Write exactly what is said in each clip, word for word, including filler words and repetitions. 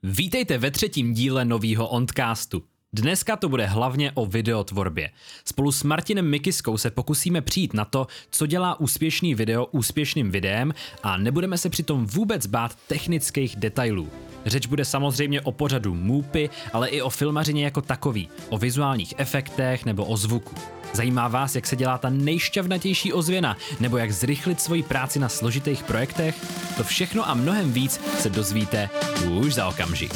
Vítejte ve třetím díle novýho Ondcastu. Dneska to bude hlavně o videotvorbě. Spolu s Martinem Mikiskou se pokusíme přijít na to, co dělá úspěšný video úspěšným videem a nebudeme se přitom vůbec bát technických detailů. Řeč bude samozřejmě o pořadu Moopy, ale i o filmařině jako takový, o vizuálních efektech nebo o zvuku. Zajímá vás, jak se dělá ta nejšťavnatější ozvěna, nebo jak zrychlit svoji práci na složitých projektech? To všechno a mnohem víc se dozvíte už za okamžik.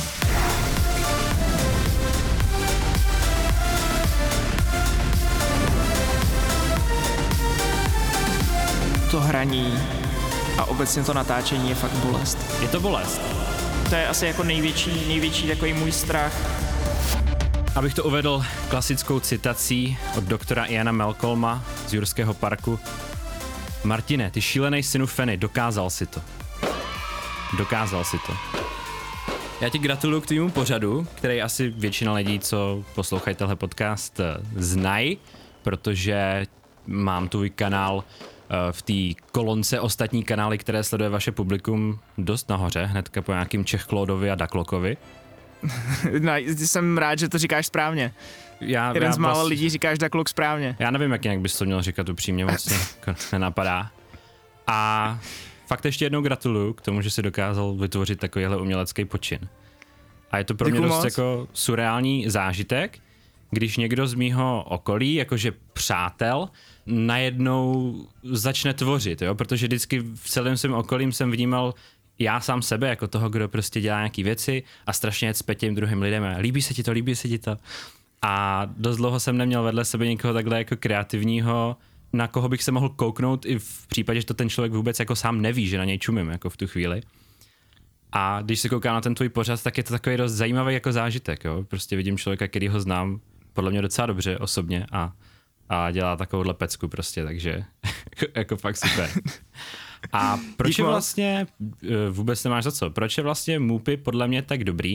To hraní a obecně to natáčení je fakt bolest. Je to bolest. To je asi jako největší, největší takový můj strach. Abych to uvedl klasickou citací od doktora Iana Malcolma z Jurského parku. Martine, ty šílenej synu Feny, dokázal si to. Dokázal si to. Já ti gratuluju k tvému pořadu, který asi většina lidí, co poslouchají tenhle podcast, znají, protože mám tvůj kanál v té kolonce ostatní kanály, které sleduje vaše publikum, dost nahoře, hnedka po nějakým Čechklódovi a Daklokovi. No, jsem rád, že to říkáš správně. Já, Jeden já z mála vlast... lidí říkáš Daklok správně. Já nevím, jak jinak bys to měl říkat upřímně, moc mě nenapadá. A fakt ještě jednou gratuluju k tomu, že jsi dokázal vytvořit takovýhle umělecký počin. A je to pro Děkuju mě dost moc. jako surreální zážitek, když někdo z mýho okolí, jakože přátel, najednou začne tvořit, jo? Protože vždycky v celém svém okolím jsem vnímal já sám sebe jako toho, kdo prostě dělá nějaký věci a strašně cpe těm druhým lidem. Líbí se ti to, líbí se ti to. A dost dlouho jsem neměl vedle sebe někoho takhle jako kreativního, na koho bych se mohl kouknout i v případě, že to ten člověk vůbec jako sám neví, že na něj čumím jako v tu chvíli. A když se koukám na ten tvůj pořad, tak je to takový dost zajímavý jako zážitek, jo. Prostě vidím člověka, který ho znám podle mě docela dobře osobně a, a dělá takovouhle pecku prostě, takže jako fakt super. A proč je vlastně, vůbec nemáš za co, proč je vlastně Moopy podle mě tak dobrý?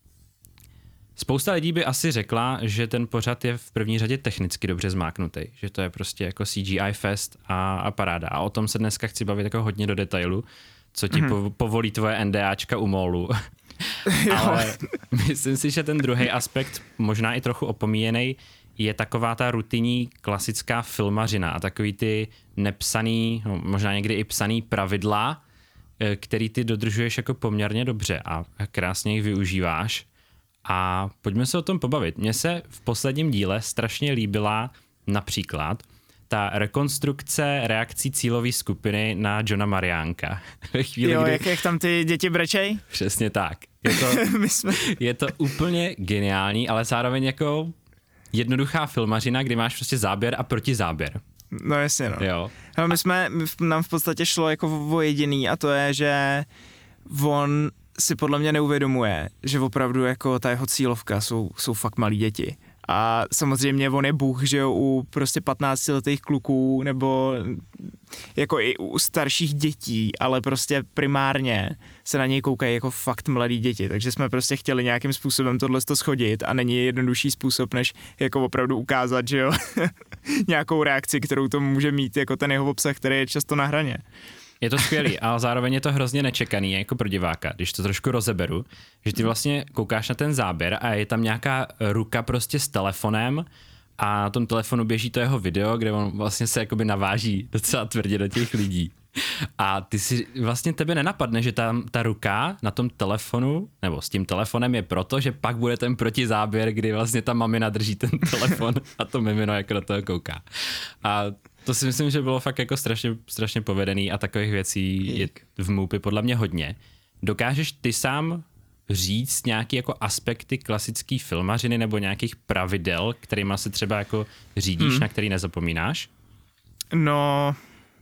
Spousta lidí by asi řekla, že ten pořad je v první řadě technicky dobře zmáknutý, že to je prostě jako C G I fest a, a paráda. A o tom se dneska chci bavit jako hodně do detailu, co ti mm-hmm. po, povolí tvoje NDAčka u mólu. Ale myslím si, že ten druhý aspekt, možná i trochu opomíjený, je taková ta rutinní klasická filmařina a takový ty nepsaný, no, možná někdy i psaný pravidla, který ty dodržuješ jako poměrně dobře a krásně jich využíváš. A pojďme se o tom pobavit. Mně se v posledním díle strašně líbila například ta rekonstrukce reakcí cílové skupiny na Johna Mariánka. Ve chvíli, jo, kdy... jak, jak tam ty děti brečej? Přesně tak. Je to, jsme... je to úplně geniální, ale zároveň jako jednoduchá filmařina, kdy máš prostě záběr a protizáběr. No jasně, no. Jo. No, my jsme, nám v podstatě šlo jako o jediný a to je, že on si podle mě neuvědomuje, že opravdu jako ta jeho cílovka jsou, jsou fakt malí děti. A samozřejmě on je bůh, že jo, u prostě patnáctiletých kluků nebo jako i u starších dětí, ale prostě primárně se na něj koukají jako fakt mladí děti, takže jsme prostě chtěli nějakým způsobem tohle to schodit a není jednodušší způsob, než jako opravdu ukázat, že jo, nějakou reakci, kterou to může mít jako ten jeho obsah, který je často na hraně. Je to skvělý, ale zároveň je to hrozně nečekaný jako pro diváka, když to trošku rozeberu, že ty vlastně koukáš na ten záběr a je tam nějaká ruka prostě s telefonem a na tom telefonu běží to jeho video, kde on vlastně se jakoby naváží docela tvrdě do těch lidí. A ty si vlastně tebe nenapadne, že tam ta ruka na tom telefonu, nebo s tím telefonem je proto, že pak bude ten protizáběr, kdy vlastně ta mamina drží ten telefon a to mimino jako do toho kouká. A to si myslím, že bylo fakt jako strašně, strašně povedený a takových věcí je v Moopy podle mě hodně. Dokážeš ty sám říct nějaký jako aspekty klasické filmařiny nebo nějakých pravidel, kterýma se třeba jako řídíš, hmm. na který nezapomínáš? No...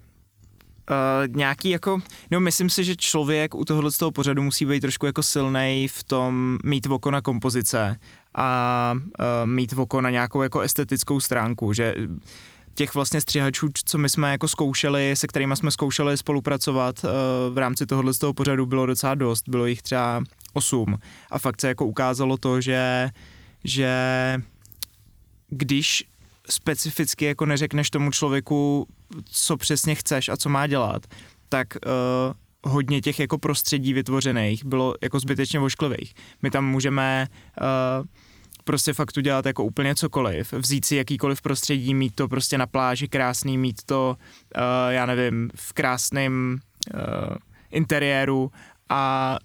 Uh, nějaký jako, no myslím si, že člověk u tohohle z toho pořadu musí být trošku jako silnej v tom mít oko na kompozice a uh, mít oko na nějakou jako estetickou stránku, že těch vlastně střihačů, co my jsme jako zkoušeli, se kterými jsme zkoušeli spolupracovat uh, v rámci tohohle z toho pořadu bylo docela dost, bylo jich třeba osm a fakt se jako ukázalo to, že, že když specificky jako neřekneš tomu člověku, co přesně chceš a co má dělat, tak uh, hodně těch jako prostředí vytvořených bylo jako zbytečně ošklivých. My tam můžeme uh, prostě fakt udělat jako úplně cokoliv, vzít si jakýkoliv prostředí, mít to prostě na pláži krásný, mít to, uh, já nevím, v krásném uh, interiéru a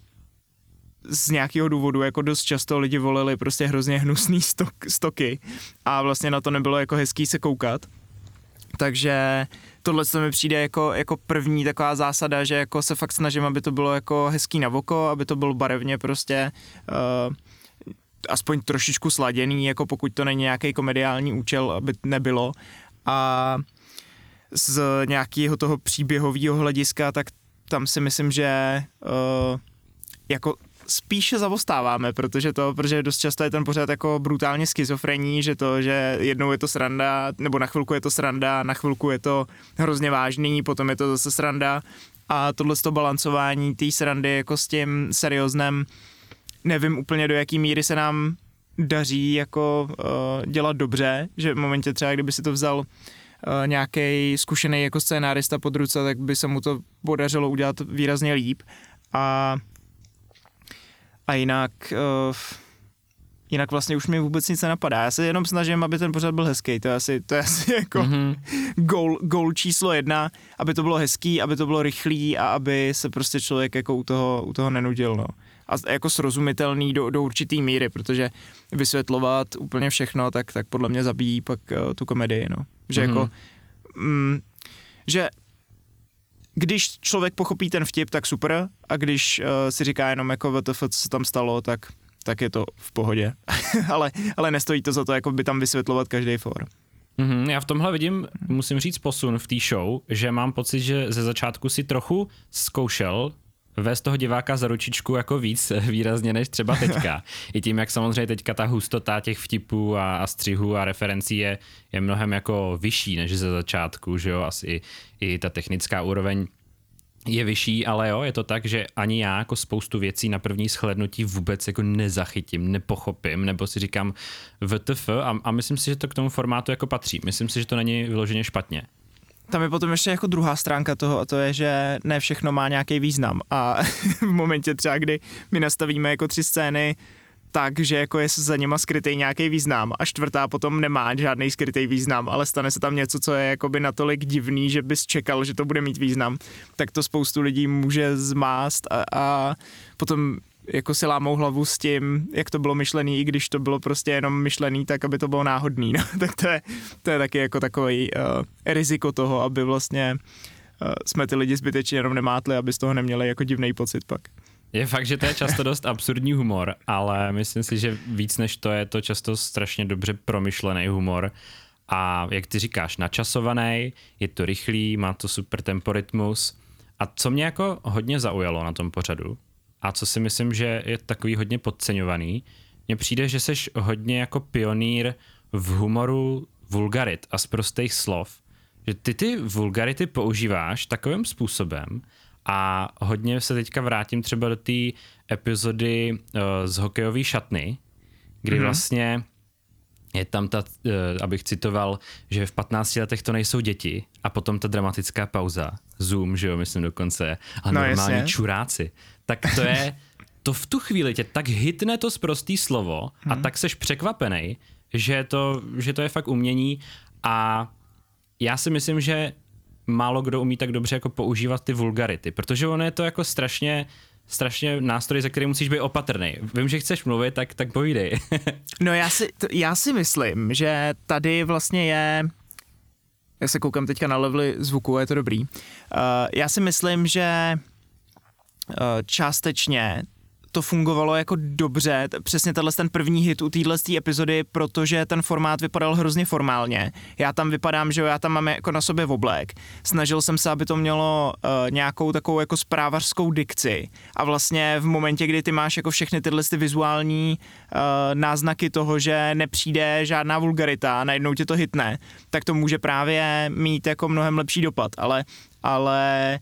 z nějakého důvodu jako dost často lidi volili prostě hrozně hnusný stok, stoky a vlastně na to nebylo jako hezký se koukat. Takže tohle to mi přijde jako, jako první taková zásada, že jako se fakt snažím, aby to bylo jako hezký na oko, aby to bylo barevně prostě uh, aspoň trošičku sladěný, jako pokud to není nějaký komediální účel, aby nebylo. A z nějakého toho příběhového hlediska, tak tam si myslím, že uh, jako spíše zaostáváme, protože to, protože dost často je ten pořád jako brutálně schizofrení, že to, že jednou je to sranda, nebo na chvilku je to sranda, na chvilku je to hrozně vážný, potom je to zase sranda a tohle to balancování té srandy jako s tím serióznem, nevím úplně do jaký míry se nám daří jako uh, dělat dobře, že v momentě třeba, kdyby si to vzal uh, nějaký zkušený jako scénárista pod ruce, tak by se mu to podařilo udělat výrazně líp a A jinak, uh, jinak vlastně už mi vůbec nic nenapadá. Já se jenom snažím, aby ten pořad byl hezký. To je asi, to je asi jako mm-hmm. goal, goal číslo jedna, aby to bylo hezký, aby to bylo rychlý a aby se prostě člověk jako u toho, u toho nenudil. No. A jako srozumitelný do, do určitý míry, protože vysvětlovat úplně všechno, tak, tak podle mě zabíjí pak uh, tu komedii. No. Že mm-hmm. jako, mm, že když člověk pochopí ten vtip, tak super, a když uh, si říká jenom jako W T F, co se tam stalo, tak, tak je to v pohodě. ale, ale nestojí to za to, jako by tam vysvětlovat každý for. Mm-hmm, já v tomhle vidím, musím říct, posun v té show, že mám pocit, že ze začátku si trochu zkoušel vést toho diváka za ručičku jako víc výrazně než třeba teďka. I tím, jak samozřejmě teďka ta hustota těch vtipů a, a střihů a referencí je, je mnohem jako vyšší než ze začátku, že jo, asi i ta technická úroveň je vyšší, ale jo, je to tak, že ani já jako spoustu věcí na první shlédnutí vůbec jako nezachytím, nepochopím, nebo si říkám W T F a, a myslím si, že to k tomu formátu jako patří. Myslím si, že to není vyloženě špatně. Tam je potom ještě jako druhá stránka toho a to je, že ne všechno má nějaký význam a v momentě třeba, kdy my nastavíme jako tři scény tak, že jako je za něma skrytý nějaký význam a čtvrtá potom nemá žádný skrytý význam, ale stane se tam něco, co je jakoby natolik divný, že bys čekal, že to bude mít význam, tak to spoustu lidí může zmást a, a potom jako si lámou hlavu s tím, jak to bylo myšlený, i když to bylo prostě jenom myšlený, tak aby to bylo náhodný. No. Tak to je, to je taky jako takový uh, riziko toho, aby vlastně uh, jsme ty lidi zbytečně jenom nemátli, aby z toho neměli jako divný pocit pak. Je fakt, že to je často dost absurdní humor, ale myslím si, že víc než to je to často strašně dobře promyšlený humor a jak ty říkáš, načasovaný, je to rychlý, má to super temporytmus a co mě jako hodně zaujalo na tom pořadu a co si myslím, že je takový hodně podceňovaný, mně přijde, že seš hodně jako pionýr v humoru vulgarit a z prostých slov, že ty ty vulgarity používáš takovým způsobem a hodně se teďka vrátím třeba do té epizody uh, z hokejové šatny, kdy mm-hmm. vlastně je tam ta, uh, abych citoval, že v patnácti letech to nejsou děti a potom ta dramatická pauza, zoom, že jo, myslím dokonce, a no normální jasně. čuráci. Tak to je, to v tu chvíli tě tak hitne to sprostý slovo a hmm. tak seš překvapenej, že to, že to je fakt umění a já si myslím, že málo kdo umí tak dobře jako používat ty vulgarity, protože ono je to jako strašně strašně nástroj, za který musíš být opatrný. Vím, že chceš mluvit, tak, tak povídej. No já si, to, já si myslím, že tady vlastně je, já se koukám teďka na levely zvuku, je to dobrý. Uh, já si myslím, že uh, částečně to fungovalo jako dobře, t- přesně tenhle ten první hit u téhle epizody, protože ten formát vypadal hrozně formálně. Já tam vypadám, že já tam mám jako na sobě oblek. Snažil jsem se, aby to mělo uh, nějakou takovou jako zprávařskou dikci a vlastně v momentě, kdy ty máš jako všechny tyhle ty vizuální uh, náznaky toho, že nepřijde žádná vulgarita a najednou tě to hitne, tak to může právě mít jako mnohem lepší dopad, ale, ale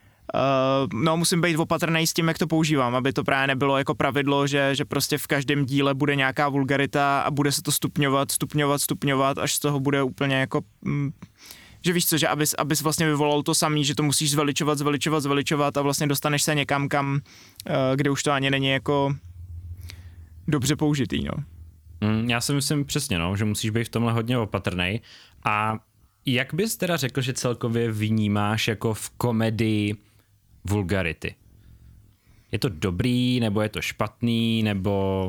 Uh, no, musím být opatrný s tím, jak to používám, aby to právě nebylo jako pravidlo, že, že prostě v každém díle bude nějaká vulgarita a bude se to stupňovat, stupňovat, stupňovat, až z toho bude úplně jako mm, že víš co, že abys, abys vlastně vyvolal to samý, že to musíš zveličovat, zveličovat, zveličovat a vlastně dostaneš se někam, kam, kde už to ani není jako dobře použitý, no. Mm, já si myslím přesně, no, že musíš být v tomhle hodně opatrnej. A jak bys teda řekl, že celkově vnímáš jako v komedii vulgarity? Je to dobrý, nebo je to špatný, nebo...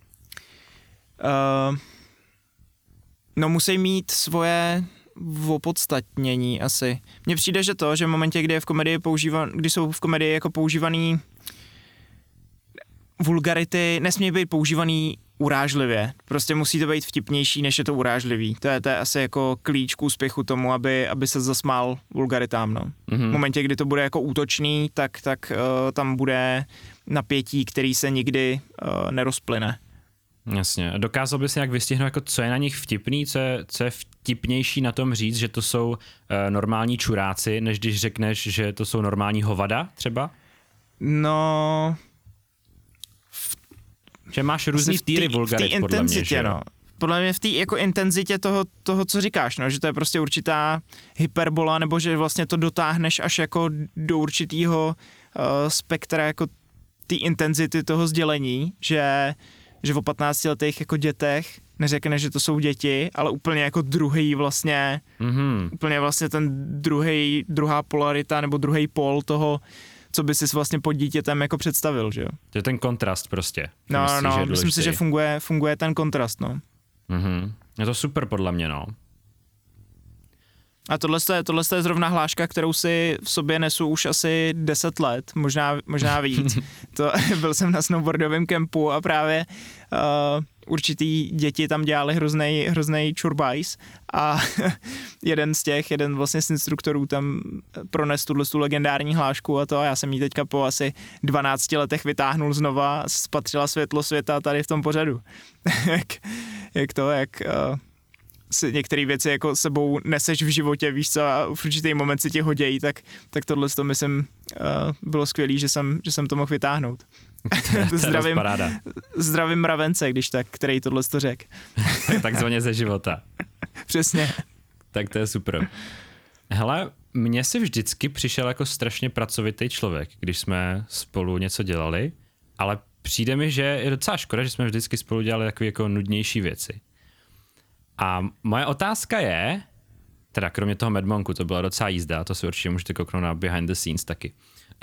Uh, no musí mít svoje opodstatnění asi. Mně přijde, že to, že v momentě, kdy je v komedii používan, kdy jsou v komedii jako používaný vulgarity, nesmí být používaný urážlivě. Prostě musí to být vtipnější, než je to urážlivý. To je, to je asi jako klíč k úspěchu tomu, aby, aby se zasmál vulgaritám, no. Mm-hmm. V momentě, kdy to bude jako útočný, tak, tak uh, tam bude napětí, který se nikdy uh, nerozplyne. Jasně. Dokázal bys nějak vystihnout, jako co je na nich vtipný, co je, co je vtipnější na tom říct, že to jsou uh, normální čuráci, než když řekneš, že to jsou normální hovada třeba? No... Že máš různý týry vulgarit, podle mě, že no. Podle mě v té jako intenzitě toho, toho, co říkáš, no, že to je prostě určitá hyperbola, nebo že vlastně to dotáhneš až jako do určitýho uh, spektra jako té intenzity toho sdělení, že, že o patnáctiletých jako dětech neřekneš, že to jsou děti, ale úplně jako druhý vlastně, mm-hmm. úplně vlastně ten druhý, druhá polarita nebo druhý pól toho, co by si vlastně pod dítětem jako představil, že jo? To je ten kontrast prostě. No, myslí, no, myslím si, že funguje, funguje ten kontrast, no. Mhm. Je to super podle mě, no. A tohle je, tohle je zrovna hláška, kterou si v sobě nesu už asi deset let, možná, možná víc. To, byl jsem na snowboardovém kempu a právě uh, určitý děti tam dělali hroznej, hroznej čurbajs a jeden z těch, jeden vlastně z instruktorů tam prones tuhle tu legendární hlášku a to a já jsem ji teďka po asi dvanácti letech vytáhnul znova, spatřila světlo světa tady v tom pořadu. jak, jak to, jak... Uh, si některé věci jako sebou neseš v životě, víš co, a v určitý moment si tě hodějí, tak, tak tohle to myslím uh, bylo skvělý, že jsem, že jsem to mohl vytáhnout. zdravím, zdravím mravence, když tak, který tohle to řek. Takzvaně ze života. Přesně. Tak to je super. Hele, mně si vždycky přišel jako strašně pracovitý člověk, když jsme spolu něco dělali, ale přijde mi, že je docela škoda, že jsme vždycky spolu dělali takové jako nudnější věci. A moje otázka je, teda kromě toho Mad Monku, to byla docela jízda, to si určitě můžete kouknout na behind the scenes taky.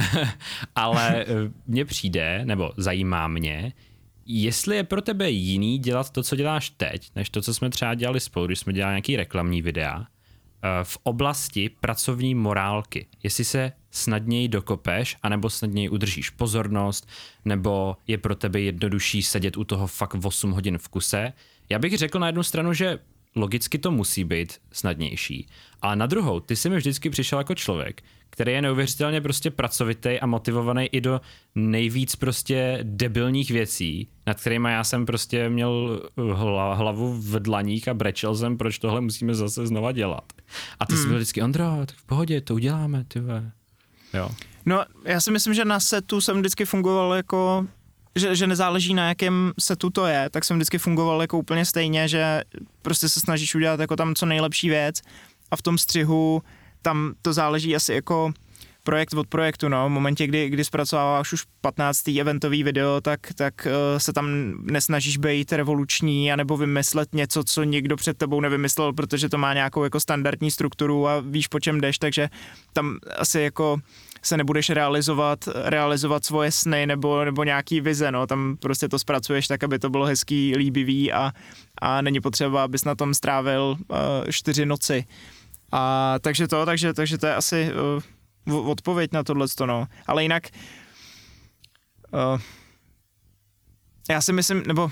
Ale mně přijde, nebo zajímá mě, jestli je pro tebe jiný dělat to, co děláš teď, než to, co jsme třeba dělali spolu, když jsme dělali nějaký reklamní videa, v oblasti pracovní morálky. Jestli se snadněji dokopeš, anebo snadněji udržíš pozornost, nebo je pro tebe jednodušší sedět u toho fakt osm hodin v kuse. Já bych řekl na jednu stranu, že logicky to musí být snadnější, ale na druhou, ty jsi mi vždycky přišel jako člověk, který je neuvěřitelně prostě pracovitý a motivovaný i do nejvíc prostě debilních věcí, nad kterýma já jsem prostě měl hlavu v dlaních a brečel jsem, proč tohle musíme zase znova dělat. A ty hmm. jsi byl vždycky, Ondro, tak v pohodě, to uděláme, tyve. Jo. No, já si myslím, že na setu jsem vždycky fungoval jako... Že, že nezáleží na jakém setu to je, tak jsem vždycky fungoval jako úplně stejně, že prostě se snažíš udělat jako tam co nejlepší věc a v tom střihu tam to záleží asi jako projekt od projektu, no. V momentě, kdy, kdy zpracováváš už patnáctý eventový video, tak, tak uh, se tam nesnažíš být revoluční anebo vymyslet něco, co nikdo před tebou nevymyslel, protože to má nějakou jako standardní strukturu a víš, po čem jdeš, takže tam asi jako se nebudeš realizovat, realizovat svoje sny nebo, nebo nějaký vize, no, tam prostě to zpracuješ tak, aby to bylo hezký, líbivý a, a není potřeba, abys na tom strávil uh, čtyři noci. A takže to, takže, takže to je asi uh, odpověď na tohleto, no. Ale jinak uh, já si myslím, nebo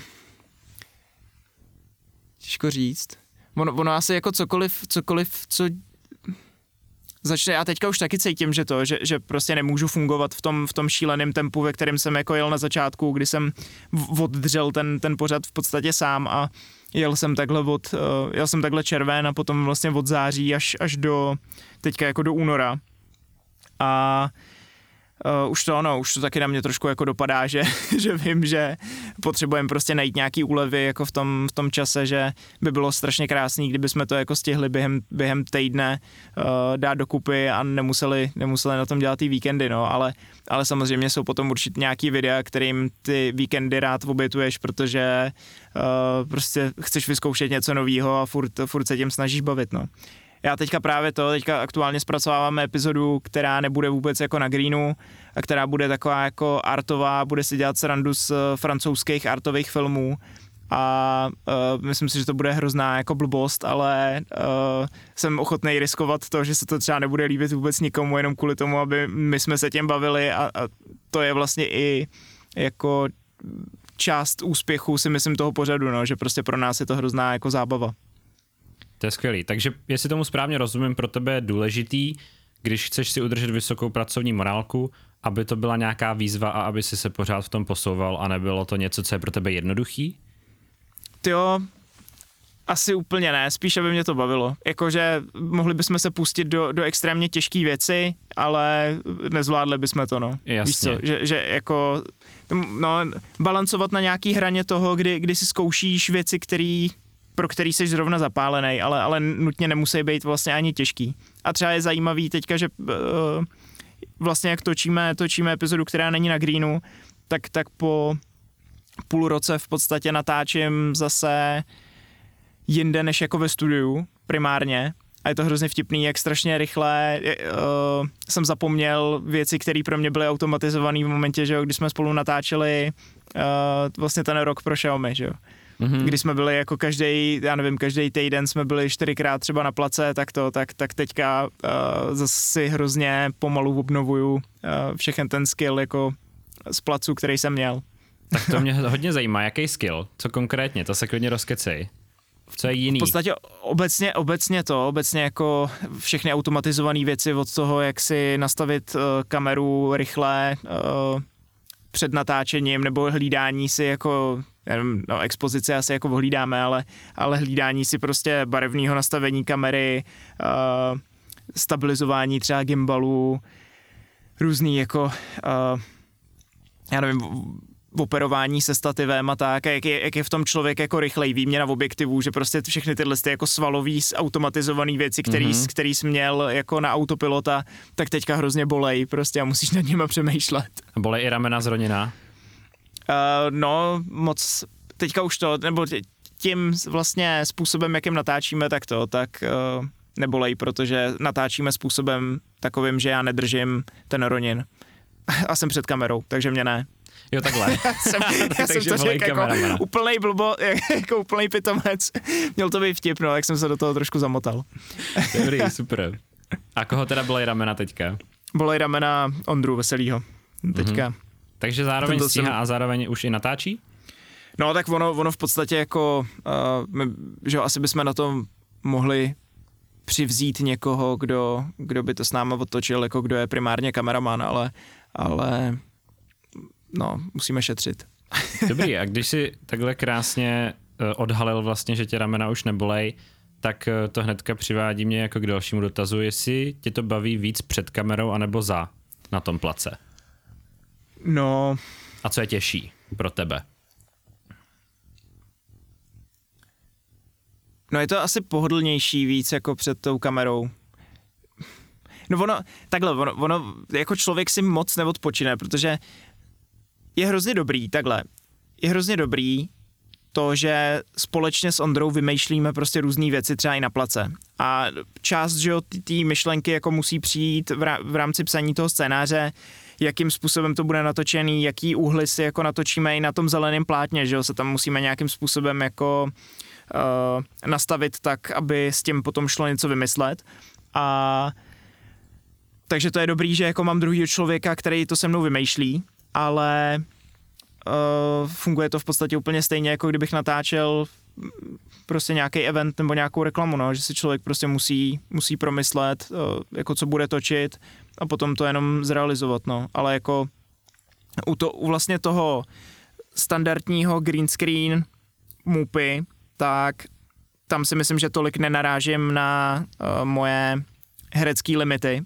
těžko říct, ono, ono asi jako cokoliv, cokoliv, co začne, já teďka už taky cítím, že to, že, že prostě nemůžu fungovat v tom, v tom šíleném tempu, ve kterém jsem jako jel na začátku, kdy jsem oddřel ten, ten pořad v podstatě sám a jel jsem takhle od, uh, jel jsem takhle červen a potom vlastně od září až, až do, teďka jako do února. A Uh, už to ano, už to taky na mě trošku jako dopadá, že, že vím, že potřebujeme prostě najít nějaký úlevy jako v tom, v tom čase, že by bylo strašně krásný, kdyby jsme to jako stihli během, během týdne uh, dát dokupy a nemuseli, nemuseli na tom dělat ty víkendy, no, ale, ale samozřejmě jsou potom určitě nějaký videa, kterým ty víkendy rád obětuješ, protože uh, prostě chceš vyzkoušet něco novýho a furt, furt se tím snažíš bavit, no. Já teďka právě to, teďka aktuálně zpracováváme epizodu, která nebude vůbec jako na greenu a která bude taková jako artová, bude si dělat srandu z francouzských artových filmů a uh, myslím si, že to bude hrozná jako blbost, ale uh, jsem ochotný riskovat to, že se to třeba nebude líbit vůbec nikomu, jenom kvůli tomu, aby my jsme se tím bavili a, a to je vlastně i jako část úspěchu, si myslím, toho pořadu, no, že prostě pro nás je to hrozná jako zábava. To je skvělý. Takže jestli tomu správně rozumím, pro tebe je důležitý, když chceš si udržet vysokou pracovní morálku, aby to byla nějaká výzva a aby si se pořád v tom posouval a nebylo to něco, co je pro tebe jednoduchý? Tyjo, asi úplně ne, spíš aby mě to bavilo. Jakože mohli bychom se pustit do, do extrémně těžké věci, ale nezvládli bychom to, no. Jasně. Víš co, že, že jako, no, balancovat na nějaký hraně toho, kdy, kdy si zkoušíš věci, který pro který jsi zrovna zapálený, ale, ale nutně nemusí být vlastně ani těžký. A třeba je zajímavý teďka, že uh, vlastně jak točíme, točíme epizodu, která není na greenu, tak, tak po půl roce v podstatě natáčím zase jinde než jako ve studiu primárně. A je to hrozně vtipný, jak strašně rychle uh, jsem zapomněl věci, které pro mě byly automatizované v momentě, že jo, kdy jsme spolu natáčeli uh, vlastně ten rok pro Xiaomi, že jo. Mm-hmm. Když jsme byli jako každý, já nevím, každý týden jsme byli čtyřikrát třeba na place, tak to, tak, tak teďka uh, zase hrozně pomalu obnovuju uh, všechen ten skill jako z placu, který jsem měl. Tak to mě hodně zajímá, jaký skill, co konkrétně, to se klidně rozkecej. Co je jiný? V podstatě obecně, obecně to, obecně jako všechny automatizované věci od toho, jak si nastavit uh, kameru rychle uh, před natáčením nebo hlídání si jako nevím, no expozice asi jako hlídáme, ale, ale hlídání si prostě barevného nastavení kamery, uh, stabilizování třeba gimbalů, různý jako, uh, já nevím, operování se stativem a tak, a jak je, jak je v tom člověk jako rychlej, výměna v objektivů, že prostě všechny tyhle ty jako svalový automatizované věci, který, mm-hmm. který jsi měl jako na autopilota, tak teďka hrozně bolej prostě a musíš nad nima přemýšlet. Bolej i ramena zroněná? Uh, no, moc, teďka už to, nebo tím vlastně způsobem, jakým natáčíme, tak to, tak uh, nebolej, protože natáčíme způsobem takovým, že já nedržím ten ronin. A jsem před kamerou, takže mě ne. Jo, takhle. já jsem, já jsem to řekl jako úplnej blbo, jako úplnej pitomec. Měl to být vtip, no, jak jsem se do toho trošku zamotal. Dobrý, super. A koho teda bolej ramena teďka? Bolej ramena Ondru Veselýho teďka. Mm-hmm. Takže zároveň stíhá jsem... a zároveň už i natáčí? No tak ono, ono v podstatě jako, uh, my, že asi bychom na tom mohli přivzít někoho, kdo, kdo by to s náma otočil, jako kdo je primárně kameraman, ale, ale no, musíme šetřit. Dobrý, a když si takhle krásně uh, odhalil vlastně, že tě ramena už nebolej, tak uh, to hnedka přivádí mě jako k dalšímu dotazu, jestli tě to baví víc před kamerou anebo za na tom place. No. A co je těžší pro tebe? No je to asi pohodlnější víc jako před tou kamerou. No ono, takhle, ono, ono jako člověk si moc neodpočine, protože je hrozně dobrý, takhle, je hrozně dobrý to, že společně s Ondrou vymýšlíme prostě různý věci třeba i na place. A část, že jo, té myšlenky jako musí přijít v rámci psaní toho scénáře, jakým způsobem to bude natočený, jaký úhly si jako natočíme i na tom zeleném plátně, že jo, se tam musíme nějakým způsobem jako uh, nastavit tak, aby s tím potom šlo něco vymyslet. A takže to je dobrý, že jako mám druhýho člověka, který to se mnou vymýšlí, ale uh, funguje to v podstatě úplně stejně, jako kdybych natáčel prostě nějaký event nebo nějakou reklamu, no, že si člověk prostě musí, musí promyslet, uh, jako co bude točit a potom to jenom zrealizovat, no, ale jako u, to, u vlastně toho standardního green screen mupy, tak tam si myslím, že tolik nenarážím na uh, moje herecké limity,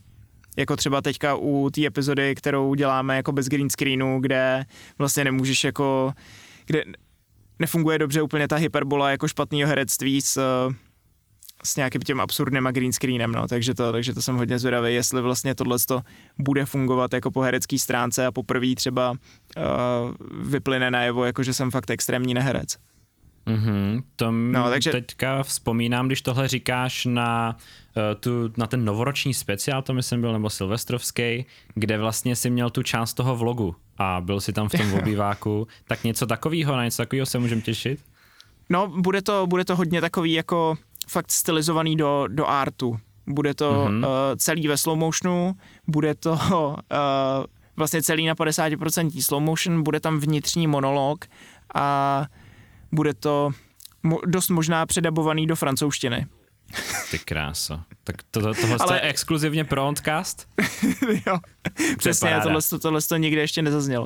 jako třeba teďka u té epizody, kterou děláme jako bez green screenu, kde vlastně nemůžeš jako, kde nefunguje dobře úplně ta hyperbola jako špatného herectví s, s nějakým těm absurdním a green screenem, no, takže to, takže to jsem hodně zvědavý, jestli vlastně tohleto bude fungovat jako po herecké stránce a poprvé třeba uh, vyplyne najevo, jako že jsem fakt extrémní neherec. Mm-hmm, to no, takže... teďka vzpomínám, když tohle říkáš na, uh, tu, na ten novoroční speciál, to myslím byl, nebo silvestrovský, kde vlastně si měl tu část toho vlogu a byl si tam v tom obýváku, tak něco takového, na něco takového se můžeme těšit? No, bude to, bude to hodně takový jako fakt stylizovaný do, do artu. Bude to mm-hmm. uh, celý ve slow motionu, bude to uh, vlastně celý na padesát procent slow motion, bude tam vnitřní monolog a bude to mo- dost možná předabovaný do francouzštiny. Ty kráso. Tak to, to, tohle Ale... je exkluzivně pro Ondcast? Jo, přesně, tohle, tohle to nikde ještě nezaznělo.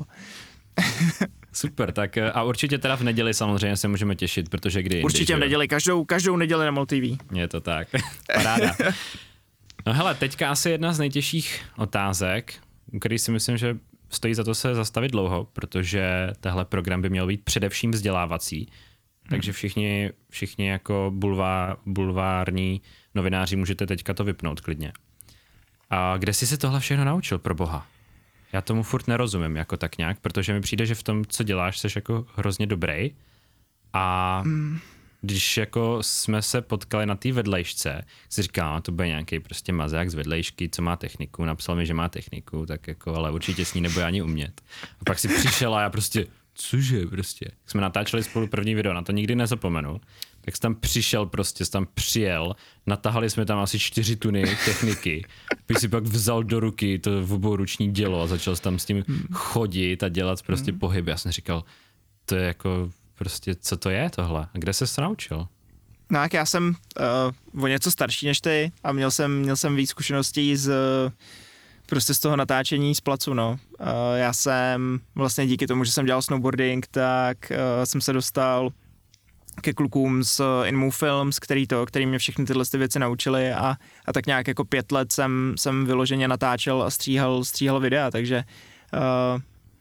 Super, tak a určitě teda v neděli samozřejmě se můžeme těšit, protože kdy jindy, určitě v neděli, každou, každou neděli na MOL T V. Je to tak, paráda. No hele, teďka asi jedna z nejtěžších otázek, u který si myslím, že stojí za to se zastavit dlouho, protože tehle program by měl být především vzdělávací, takže všichni, všichni jako bulvá, bulvární novináři můžete teďka to vypnout klidně. A kde jsi se tohle všechno naučil, pro boha? Já tomu furt nerozumím jako tak nějak, protože mi přijde, že v tom, co děláš, jsi jako hrozně dobrý. A mm. když jako jsme se potkali na té vedlejšce, si říkal, no, to bude nějaký prostě mazák z vedlejšky, co má techniku, napsal mi, že má techniku, tak jako, ale určitě s ní nebude ani umět. A pak si přišel a já prostě, cože prostě. Jsme natáčeli spolu první video, na to nikdy nezapomenu. Tak jsi tam přišel prostě, jsi tam přijel, natahali jsme tam asi čtyři tuny techniky, bych si pak vzal do ruky to obouruční dělo a začal jsi tam s tím chodit a dělat prostě hmm. pohyby. Já jsem říkal, to je jako prostě, co to je tohle? A kde ses to naučil? No tak já jsem uh, o něco starší než ty a měl jsem, měl jsem víc zkušeností z prostě z toho natáčení z placu, no. Uh, já jsem vlastně díky tomu, že jsem dělal snowboarding, tak uh, jsem se dostal ke klukům z InMove Films, který to, který mě všechny tyhle ty věci naučili a, a tak nějak jako pět let jsem, jsem vyloženě natáčel a stříhal, stříhal videa, takže uh,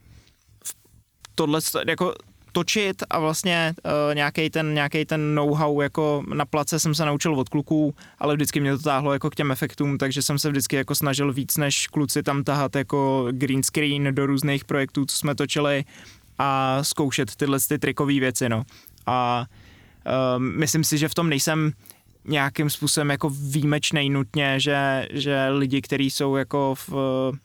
tohle jako točit a vlastně uh, nějaký ten, nějaký ten know-how jako na place jsem se naučil od kluků, ale vždycky mě to táhlo jako k těm efektům, takže jsem se vždycky jako snažil víc než kluci tam tahat jako green screen do různých projektů, co jsme točili a zkoušet tyhle ty trikové věci, no. A uh, myslím si, že v tom nejsem nějakým způsobem jako výjimečnej nutně, že, že lidi, kteří jsou jako v, uh,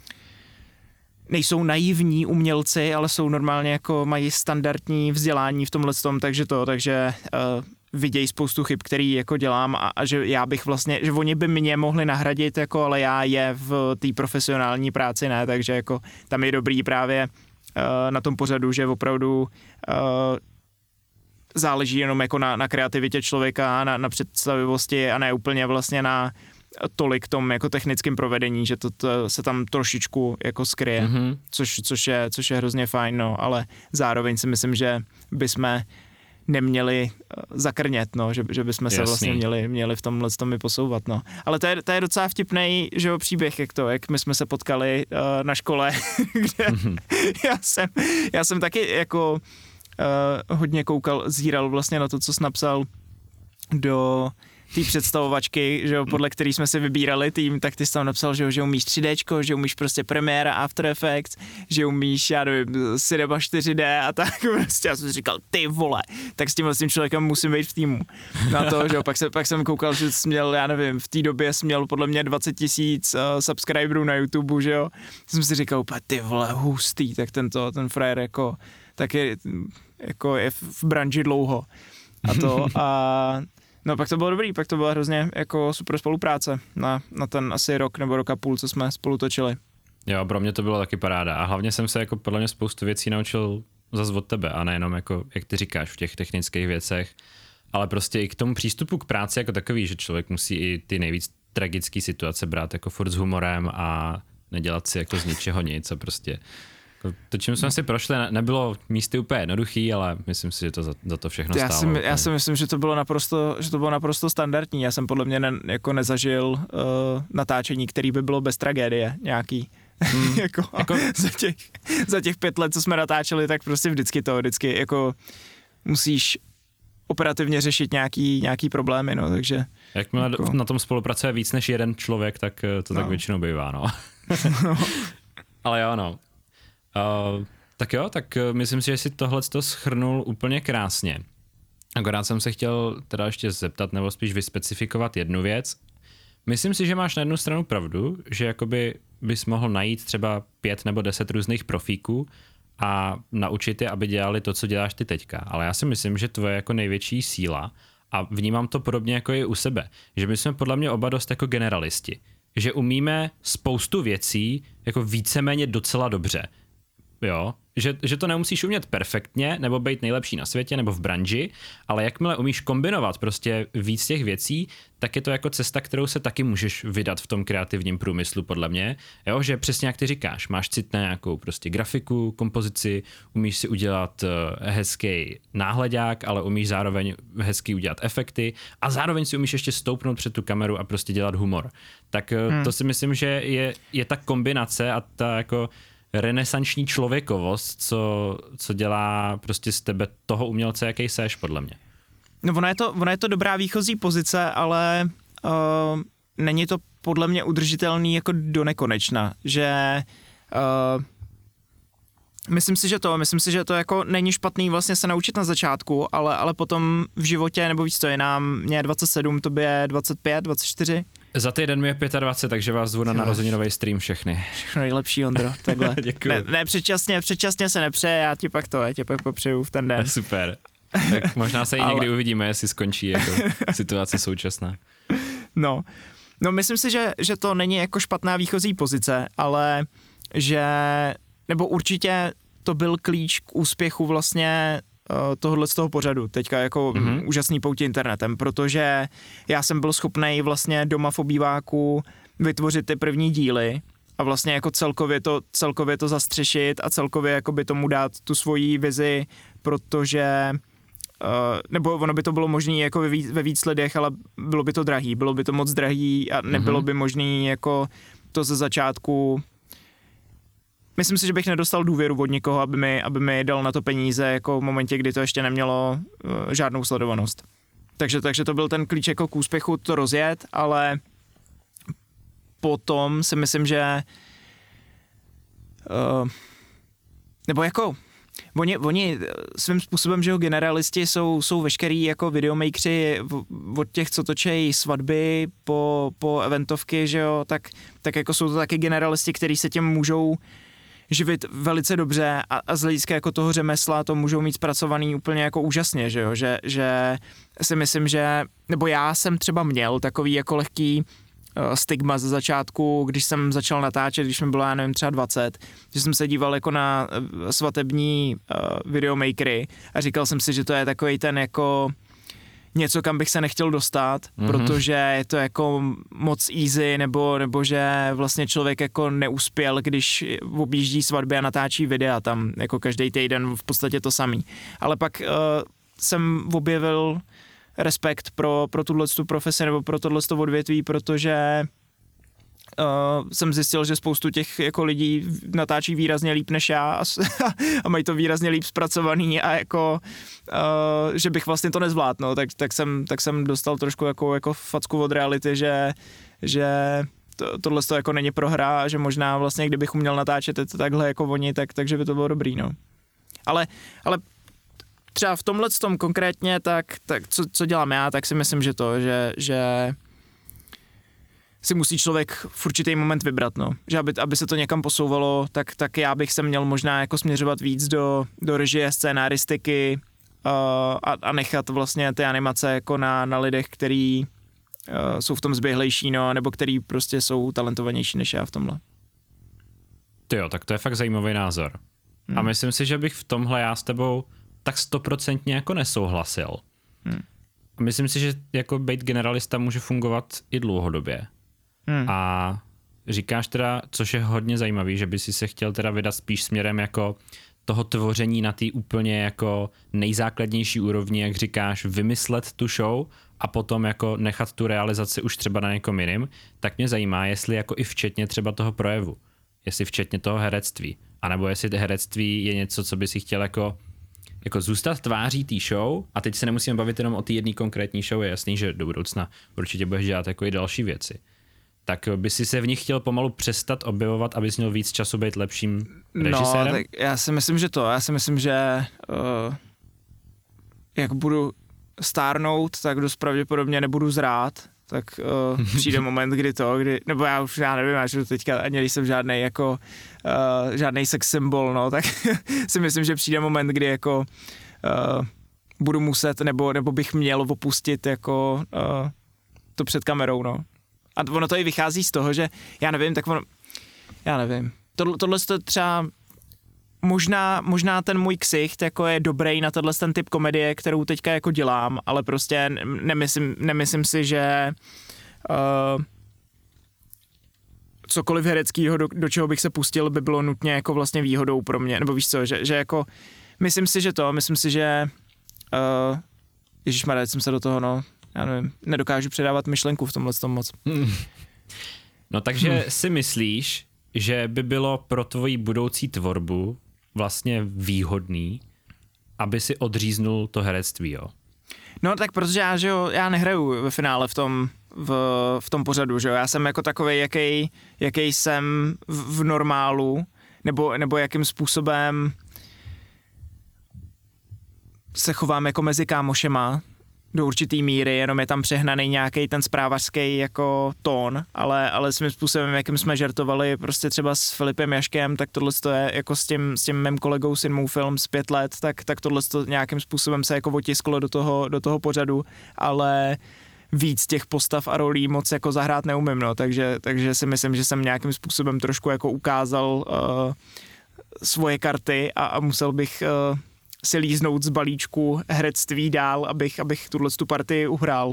nejsou naivní umělci, ale jsou normálně jako mají standardní vzdělání v tomhle tom, takže to, takže uh, vidějí spoustu chyb, který jako dělám a, a že já bych vlastně, že oni by mě mohli nahradit, jako, ale já je v té profesionální práci ne, takže jako tam je dobrý právě uh, na tom pořadu, že opravdu uh, záleží jenom jako na, na kreativitě člověka, na, na představivosti a ne úplně vlastně na tolik tom jako technickém provedení, že to, to se tam trošičku jako skryje, mm-hmm. což, což, je, což je hrozně fajn, no, ale zároveň si myslím, že bychom neměli zakrnět, no, že, že bychom se vlastně měli, měli v tomhle tom i posouvat, no. Ale to je, to je docela vtipnej, že jo, příběh, jak to, jak my jsme se potkali uh, na škole, kde mm-hmm. já jsem, já jsem taky jako Uh, hodně koukal, zíral vlastně na to, co jsi napsal do té představovačky, že jo, podle který jsme si vybírali tým, tak ty jsi tam napsal, že, jo, že umíš tři dé, že umíš prostě Premiere, After Effects, že umíš, já nevím, Cinema čtyři dé a tak prostě. Já jsem si říkal, ty vole, tak s tím vlastně člověkem musím být v týmu. Na to, že jo, pak, se, pak jsem koukal, že jsi měl, já nevím, v té době jsi měl podle mě dvacet tisíc uh, subscriberů na YouTube, že jo. Jsem si říkal úplně, ty vole, hustý, tak tento, ten frajer jako, tak je, jako je v branži dlouho. A to a no pak to bylo dobrý, pak to byla hrozně jako super spolupráce na, na ten asi rok nebo rok a půl, co jsme spolu točili. Jo, pro mě to bylo taky paráda a hlavně jsem se jako podle mě spoustu věcí naučil zase od tebe a nejenom jako, jak ty říkáš, v těch technických věcech, ale prostě i k tomu přístupu k práci jako takový, že člověk musí i ty nejvíc tragické situace brát jako furt s humorem a nedělat si jako z ničeho nic a prostě To, čím jsme si prošli, nebylo místy úplně jednoduchý, ale myslím si, že to za, za to všechno já stálo. Si, já si myslím, že to bylo naprosto, že to bylo naprosto standardní. Já jsem podle mě ne, jako nezažil uh, natáčení, který by bylo bez tragédie nějaký. Mm, jako, jako... Za, těch, za těch pět let, co jsme natáčeli, tak prostě vždycky to, vždycky jako musíš operativně řešit nějaký, nějaký problémy, no, takže... Jakmile jako... na tom spolupracuje víc než jeden člověk, tak to no. tak většinou bývá, no. no. Ale jo, no. Uh, tak jo, tak uh, myslím si, že si tohleto shrnul úplně krásně. Akorát jsem se chtěl teda ještě zeptat, nebo spíš vyspecifikovat jednu věc. Myslím si, že máš na jednu stranu pravdu, že jakoby bys mohl najít třeba pět nebo deset různých profíků a naučit je, aby dělali to, co děláš ty teďka. Ale já si myslím, že tvoje jako největší síla, a vnímám to podobně jako i u sebe, že my jsme podle mě oba dost jako generalisti. Že umíme spoustu věcí jako víceméně docela dobře. Jo, že, že to nemusíš umět perfektně, nebo být nejlepší na světě, nebo v branži, ale jakmile umíš kombinovat prostě víc těch věcí, tak je to jako cesta, kterou se taky můžeš vydat v tom kreativním průmyslu, podle mě. Jo, že přesně jak ty říkáš, máš cit na nějakou prostě grafiku, kompozici, umíš si udělat uh, hezký náhledák, ale umíš zároveň hezky udělat efekty a zároveň si umíš ještě stoupnout před tu kameru a prostě dělat humor. Tak uh, hmm. to si myslím, že je, je ta kombinace a ta jako renesanční člověkovost, co, co dělá prostě z tebe toho umělce, jaký seš, podle mě. No ona je to, ona je to dobrá výchozí pozice, ale uh, není to podle mě udržitelný jako do nekonečna, že uh, myslím si, že to, myslím si, že to jako není špatný vlastně se naučit na začátku, ale, ale potom v životě, nebo víc co je nám, mě je dvacet sedm, tobě je dvacet pět, dvacet čtyři. Za týden mi je dvacet pět, takže vás zvu na narozeninový stream všechny. Všechno nejlepší, Ondro, takhle. Děkuji. Ne, ne, předčasně, předčasně se nepřeje, já ti pak to, já ti pak popřeju v ten den. Super. Tak možná se i ale... někdy uvidíme, jestli skončí jako situace současná. No, no myslím si, že, že to není jako špatná výchozí pozice, ale že, nebo určitě to byl klíč k úspěchu vlastně tohohle z toho pořadu, teďka jako mm-hmm. úžasný poutě internetem, protože já jsem byl schopnej vlastně doma v obýváku vytvořit ty první díly a vlastně jako celkově to, celkově to zastřešit a celkově jako by tomu dát tu svoji vizi, protože uh, nebo ono by to bylo možné jako ve víc, ve víc lidech, ale bylo by to drahý, bylo by to moc drahý a nebylo mm-hmm. by možné jako to ze začátku. Myslím si, že bych nedostal důvěru od nikoho, aby mi, aby mi dal na to peníze jako v momentě, kdy to ještě nemělo uh, žádnou sledovanost. Takže, takže to byl ten klíč jako k úspěchu to rozjet, ale potom si myslím, že uh, nebo jako oni, oni svým způsobem, že jo, generalisti jsou, jsou veškerý jako videomakeri od těch, co točejí svatby po, po eventovky, že jo, tak, tak jako jsou to taky generalisti, kteří se tím můžou živit velice dobře a, a z hlediska jako toho řemesla to můžou mít zpracovaný úplně jako úžasně, že jo, že, že si myslím, že, nebo já jsem třeba měl takový jako lehký uh, stigma ze začátku, když jsem začal natáčet, když mi bylo, já nevím, třeba dvacet, že jsem se díval jako na uh, svatební uh, videomakery a říkal jsem si, že to je takovej ten jako něco, kam bych se nechtěl dostat, mm-hmm. protože je to jako moc easy, nebo, nebo že vlastně člověk jako neuspěl, když objíždí svatby a natáčí videa tam jako každý týden v podstatě to samý. Ale pak uh, jsem objevil respekt pro, pro tuto profesi nebo pro tohleto odvětví, protože Uh, jsem zjistil, že spoustu těch jako lidí natáčí výrazně líp než já a, a mají to výrazně líp zpracovaný a jako, uh, že bych vlastně to nezvládl, no, tak, tak, jsem, tak jsem dostal trošku jako, jako facku od reality, že, že to, tohle to jako není prohra a že možná vlastně, kdybych uměl natáčet to takhle jako oni, tak, takže by to bylo dobrý, no. Ale, ale třeba v tomhle tom konkrétně, tak, tak co, co dělám já, tak si myslím, že to, že, že si musí člověk v určitý moment vybrat, no. Že aby, aby se to někam posouvalo, tak, tak já bych se měl možná jako směřovat víc do, do režie, scénaristiky uh, a, a nechat vlastně ty animace jako na, na lidech, který uh, jsou v tom zběhlejší, no, nebo který prostě jsou talentovanější než já v tomhle. Tyjo, tak to je fakt zajímavý názor. Hmm. A myslím si, že bych v tomhle já s tebou tak stoprocentně jako nesouhlasil. Hmm. Myslím si, že jako být generalista může fungovat i dlouhodobě. Hmm. A říkáš teda, což je hodně zajímavý, že by si se chtěl teda vydat spíš směrem jako toho tvoření na té úplně jako nejzákladnější úrovni, jak říkáš, vymyslet tu show a potom jako nechat tu realizaci už třeba na někom jiným, tak mě zajímá, jestli jako i včetně třeba toho projevu, jestli včetně toho herectví, anebo jestli to herectví je něco, co by si chtěl jako, jako zůstat tváří té show, a teď se nemusíme bavit jenom o té jedné konkrétní show, je jasný, že do budoucna určitě budeš dělat jako i další věci. Tak by si se v nich chtěl pomalu přestat objevovat, abys měl víc času být lepším režisérem? No, tak já si myslím, že to. Já si myslím, že uh, jak budu stárnout, tak dost pravděpodobně nebudu zrát, tak uh, přijde moment, kdy to, kdy, nebo já už já nevím, já že teďka ani nejsem žádnej jako, uh, žádnej sex symbol, no, tak si myslím, že přijde moment, kdy jako uh, budu muset, nebo, nebo bych měl opustit jako uh, to před kamerou, no. A ono to i vychází z toho, že já nevím, tak ono, já nevím. Tohle, tohle to třeba, možná, možná ten můj ksicht jako je dobrý na tenhle ten typ komedie, kterou teďka jako dělám, ale prostě nemyslím, nemyslím si, že uh, cokoliv hereckýho, do, do čeho bych se pustil, by bylo nutně jako vlastně výhodou pro mě, nebo víš co, že, že jako, myslím si, že to, myslím si, že uh, ježišmarja, jsem se do toho, no, já nevím, nedokážu předávat myšlenku v tomhle tom moc. Hmm. No takže hmm. si myslíš, že by bylo pro tvoji budoucí tvorbu vlastně výhodný, aby si odříznul to herectví, jo? No tak protože já, že jo, já nehraju ve finále v tom, v, v tom pořadu, že jo, já jsem jako takovej, jaký, jaký jsem v, v normálu, nebo, nebo jakým způsobem se chovám jako mezi kámošema, do určitý míry, jenom je tam přehnaný nějaký ten zprávařský jako tón, ale, ale svým způsobem, jakým jsme žertovali prostě třeba s Filipem Jaškem, tak tohle je jako s tím, s tím mým kolegou Cinema Film z pět let, tak, tak tohle nějakým způsobem se jako otisklo do toho, do toho pořadu, ale víc těch postav a rolí moc jako zahrát neumím, no, takže, takže si myslím, že jsem nějakým způsobem trošku jako ukázal uh, svoje karty a, a musel bych uh, si líznout z balíčku herectví dál, abych, abych tuhle tu partii uhrál.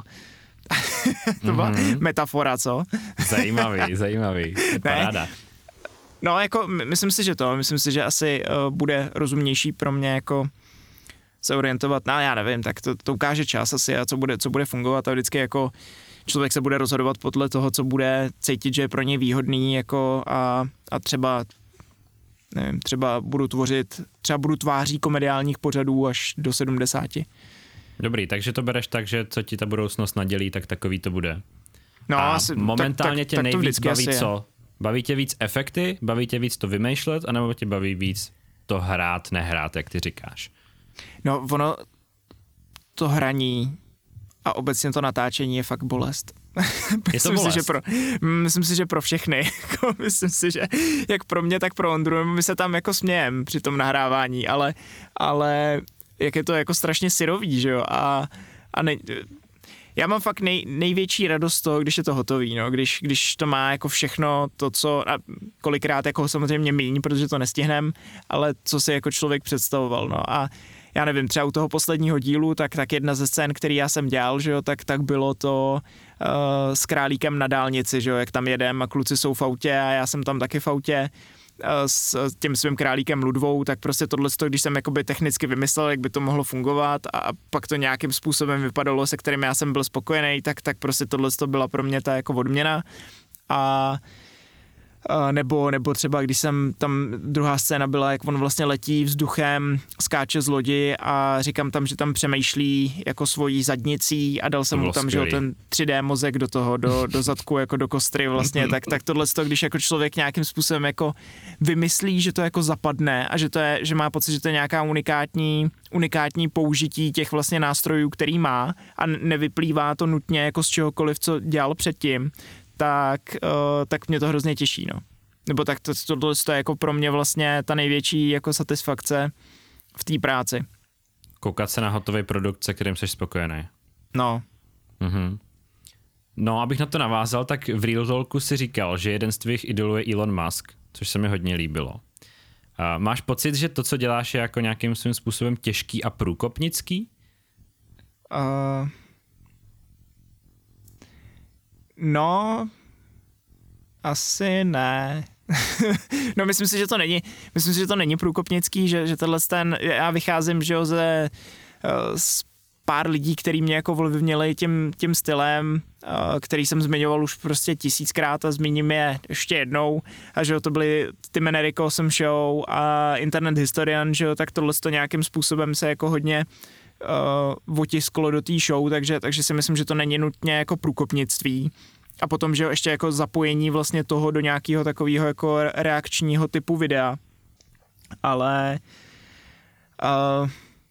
To byla mm-hmm. metafora, co? Zajímavý, zajímavý. Paráda. No, jako myslím si, že to, myslím si, že asi uh, bude rozumnější pro mě jako se orientovat, no já nevím, tak to, to ukáže čas asi a co bude, co bude fungovat a vždycky jako člověk se bude rozhodovat podle toho, co bude cítit, že je pro něj výhodný jako a, a třeba nevím, třeba budu tvořit, třeba budu tváří komediálních pořadů až do sedmdesáti. Dobrý, takže to bereš tak, že co ti ta budoucnost nadělí, tak takový to bude. No, a asi, momentálně tak, tě tak, nejvíc tak baví co? Baví tě víc efekty, baví tě víc to vymýšlet, anebo tě baví víc to hrát, nehrát, jak ty říkáš? No, ono, to hraní a obecně to natáčení je fakt bolest. Je to myslím, bolest? Si, že pro, myslím si, že pro všechny. Myslím si, že jak pro mě, tak pro Ondru, my se tam jako smějem při tom nahrávání, ale, ale jak je to jako strašně syrový, že jo, a, a ne, já mám fakt nej, největší radost z toho, když je to hotový, no, když, když to má jako všechno to, co, a kolikrát jako samozřejmě míň, protože to nestihnem, ale co si jako člověk představoval, no, a já nevím, třeba u toho posledního dílu, tak, tak jedna ze scén, který já jsem dělal, že jo, tak, tak bylo to uh, s králíkem na dálnici, že jo, jak tam jedem a kluci jsou v autě a já jsem tam taky v autě uh, s tím svým králíkem Ludvou, tak prostě tohle, když jsem jakoby technicky vymyslel, jak by to mohlo fungovat a pak to nějakým způsobem vypadalo, se kterým já jsem byl spokojený, tak, tak prostě tohle byla pro mě ta jako odměna a Uh, nebo, nebo třeba když jsem tam, druhá scéna byla, jak on vlastně letí vzduchem, skáče z lodi a říkám tam, že tam přemýšlí jako svojí zadnicí a dal jsem mu tam, že ten tři dé mozek do toho, do, do zadku, jako do kostry vlastně, tak, tak tohle to, když jako člověk nějakým způsobem jako vymyslí, že to jako zapadne a že to je, že má pocit, že to je nějaká unikátní, unikátní použití těch vlastně nástrojů, který má a nevyplývá to nutně jako z čehokoliv, co dělal předtím, tak, uh, tak mě to hrozně těší, no. Nebo tak to, to, to je jako pro mě vlastně ta největší jako satisfakce v té práci. Koukat se na hotový produkt, se kterým jsi spokojený. No. Mhm. No, abych na to navázal, tak v Real Talku si říkal, že jeden z tvých idolů je Elon Musk, což se mi hodně líbilo. Uh, máš pocit, že to, co děláš, je jako nějakým svým způsobem těžký a průkopnický? Uh... No, Asi ne. No myslím si, že to není, myslím si, že to není průkopnický, že, že tenhle ten, já vycházím, že jo, ze z pár lidí, který mě jako ovlivnili tím, tím stylem, který jsem zmiňoval už prostě tisíckrát a zmíním je ještě jednou, a že jo, to byly Tim and Eric Awesome Show a Internet Historian, že jo, tak tohle to nějakým způsobem se jako hodně uh, otisklo do té show, takže, takže si myslím, že to není nutně jako průkopnictví. A potom, že jo, ještě jako zapojení vlastně toho do nějakého takového jako reakčního typu videa. Ale uh,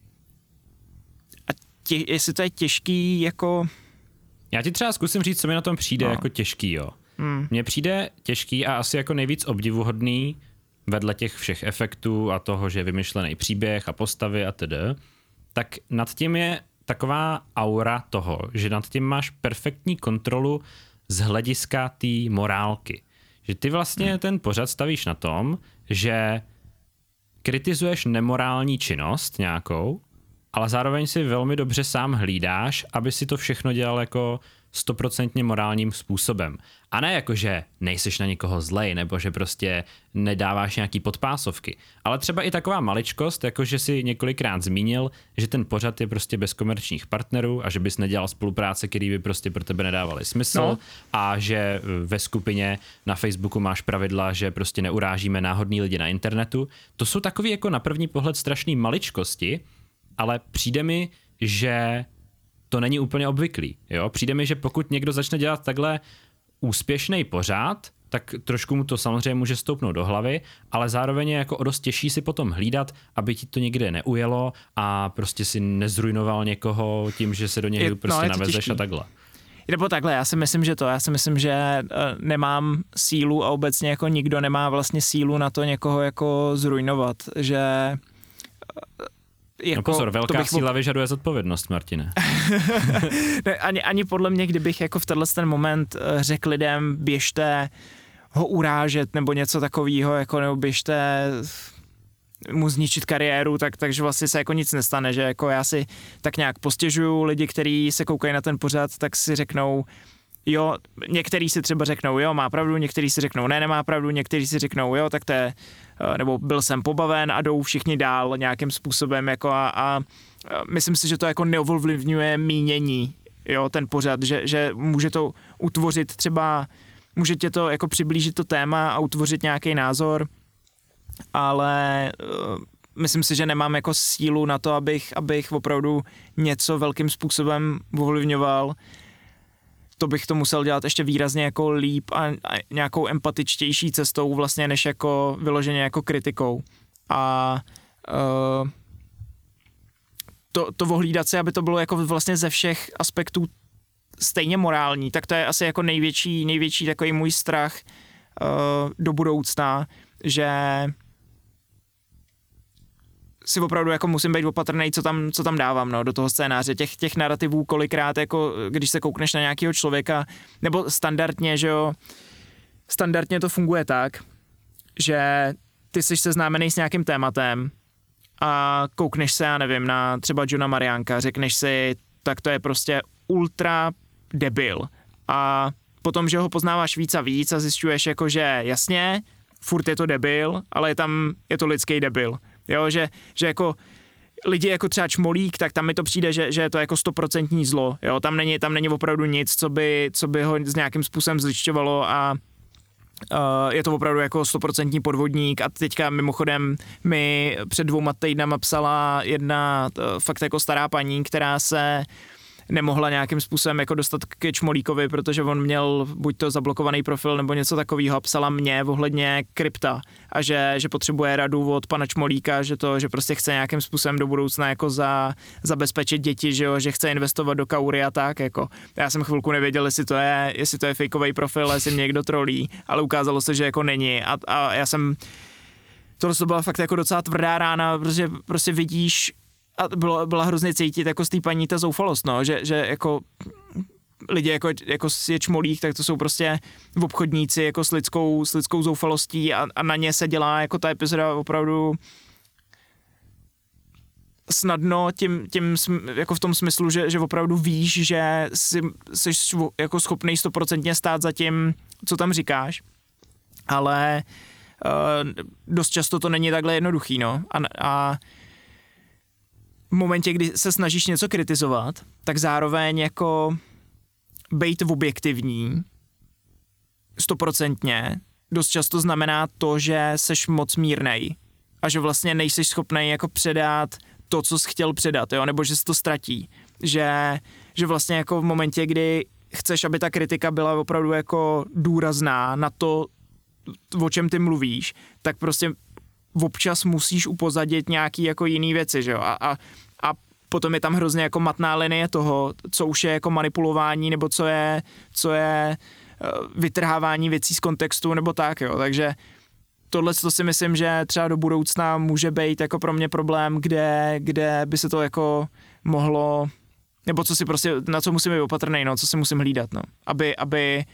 a tě, jestli to je těžký jako... Já ti třeba zkusím říct, co mi na tom přijde no. jako těžký, jo. Hmm. Mně přijde těžký a asi jako nejvíc obdivuhodný vedle těch všech efektů a toho, že je vymyšlený příběh a postavy a td. Tak nad tím je taková aura toho, že nad tím máš perfektní kontrolu z hlediska té morálky. Že ty vlastně hmm. ten pořad stavíš na tom, že kritizuješ nemorální činnost nějakou, ale zároveň si velmi dobře sám hlídáš, aby si to všechno dělal jako stoprocentně morálním způsobem. A ne jako, že nejseš na někoho zlej, nebo že prostě nedáváš nějaký podpásovky. Ale třeba i taková maličkost, jako že si několikrát zmínil, že ten pořad je prostě bez komerčních partnerů a že bys nedělal spolupráce, které by prostě pro tebe nedávaly smysl no. a že ve skupině na Facebooku máš pravidla, že prostě neurážíme náhodný lidi na internetu. To jsou takový jako na první pohled strašný maličkosti, ale přijde mi, že to není úplně obvyklý. Jo? Přijde mi, že pokud někdo začne dělat takhle úspěšný pořád, tak trošku mu to samozřejmě může stoupnout do hlavy, ale zároveň je jako o dost těžší si potom hlídat, aby ti to někde neujelo a prostě si nezrujnoval někoho tím, že se do něj prostě no, navezeš a takhle. Nebo takhle, já si myslím, že to, já si myslím, že uh, nemám sílu a obecně jako nikdo nemá vlastně sílu na to někoho jako zrujnovat, že uh, Jako, no pozor, velká bych... síla vyžaduje zodpovědnost, Martine. ne, ani, ani podle mě, kdybych jako v tenhle ten moment řekl lidem, běžte ho urážet nebo něco takového, jako nebo běžte mu zničit kariéru, tak, takže vlastně se jako nic nestane, že jako já si tak nějak postěžuju, lidi, kteří se koukají na ten pořad, tak si řeknou, jo, některý si třeba řeknou, jo, má pravdu, některý si řeknou, ne, nemá pravdu, některý si řeknou, jo, tak to je, nebo byl jsem pobaven a jdou všichni dál nějakým způsobem, jako a, a myslím si, že to jako neovlivňuje mínění, jo, ten pořad, že, že může to utvořit třeba, může tě to jako přiblížit to téma a utvořit nějaký názor, ale uh, myslím si, že nemám jako sílu na to, abych, abych opravdu něco velkým způsobem ovlivňoval. To bych to musel dělat ještě výrazně jako líp a, a nějakou empatičtější cestou vlastně, než jako vyloženě jako kritikou. A uh, to, to ohlídat si, aby to bylo jako vlastně ze všech aspektů stejně morální, tak to je asi jako největší, největší takový můj strach uh, do budoucna, že si opravdu jako musím být opatrný, co tam, co tam dávám, no, do toho scénáře. Těch, těch narrativů kolikrát, jako když se koukneš na nějakého člověka, nebo standardně, že jo, standardně to funguje tak, že ty jsi seznámený s nějakým tématem a koukneš se, já nevím, na třeba Johna Mariánka, řekneš si, tak to je prostě ultra debil. A potom, že ho poznáváš víc a víc a zjišťuješ jako, že jasně, furt je to debil, ale je tam, je to lidský debil. Jo, že, že jako lidi jako třeba Čmolík, tak tam mi to přijde, že, že je to jako stoprocentní zlo, jo, tam není, tam není opravdu nic, co by, co by ho s nějakým způsobem zlišťovalo a uh, je to opravdu jako stoprocentní podvodník a teďka mimochodem mi před dvouma týdnama psala jedna uh, fakt jako stará paní, která se nemohla nějakým způsobem jako dostat k Čmolíkovi, protože on měl buď to zablokovaný profil nebo něco takového a psala mě ohledně krypta a že, že potřebuje radu od pana Čmolíka, že to, že prostě chce nějakým způsobem do budoucna jako za, zabezpečit děti, že jo, že chce investovat do kaury a tak, jako. Já jsem chvilku nevěděl, jestli to je, jestli to je fejkový profil, jestli mě někdo trolí, ale ukázalo se, že jako není a, a já jsem, tohle to byla fakt jako docela tvrdá rána, protože prostě vidíš a bylo, byla hrozně cítit jako z té paní ta zoufalost, no, že, že jako lidi jako, jako je Čmolík, tak to jsou prostě obchodníci jako s lidskou, s lidskou zoufalostí a, a na ně se dělá jako ta epizoda opravdu snadno tím, tím jako v tom smyslu, že, že opravdu víš, že jsi, jsi jako schopnej stoprocentně stát za tím, co tam říkáš ale uh, dost často to není takhle jednoduchý, no. A, a v momentě, kdy se snažíš něco kritizovat, tak zároveň jako bejt objektivní stoprocentně dost často znamená to, že seš moc mírnej a že vlastně nejseš schopnej jako předat to, co jsi chtěl předat, jo? Nebo že se to ztratí. Že, že vlastně jako v momentě, kdy chceš, aby ta kritika byla opravdu jako důrazná na to, o čem ty mluvíš, tak prostě občas musíš upozadit nějaký jako jiný věci, že jo? A, a, a potom je tam hrozně jako matná linie toho, co už je jako manipulování, nebo co je, co je vytrhávání věcí z kontextu, nebo tak, jo. Takže tohle to si myslím, že třeba do budoucna může být jako pro mě problém, kde, kde by se to jako mohlo, nebo co si prostě, na co musím být opatrnej, no, co si musím hlídat, no. Aby, aby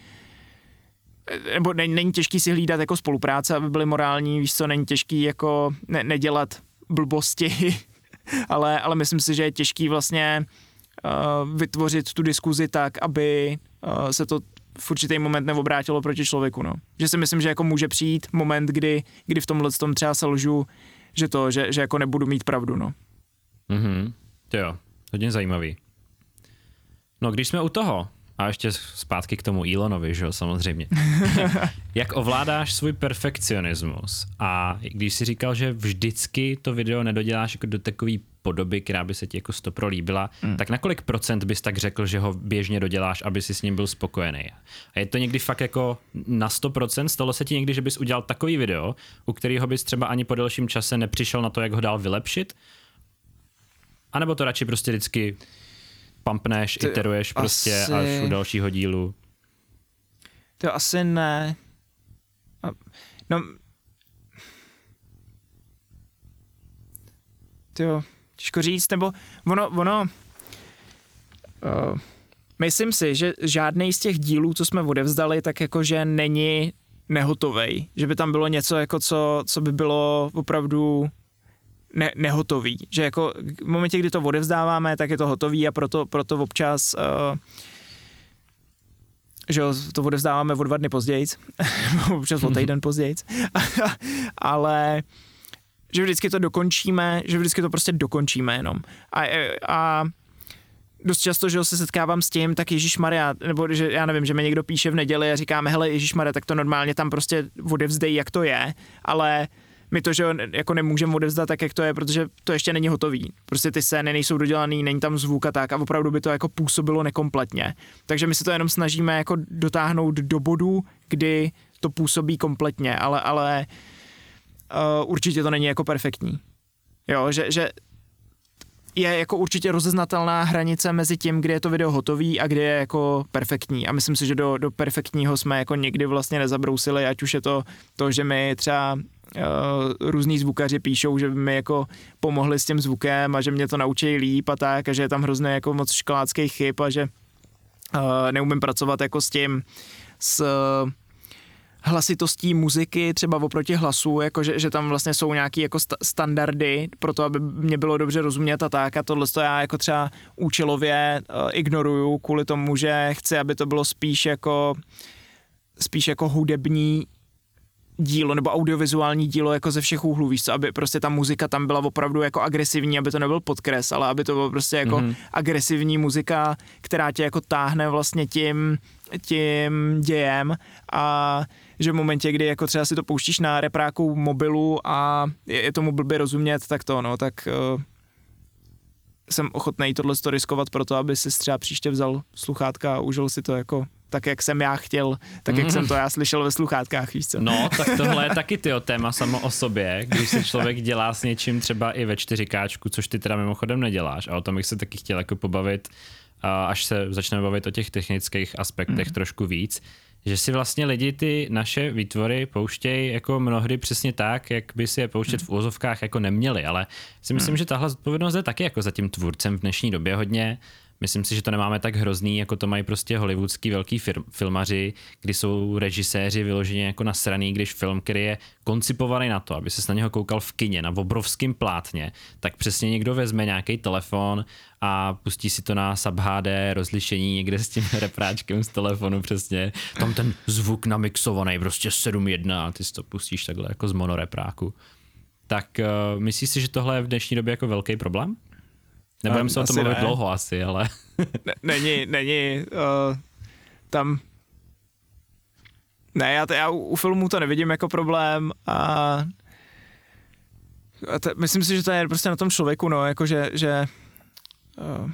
nebo není, není těžký si hlídat jako spolupráce, aby byly morální, víš co, není těžký jako ne, nedělat blbosti, ale, ale myslím si, že je těžký vlastně uh, vytvořit tu diskuzi tak, aby uh, se to v určitý moment neobrátilo proti člověku, no. Že si myslím, že jako může přijít moment, kdy, kdy v tomhle tom třeba se lžu, že to, že, že jako nebudu mít pravdu, no. Mhm, to jo, hodně zajímavý. No, když jsme u toho, a ještě zpátky k tomu Elonovi, že jo, samozřejmě. Jak ovládáš svůj perfekcionismus? A když jsi říkal, že vždycky to video nedoděláš jako do takové podoby, která by se ti jako stopro líbila, mm. tak na kolik procent bys tak řekl, že ho běžně doděláš, aby si s ním byl spokojený? A je to někdy fakt jako na sto procent? Stalo se ti někdy, že bys udělal takový video, u kterého bys třeba ani po delším čase nepřišel na to, jak ho dál vylepšit? A nebo to radši prostě vždycky pumpneš, to iteruješ prostě asi... až u dalšího dílu? To asi ne. No... To těžko říct, nebo ono... ono uh, myslím si, že žádný z těch dílů, co jsme odevzdali, tak jakože není nehotovej. Že by tam bylo něco, jako co, co by bylo opravdu... Ne, nehotový, že jako v momentě, kdy to odevzdáváme, tak je to hotový a proto, proto občas uh, že to odevzdáváme o dva dny později, občas o týden později, ale že vždycky to dokončíme, že vždycky to prostě dokončíme jenom. A, a dost často, že se setkávám s tím, tak ježišmarja, nebo že já nevím, že mi někdo píše v neděli a říkáme, hele ježišmarja, tak to normálně tam prostě odevzdej, jak to je, ale my to, že jako nemůžeme odevzdat tak, jak to je, protože to ještě není hotový. Prostě ty scény nejsou dodělaný, není tam zvuk a tak a opravdu by to jako působilo nekompletně. Takže my se to jenom snažíme jako dotáhnout do bodu, kdy to působí kompletně, ale, ale uh, určitě to není jako perfektní. Jo, že, že je jako určitě rozeznatelná hranice mezi tím, kdy je to video hotový a kdy je jako perfektní. A myslím si, že do, do perfektního jsme jako nikdy vlastně nezabrousili, ať už je to to, že my třeba Uh, různý zvukaři píšou, že by mi jako pomohli s tím zvukem a že mě to naučí líp a tak a že je tam hrozně jako moc školáckých chyb a že uh, neumím pracovat jako s tím s uh, hlasitostí muziky třeba oproti hlasu, jako že, že tam vlastně jsou nějaký jako sta- standardy pro to, aby mě bylo dobře rozumět a tak a tohle to já jako třeba účelově uh, ignoruju kvůli tomu, že chci, aby to bylo spíš jako spíš jako hudební dílo nebo audiovizuální dílo jako ze všech úhlů, víš co, aby prostě ta muzika tam byla opravdu jako agresivní, aby to nebyl podkres, ale aby to bylo prostě jako mm-hmm. agresivní muzika, která tě jako táhne vlastně tím, tím dějem a že v momentě, kdy jako třeba si to pouštíš na repráku mobilu a je, je tomu blbě rozumět, tak to no, tak uh, jsem ochotný tohle to riskovat pro to, aby si třeba příště vzal sluchátka a užil si to jako tak, jak jsem já chtěl, tak, jak mm. jsem to já slyšel ve sluchátkách, víš co? No, tak tohle je taky tyjo téma samo o sobě, když se člověk dělá s něčím třeba i ve čtyři ká, což ty teda mimochodem neděláš a o tom bych se taky chtěl jako pobavit, až se začneme bavit o těch technických aspektech mm. trošku víc, že si vlastně lidi ty naše výtvory pouštějí jako mnohdy přesně tak, jak by si je pouštět v úvozovkách jako neměli, ale si myslím, mm. že tahle zodpovědnost je taky jako za tím tvůrcem v dnešní době hodně, Myslím si, že to nemáme tak hrozný, jako to mají prostě hollywoodský velký fir- filmaři, kdy jsou režiséři vyloženě jako nasraný, když film, který je koncipovaný na to, aby ses na něho koukal v kině, na obrovském plátně, tak přesně někdo vezme nějaký telefon a pustí si to na Sub H D rozlišení někde s tím repráčkem z telefonu přesně. Tam ten zvuk namixovaný, prostě sedm jedna a ty si to pustíš takhle jako z monorepráku. Tak uh, myslíš si, že tohle je v dnešní době jako velký problém? Nebudeme se o tom mluvit ne. dlouho asi, ale... ne, není, není. Uh, tam... Ne, já, to, já u, u filmů to nevidím jako problém a... a to, myslím si, že to je prostě na tom člověku, no, jakože, že... Uh,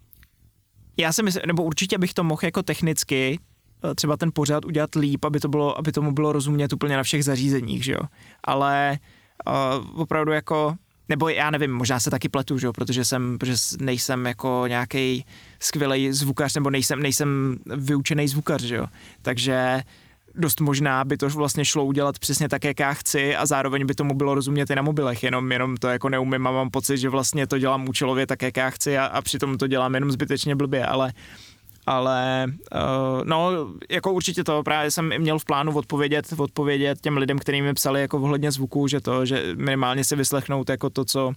já si myslím, nebo určitě bych to mohl jako technicky uh, třeba ten pořád udělat líp, aby to bylo, aby tomu bylo rozumět úplně na všech zařízeních, že jo. Ale uh, opravdu jako... Nebo já nevím, možná se taky pletu, že jo, protože jsem, protože nejsem jako nějaký skvělý zvukař, nebo nejsem, nejsem vyučený zvukař, že jo. Takže dost možná by to vlastně šlo udělat přesně tak, jak já chci a zároveň by tomu bylo rozumět i na mobilech, jenom, jenom to jako neumím a mám pocit, že vlastně to dělám účelově tak, jak já chci a, a přitom to dělám jenom zbytečně blbě, ale ale uh, no, jako určitě to, právě jsem měl v plánu odpovědět, odpovědět těm lidem, kterým mi psali jako ohledně zvuku, že to, že minimálně si vyslechnout jako to, co uh,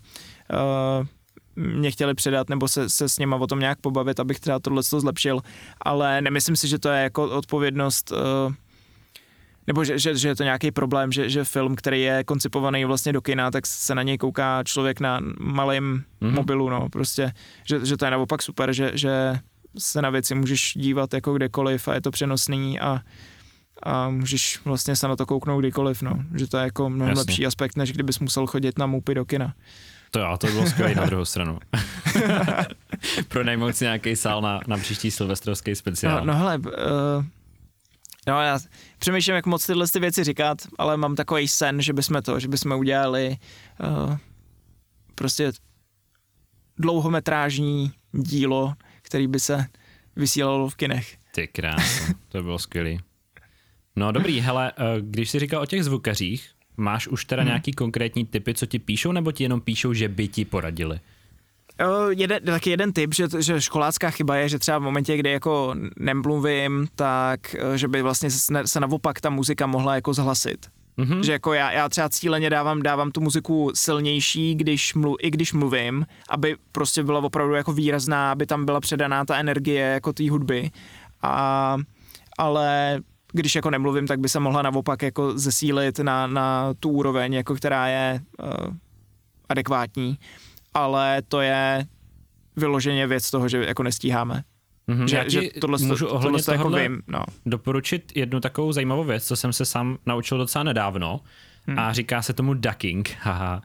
mě chtěli předat, nebo se, se s nima o tom nějak pobavit, abych třeba tohle zlepšil, ale nemyslím si, že to je jako odpovědnost, uh, nebo že, že, že je to nějaký problém, že, že film, který je koncipovaný vlastně do kina, tak se na něj kouká člověk na malém mm-hmm. mobilu, no, prostě, že, že to je naopak super, že, že se na věci můžeš dívat jako kdekoliv a je to přenosný a, a můžeš vlastně se na to kouknout kdykoliv, no. Že to je jako mnohem Jasně. lepší aspekt, než kdybys musel chodit na moupy do kina. To jo, to bylo skvělé na druhou stranu. Pronajmout si nějaký sál na, na příští silvestrovský speciál. No, no hele, uh, no já přemýšlím, jak moc tyhle ty věci říkat, ale mám takový sen, že bychom to, že bychom udělali uh, prostě dlouhometrážní dílo, který by se vysílalo v kinech. Ty krásno, to bylo skvělý. No dobrý, hele, když jsi říkal o těch zvukařích, máš už teda hmm. nějaký konkrétní tipy, co ti píšou, nebo ti jenom píšou, že by ti poradili? O, jeden, taky jeden tip, že, že školácká chyba je, že třeba v momentě, kdy jako nemluvím, tak že by vlastně se, se naopak ta muzika mohla jako zhlasit. Mm-hmm. Že jako já, já třeba cíleně dávám, dávám tu muziku silnější, když mlu, i když mluvím, aby prostě byla opravdu jako výrazná, aby tam byla předaná ta energie jako té hudby. A, ale když jako nemluvím, tak by se mohla naopak jako zesílit na, na tu úroveň, jako která je uh, adekvátní. Ale to je vyloženě věc toho, že jako nestíháme. Mm-hmm, že, že tohle, můžu tohle, ohledně tohle tohohle jako vím, no. doporučit jednu takovou zajímavou věc, co jsem se sám naučil docela nedávno hmm. a říká se tomu ducking, haha.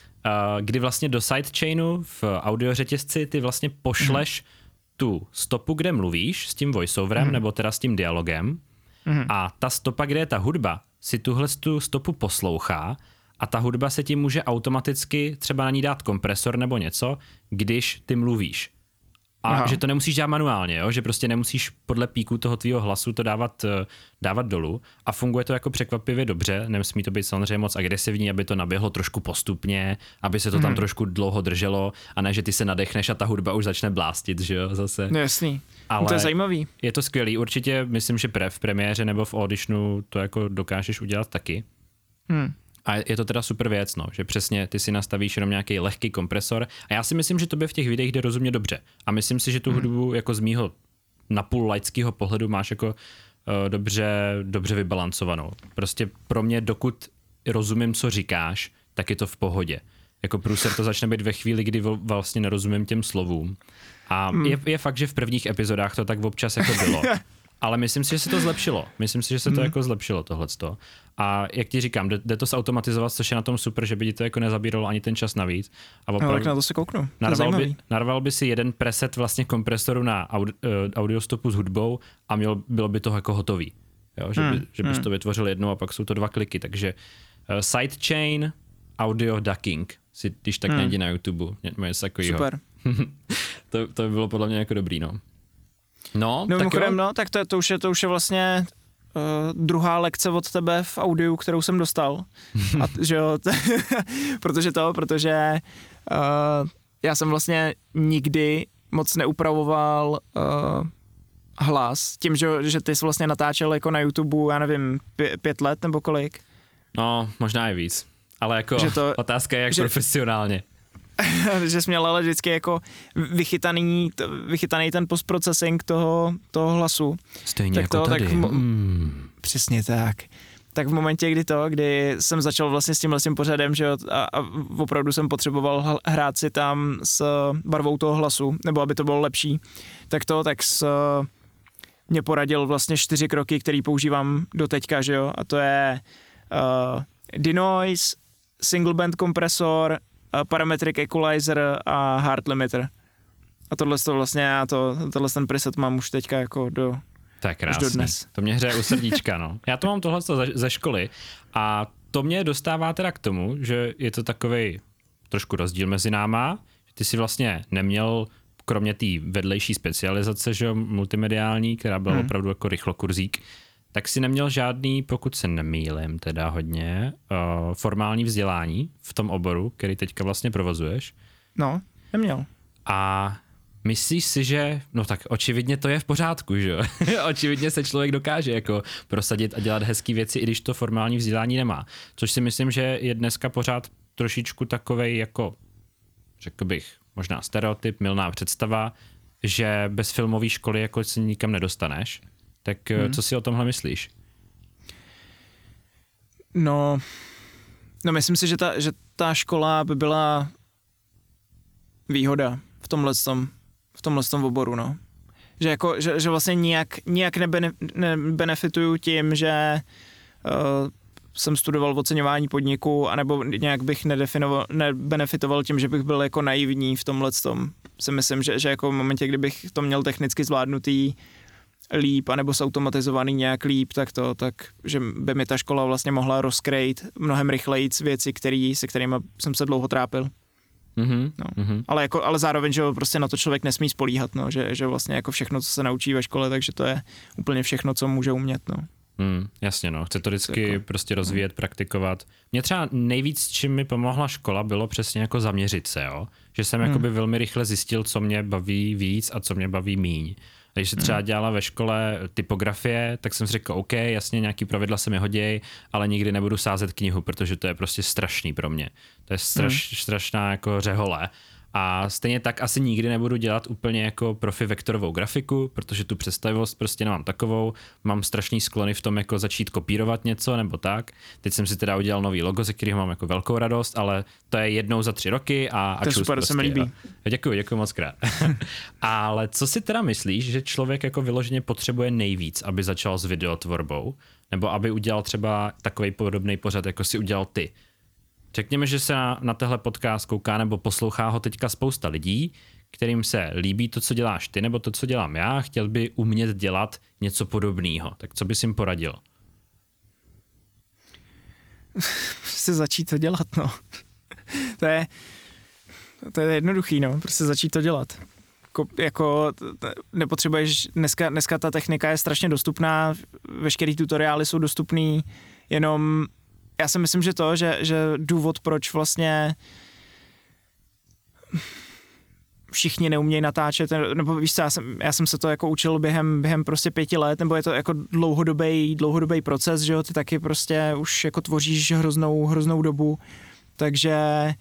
Uh, kdy vlastně do sidechainu v audiořetězci ty vlastně pošleš hmm. tu stopu, kde mluvíš s tím voiceoverem hmm. nebo teda s tím dialogem hmm. a ta stopa, kde je ta hudba, si tuhle tu stopu poslouchá a ta hudba se ti může automaticky třeba na ní dát kompresor nebo něco, když ty mluvíš. A Aha. že to nemusíš dělat manuálně, jo? Že prostě nemusíš podle píku toho tvýho hlasu to dávat, dávat dolů a funguje to jako překvapivě dobře, nemusí to být samozřejmě moc agresivní, aby to naběhlo trošku postupně, aby se to hmm. tam trošku dlouho drželo a ne, že ty se nadechneš a ta hudba už začne blástit, že jo, zase. No jasný, ale to je zajímavý. Je to skvělý, určitě myslím, že pre, v premiéře nebo v auditionu to jako dokážeš udělat taky. Hmm. A je to teda super věc, no, že přesně ty si nastavíš jenom nějaký lehký kompresor a já si myslím, že tobě v těch videích jde rozumně dobře a myslím si, že tu hudbu jako z mýho napůl laického pohledu máš jako uh, dobře, dobře vybalancovanou. Prostě pro mě, dokud rozumím, co říkáš, tak je to v pohodě. Jako průser to začne být ve chvíli, kdy vlastně nerozumím těm slovům. A hmm. je, je fakt, že v prvních epizodách to tak občas jako bylo. Ale myslím si, že se to zlepšilo. Myslím si, že se to hmm. jako zlepšilo tohleto. A jak ti říkám, jde, jde to zautomatizovat, což je na tom super, že by ti to jako nezabíralo ani ten čas navíc. A opravdu, no, tak na to se kouknu. Narval by, narval by si jeden preset vlastně kompresoru na audi, uh, audiostopu s hudbou a mělo, bylo by to jako hotový. Jo? Že, hmm. by, že bys hmm. to vytvořil jednou a pak jsou to dva kliky. Takže uh, sidechain, audio ducking, si když tak hmm. najdi na YouTube. Něco takovýho. Super. to, to by bylo podle mě jako dobrý, no. No, no, tak jo. No, tak to, to, už je, to už je vlastně uh, druhá lekce od tebe v audiu, kterou jsem dostal. A, že jo, t- protože to, protože uh, já jsem vlastně nikdy moc neupravoval uh, hlas, tím, že, že ty jsi vlastně natáčel jako na YouTube, já nevím, pě, pět let nebo kolik? No, možná i víc, ale jako to, otázka je jak že, profesionálně. Že jsi měl ale vždycky jako vychytaný, vychytaný ten postprocessing toho, toho hlasu. Stejně tak jako to, tady. Tak, mm. Přesně tak. Tak v momentě, kdy to, kdy jsem začal vlastně s tímhle tím pořadem, že jo, a, a opravdu jsem potřeboval hrát si tam s barvou toho hlasu, nebo aby to bylo lepší, tak to, tak s, mě poradil vlastně čtyři kroky, který používám do teďka, že jo, a to je uh, denoise, single band kompresor, uh, parametric equalizer a hard limiter. A tohle to vlastně, já to, tohle ten preset mám už teďka jako do To je krásný. To mě hřeje u srdíčka, no. Já to mám tohle ze, ze školy a to mě dostává teda k tomu, že je to takovej trošku rozdíl mezi náma, že ty si vlastně neměl, kromě té vedlejší specializace, že jo, multimediální, která byla hmm. opravdu jako rychlokurzík, tak si neměl žádný, pokud se nemýlim teda hodně, uh, formální vzdělání v tom oboru, který teďka vlastně provozuješ. No, neměl. A myslíš si, že, no tak očividně to je v pořádku, že jo? Očividně se člověk dokáže jako prosadit a dělat hezký věci, i když to formální vzdělání nemá. Což si myslím, že je dneska pořád trošičku takovej jako, řekl bych, možná stereotyp, mylná představa, že bez filmové školy jako se nikam nedostaneš. Tak hmm. co si o tomhle myslíš? No, no myslím si, že ta, že ta škola by byla výhoda v tomhle tom. v tomhle tom oboru, no. Že, jako, že, že vlastně nijak, nijak nebene, nebenefituju tím, že uh, jsem studoval oceňování podniku, anebo nějak bych nedefinoval, nebenefitoval tím, že bych byl jako naivní v tomhle tom. Si myslím, že, že jako v momentě, kdybych to měl technicky zvládnutý líp, anebo zautomatizovaný nějak líp, tak to, tak, že by mi ta škola vlastně mohla rozkrejt mnohem rychleji věci, který, se kterými jsem se dlouho trápil. Mm-hmm, no. mm-hmm. Ale, jako, ale zároveň, že prostě na to člověk nesmí spolíhat, no, že, že vlastně jako všechno, co se naučí ve škole, takže to je úplně všechno, co může umět. No. Mm, jasně, no. Chce to vždycky jako, prostě rozvíjet, no. praktikovat. Mně třeba nejvíc, čím mi pomohla škola, bylo přesně jako zaměřit se, jo? Že jsem hmm. jakoby velmi rychle zjistil, co mě baví víc a co mě baví míň. Když se třeba dělala ve škole typografie, tak jsem si řekl, OK, jasně, nějaký pravidla se mi hodí, ale nikdy nebudu sázet knihu, protože to je prostě strašný pro mě. To je straš, hmm. strašná jako řehole. A stejně tak asi nikdy nebudu dělat úplně jako profi vektorovou grafiku, protože tu představivost prostě nemám takovou. Mám strašný sklony v tom jako začít kopírovat něco nebo tak. Teď jsem si teda udělal nový logo, ze kterého mám jako velkou radost, ale to je jednou za tři roky a, a to je super, prostě, se mi líbí. Děkuji, děkuji moc krát. Ale co si teda myslíš, že člověk jako vyloženě potřebuje nejvíc, aby začal s videotvorbou? Nebo aby udělal třeba takovej podobný pořad, jako si udělal ty? Řekněme, že se na, na tehle podcast kouká nebo poslouchá ho teďka spousta lidí, kterým se líbí to, co děláš ty, nebo to, co dělám já, chtěl by umět dělat něco podobného. Tak co bys jim poradil? Prostě začít to dělat, no. To je, to je jednoduchý, no. Prostě začít to dělat. Jako, jako nepotřebuješ, dneska, dneska ta technika je strašně dostupná, veškerý tutoriály jsou dostupný, jenom já si myslím, že to, že, že důvod, proč vlastně všichni neumějí natáčet, nebo víš co, já jsem, já jsem se to jako učil během, během prostě pěti let, nebo je to jako dlouhodobý, dlouhodobý proces, že jo, ty taky prostě už jako tvoříš hroznou, hroznou dobu, takže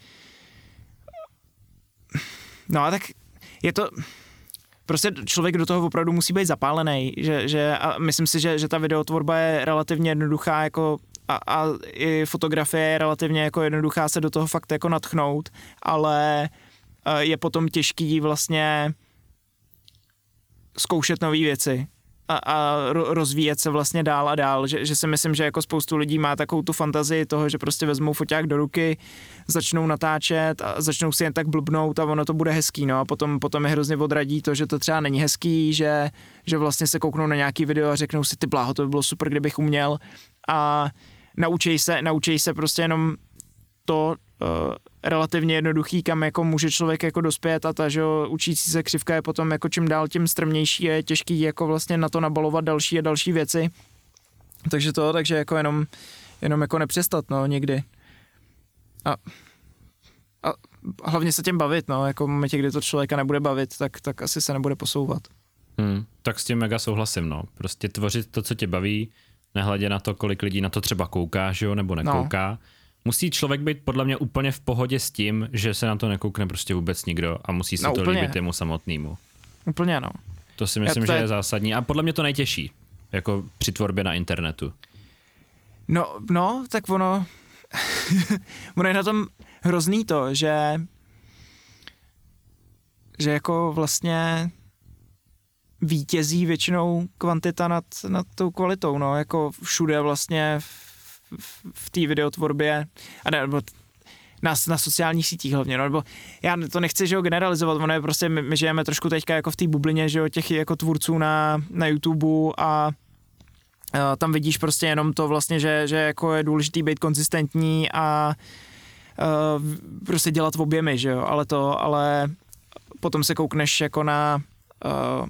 no a tak je to, prostě člověk do toho opravdu musí být zapálený, že, že a myslím si, že, že ta videotvorba je relativně jednoduchá, jako A, a i fotografie je relativně jako jednoduchá se do toho fakt jako natchnout, ale je potom těžký vlastně zkoušet nové věci a, a rozvíjet se vlastně dál a dál, že, že si myslím, že jako spoustu lidí má takovou tu fantazii toho, že prostě vezmou foťák do ruky, začnou natáčet a začnou si jen tak blbnout a ono to bude hezký, no a potom, potom je hrozně odradí to, že to třeba není hezký, že, že vlastně se kouknou na nějaký video a řeknou si, ty bláho, to by bylo super, kdybych uměl a naučí se, naučí se prostě jenom to uh, relativně jednoduchý, kam jako může člověk jako dospět a ta, že jo, učící se křivka je potom jako čím dál tím strmnější a je těžký jako vlastně na to nabalovat další a další věci. Takže to, takže jako jenom, jenom jako nepřestat, no, někdy. A, a hlavně se tím bavit, no, jako v momentě, kdy to člověka nebude bavit, tak, tak asi se nebude posouvat. Hmm, tak s tím mega souhlasím, no. Prostě tvořit to, co tě baví, nehledě na to, kolik lidí na to třeba kouká, že jo, nebo nekouká. No. Musí člověk být podle mě úplně v pohodě s tím, že se na to nekoukne prostě vůbec nikdo a musí se no, to úplně líbit jemu samotnému. Úplně, no. To si myslím, to je... že je zásadní a podle mě to nejtěžší, jako při tvorbě na internetu. No, no, tak ono, ono je na tom hrozný to, že že jako vlastně vítězí většinou kvantita nad, nad tou kvalitou, no, jako všude vlastně v, v, v té videotvorbě, a ne, nebo na, na sociálních sítích hlavně, no, nebo já to nechci, že ho generalizovat, ono je prostě, my, my žijeme trošku teďka jako v té bublině, že jo, těch jako tvůrců na, na YouTube a a tam vidíš prostě jenom to vlastně, že, že jako je důležitý být konzistentní a uh, prostě dělat v objemy, že jo, ale to, ale potom se koukneš jako na uh,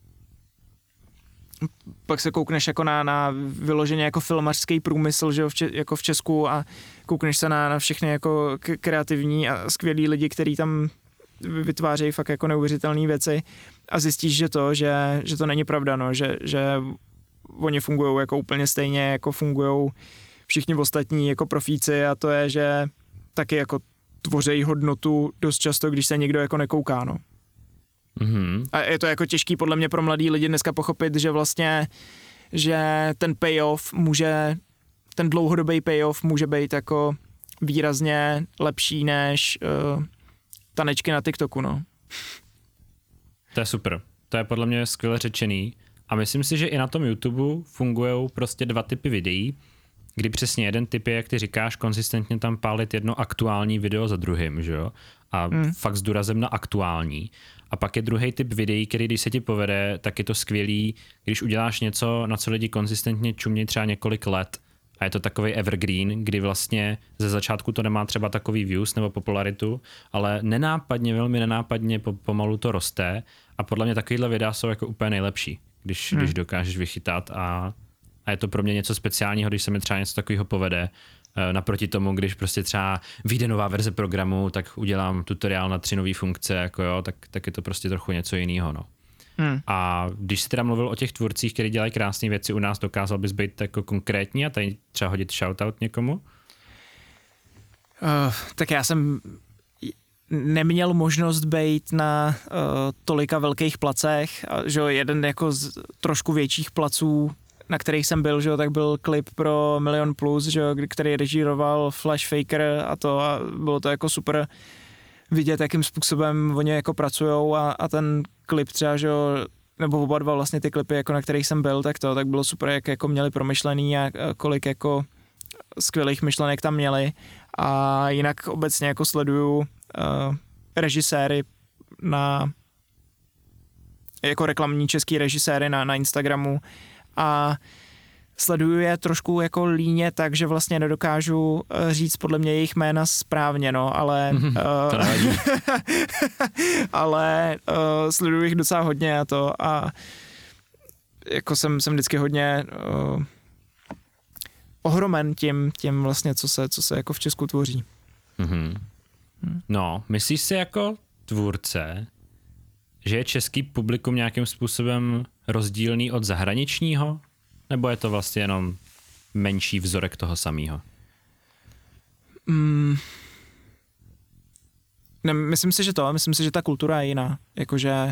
pak se koukneš jako na, na vyloženě jako filmařský průmysl, že jo, v Če- jako v Česku a koukneš se na, na všechny jako k- kreativní a skvělý lidi, kteří tam vytvářejí fakt jako neuvěřitelné věci a zjistíš, že to, že, že to není pravda, no, že, že oni fungují jako úplně stejně, jako fungují všichni ostatní jako profíci a to je, že taky jako tvořejí hodnotu dost často, když se někdo jako nekouká, no. Mm-hmm. A je to jako těžký podle mě pro mladý lidi dneska pochopit, že vlastně, že ten payoff může, ten dlouhodobý payoff může být jako výrazně lepší než uh, tanečky na TikToku, no. To je super. To je podle mě skvěle řečený. A myslím si, že i na tom YouTube fungují prostě dva typy videí, kdy přesně jeden typ je, jak ty říkáš, konzistentně tam pálit jedno aktuální video za druhým, že jo? A hmm. fakt s důrazem na aktuální. A pak je druhý typ videí, který když se ti povede, tak je to skvělý, když uděláš něco, na co lidi konzistentně čumějí třeba několik let. A je to takový evergreen, kdy vlastně ze začátku to nemá třeba takový views nebo popularitu, ale nenápadně, velmi nenápadně pomalu to roste a podle mě takovýhle videa jsou jako úplně nejlepší, když, hmm. když dokážeš vychytat a, a je to pro mě něco speciálního, když se mi třeba něco takového povede. Naproti tomu, když prostě třeba vyjde nová verze programu, tak udělám tutoriál na tři nové funkce, jako jo, tak, tak je to prostě trochu něco jiného, no. Hmm. A když jsi teda mluvil o těch tvůrcích, kteří dělají krásné věci u nás, dokázal bys být jako konkrétní a tady třeba hodit shoutout někomu? Uh, tak já jsem neměl možnost být na uh, tolika velkých placech, a, že jeden jako z trošku větších placů, na kterých jsem byl, že jo, tak byl klip pro Milion Plus, že jo, který režíroval Flash Faker a to a bylo to jako super vidět, jakým způsobem oni jako pracujou a, a ten klip třeba, že jo, nebo oba dva vlastně ty klipy, jako na kterých jsem byl, tak to, tak bylo super, jak jako měli promyšlený a, a kolik jako skvělých myšlenek tam měli a jinak obecně jako sleduju uh, režiséry na jako reklamní český režiséry na, na Instagramu a sleduju je trošku jako líně, takže vlastně nedokážu říct podle mě jejich jména správně, no, ale mm, uh, ale uh, sleduju jich docela hodně a to a jako jsem, jsem vždycky hodně uh, ohromen tím, tím vlastně, co se, co se jako v Česku tvoří. Mm-hmm. Hmm. No, myslíš si jako tvůrce, že je český publikum nějakým způsobem rozdílný od zahraničního? Nebo je to vlastně jenom menší vzorek toho samého? Mm. Ne, myslím si, že to. Myslím si, že ta kultura je jiná. Jakože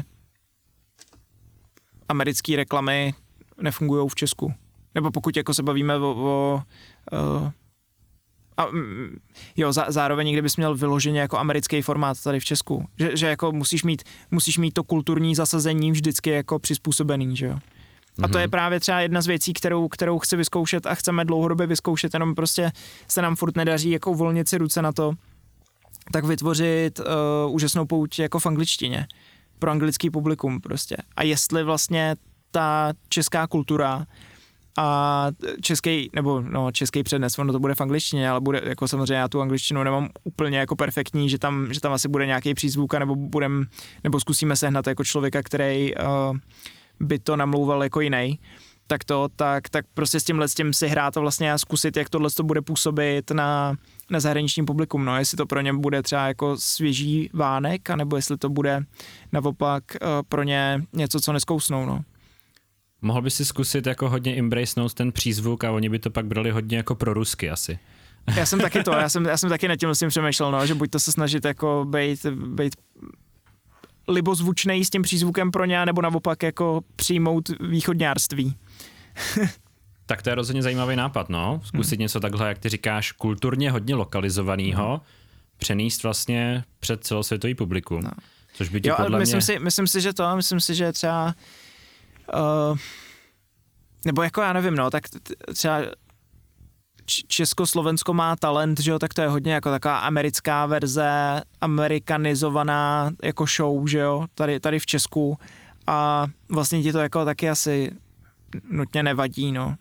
americké reklamy nefungují v Česku. Nebo pokud jako se bavíme o... o uh, a, jo, zá, zároveň kdybys měl vyloženě jako americký formát tady v Česku. Že, že jako musíš mít, musíš mít to kulturní zasazení vždycky jako přizpůsobený, že jo. A to je právě třeba jedna z věcí, kterou, kterou chci vyzkoušet a chceme dlouhodobě vyzkoušet, jenom prostě se nám furt nedaří jako uvolnit si ruce na to, tak vytvořit uh, úžasnou pouť jako v angličtině pro anglický publikum prostě. A jestli vlastně ta česká kultura a český, nebo no český přednes, ono to bude v angličtině, ale bude, jako samozřejmě já tu angličtinu nemám úplně jako perfektní, že tam, že tam asi bude nějaký přízvuk, nebo budem, nebo zkusíme sehnat jako člověka, který uh, by to namlouval jako jiný, tak to, tak, tak prostě s tímhle s tím si hrát a vlastně a zkusit, jak tohle to bude působit na, na zahraniční publikum, no, jestli to pro ně bude třeba jako svěží vánek, anebo jestli to bude naopak uh, pro ně něco, co neskousnou, no. Mohl by si zkusit jako hodně embracenout ten přízvuk a oni by to pak brali hodně jako pro rusky asi. Já jsem taky to, já jsem, já jsem taky nad tím s tím přemýšlel, no, že buď to se snažit jako bejt, bejt libozvučnej s tím přízvukem pro ně, nebo naopak jako přijmout východňárství. Tak to je rozhodně zajímavý nápad, no. Zkusit hmm. něco takhle, jak ty říkáš, kulturně hodně lokalizovanýho, hmm. přenést vlastně před celosvětový publikum. No. Což by ti jo, podle myslím mě... Si, myslím si, že to, myslím si, že třeba uh, nebo jako já nevím, no, tak třeba Československo má talent, že jo, tak to je hodně jako taková americká verze, amerikanizovaná jako show, že jo, tady, tady v Česku a vlastně ti to jako taky asi nutně nevadí, no.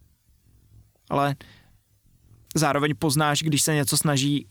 Ale zároveň poznáš, když se něco snaží,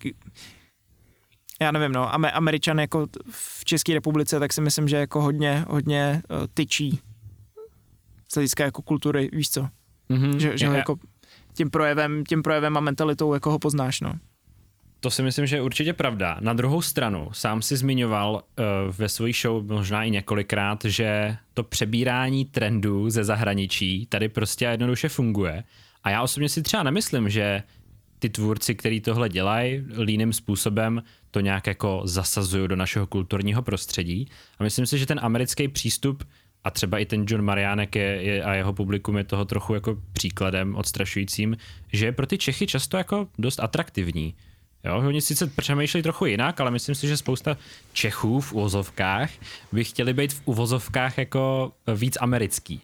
já nevím, no, Američan jako v České republice, tak si myslím, že jako hodně, hodně uh, tyčí z hlediska jako kultury, víš co? Mm-hmm. Že, že ho jako tím projevem, tím projevem a mentalitou jako ho poznáš, no. To si myslím, že je určitě pravda. Na druhou stranu, sám si zmiňoval uh, ve své show možná i několikrát, že to přebírání trendů ze zahraničí tady prostě a jednoduše funguje. A já osobně si třeba nemyslím, že ty tvůrci, kteří tohle dělají líným způsobem, to nějak jako zasazují do našeho kulturního prostředí. A myslím si, že ten americký přístup a třeba i ten John Mariánek je, je, a jeho publikum je toho trochu jako příkladem odstrašujícím, že je pro ty Čechy často jako dost atraktivní. Jo, oni sice přemýšlejí trochu jinak, ale myslím si, že spousta Čechů v uvozovkách by chtěli být v uvozovkách jako víc americký.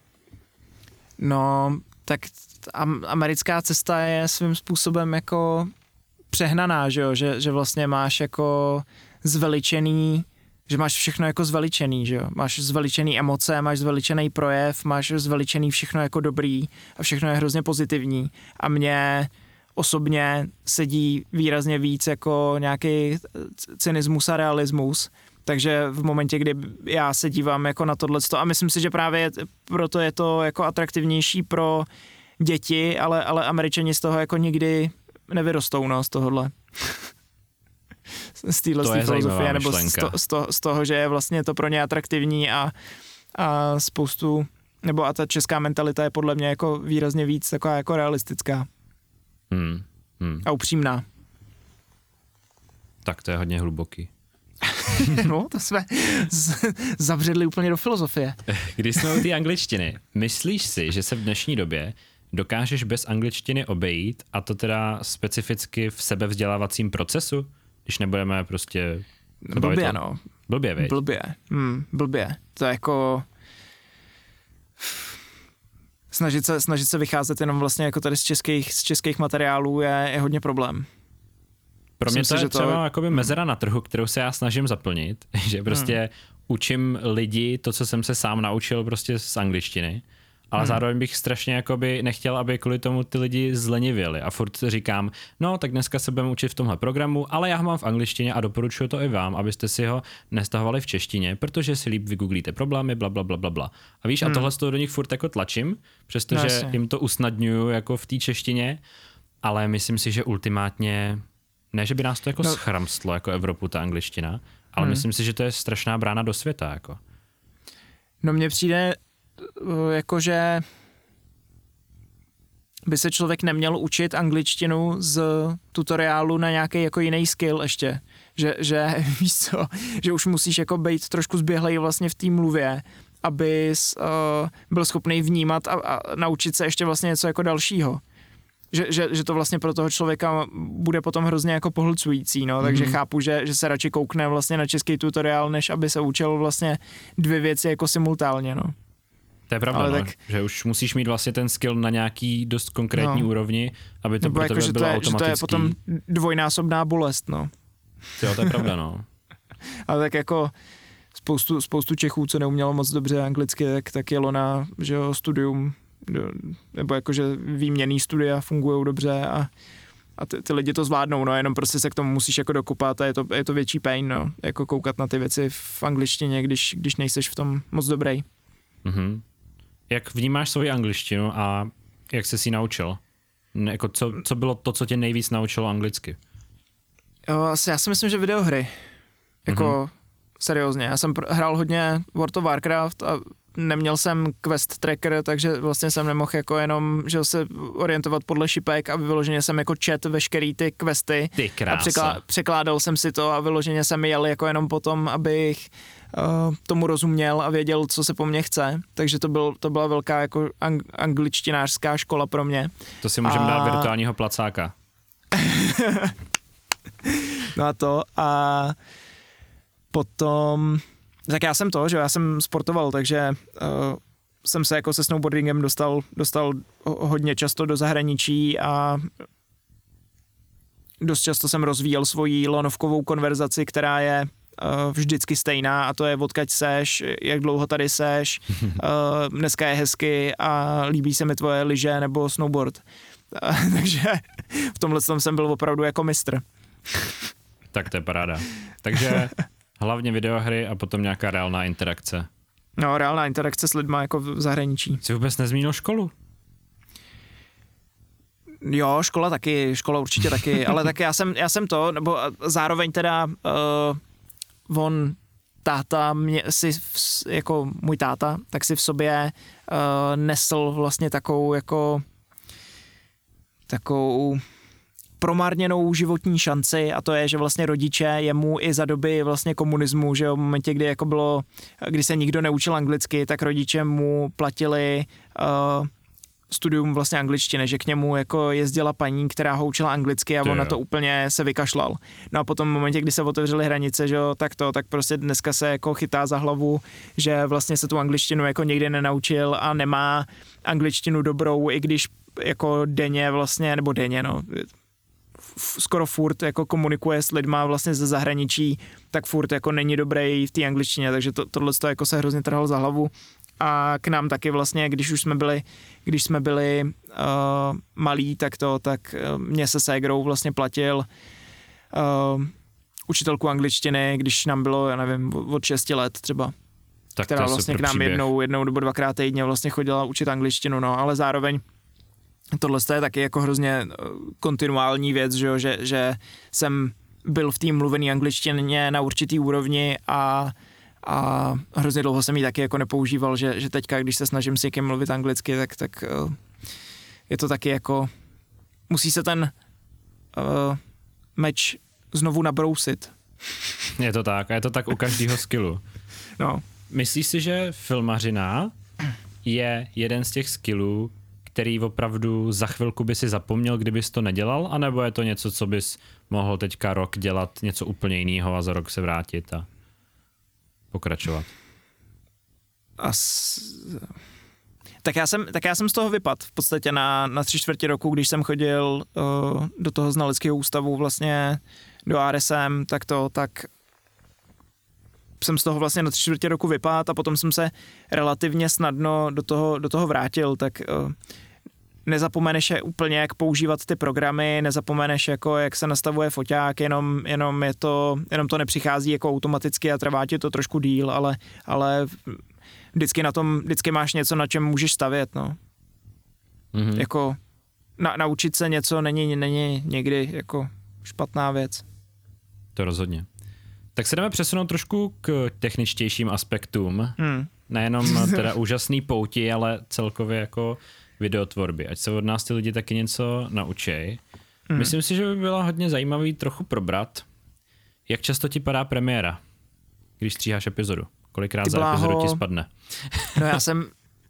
No, tak americká cesta je svým způsobem jako přehnaná, že jo, že, že vlastně máš jako zveličený, že máš všechno jako zveličený, že jo, máš zveličený emoce, máš zveličený projev, máš zveličený všechno jako dobrý a všechno je hrozně pozitivní a mě osobně sedí výrazně víc jako nějaký cynismus a realismus, takže v momentě, kdy já se dívám jako na tohleto a myslím si, že právě proto je to jako atraktivnější pro děti, ale, ale Američani z toho jako nikdy nevyrostou, no, z tohohle. z téhle filozofie, nebo z, to, z, to, z toho, že je vlastně to pro ně atraktivní a, a spoustu, nebo a ta česká mentalita je podle mě jako výrazně víc taková jako realistická. Hmm, hmm. A upřímná. Tak to je hodně hluboký. No, to jsme z- zabředli úplně do filozofie. Když jsme u té angličtiny, myslíš si, že se v dnešní době dokážeš bez angličtiny obejít, a to teda specificky v sebevzdělávacím procesu, když nebudeme prostě... Blbě, to... no. Blbě, veď? Blbě, hmm, blbě. To je jako... Snažit se, snažit se vycházet jenom vlastně jako tady z českých, z českých materiálů je, je hodně problém. Pro mě to je třeba to... mezera na trhu, kterou se já snažím zaplnit, že prostě hmm. učím lidi to, co jsem se sám naučil prostě z angličtiny, ale hmm. zároveň bych strašně jakoby nechtěl, aby kvůli tomu ty lidi zlenivěli a furt říkám, no tak dneska se budeme učit v tomhle programu, ale já ho mám v angličtině a doporučuji to i vám, abyste si ho nestahovali v češtině, protože si líp vygooglíte problémy, bla, bla, bla, bla, bla. A víš, hmm. a tohle z toho do nich furt jako tlačím, přestože no, jim to usnadňuju jako v té češtině, ale myslím si, že ultimátně ne, že by nás to jako no. schramstlo jako Evropu, ta angličtina, ale hmm. myslím si, že to je strašná brána do světa. Jako. No mně přijde, jako že by se člověk neměl učit angličtinu z tutoriálu na nějaký jako jiný skill ještě. Že, že víš co, že už musíš jako být trošku zběhlej vlastně v té mluvě, abys uh, byl schopný vnímat a, a naučit se ještě vlastně něco jako dalšího. Že, že, že to vlastně pro toho člověka bude potom hrozně jako pohlcující, no, takže mm-hmm. chápu, že, že se radši koukne vlastně na český tutoriál, než aby se učil vlastně dvě věci jako simultánně, no. To je pravda, no, tak, že už musíš mít vlastně ten skill na nějaký dost konkrétní no. úrovni, aby to pro tebe jako, bylo automatický. Že to je potom dvojnásobná bolest, no. Jo, to je pravda, no. Ale tak jako spoustu, spoustu Čechů, co neumělo moc dobře anglicky, tak, tak jelo na, že jo, studium, nebo jakože výměnný studia fungují dobře a, a ty, ty lidi to zvládnou, no, jenom prostě se k tomu musíš jako dokupat a je to, je to větší pain, no, jako koukat na ty věci v angličtině, když, když nejseš v tom moc dobrý. Mm-hmm. Jak vnímáš svoji angličtinu a jak jsi si naučil? Jako co, co bylo to, co tě nejvíc naučilo anglicky? Jo, asi já si myslím, že videohry. Jako mm-hmm. seriózně. Já jsem pr- hrál hodně World of Warcraft a neměl jsem quest tracker, takže vlastně jsem nemohl jako jenom, že se orientovat podle šipek a vyloženě jsem jako čet veškerý ty questy. Ty krása. A překlá, překládal jsem si to a vyloženě jsem jel jako jenom potom, abych uh, tomu rozuměl a věděl, co se po mně chce. Takže to, byl, to byla velká jako ang- angličtinářská škola pro mě. To si můžeme a... dát virtuálního placáka. No a to a potom, tak já jsem to, že já jsem sportoval, takže uh, jsem se jako se snowboardingem dostal, dostal hodně často do zahraničí a dost často jsem rozvíjel svoji lanovkovou konverzaci, která je uh, vždycky stejná a to je odkaď seš, jak dlouho tady seš, uh, dneska je hezky a líbí se mi tvoje lyže nebo snowboard. Uh, takže v tomhle jsem byl opravdu jako mistr. Tak to je paráda. Takže hlavně videohry a potom nějaká reálná interakce. No, reálná interakce s lidma jako v zahraničí. Jsi vůbec nezmínil školu? Jo, škola taky, škola určitě taky, ale tak já jsem, já jsem to, nebo zároveň teda uh, on táta mě si, v, jako můj táta, tak si v sobě uh, nesl vlastně takovou jako takovou promarněnou životní šanci a to je, že vlastně rodiče jemu i za doby vlastně komunismu, že v momentě, kdy jako bylo, kdy se nikdo neučil anglicky, tak rodiče mu platili uh, studium vlastně angličtiny, že k němu jako jezdila paní, která ho učila anglicky a on na to úplně se vykašlal. No a potom v momentě, kdy se otevřely hranice, že jo, tak to, tak prostě dneska se jako chytá za hlavu, že vlastně se tu angličtinu jako nikdy nenaučil a nemá angličtinu dobrou, i když jako denně vlastně, nebo denně, no, skoro furt jako komunikuje s lidma vlastně ze zahraničí, tak furt jako není dobrý v té angličtině, takže to, tohle to jako se hrozně trhal za hlavu. A k nám taky vlastně, když už jsme byli, když jsme byli uh, malí, tak to, tak uh, mě se ségrou vlastně platil uh, učitelku angličtiny, když nám bylo, já nevím, od šesti let třeba. Tak která vlastně k nám příběh. jednou, jednou nebo dvakrát týdně vlastně chodila učit angličtinu, no, ale zároveň tohle je taky jako hrozně kontinuální věc, že, že, že jsem byl v té mluvené angličtině na určitý úrovni a, a hrozně dlouho jsem ji taky jako nepoužíval, že, že teďka, když se snažím s někým mluvit anglicky, tak, tak uh, je to taky jako, musí se ten uh, meč znovu nabrousit. Je to tak a je to tak u každého skillu. No. Myslíš si, že filmařina je jeden z těch skillů, který opravdu za chvilku by si zapomněl, kdybys to nedělal, anebo je to něco, co bys mohl teďka rok dělat něco úplně jiného a za rok se vrátit a pokračovat? As... Tak já jsem, tak já jsem z toho vypadl v podstatě na, na tři čtvrtě roku, když jsem chodil uh, do toho znaleckého ústavu vlastně do R S M, tak to, tak jsem z toho vlastně na tři čtvrtě roku vypadl a potom jsem se relativně snadno do toho, do toho vrátil, tak uh, nezapomeneš je úplně, jak používat ty programy, nezapomeneš jako, jak se nastavuje foťák, jenom, jenom, je to, jenom to nepřichází jako automaticky a trvá ti to trošku díl, ale, ale vždycky na tom, vždycky máš něco, na čem můžeš stavět, no. Mm-hmm. Jako na, naučit se něco není, není někdy jako špatná věc. To rozhodně. Tak se jdeme přesunout trošku k techničtějším aspektům. Hmm. Nejenom teda úžasný pouti, ale celkově jako videotvorby. Ať se od nás ty lidi taky něco naučej. Hmm. Myslím si, že by bylo hodně zajímavý trochu probrat, jak často ti padá premiéra, když stříháš epizodu. Kolikrát za epizodu ti spadne? No já jsem...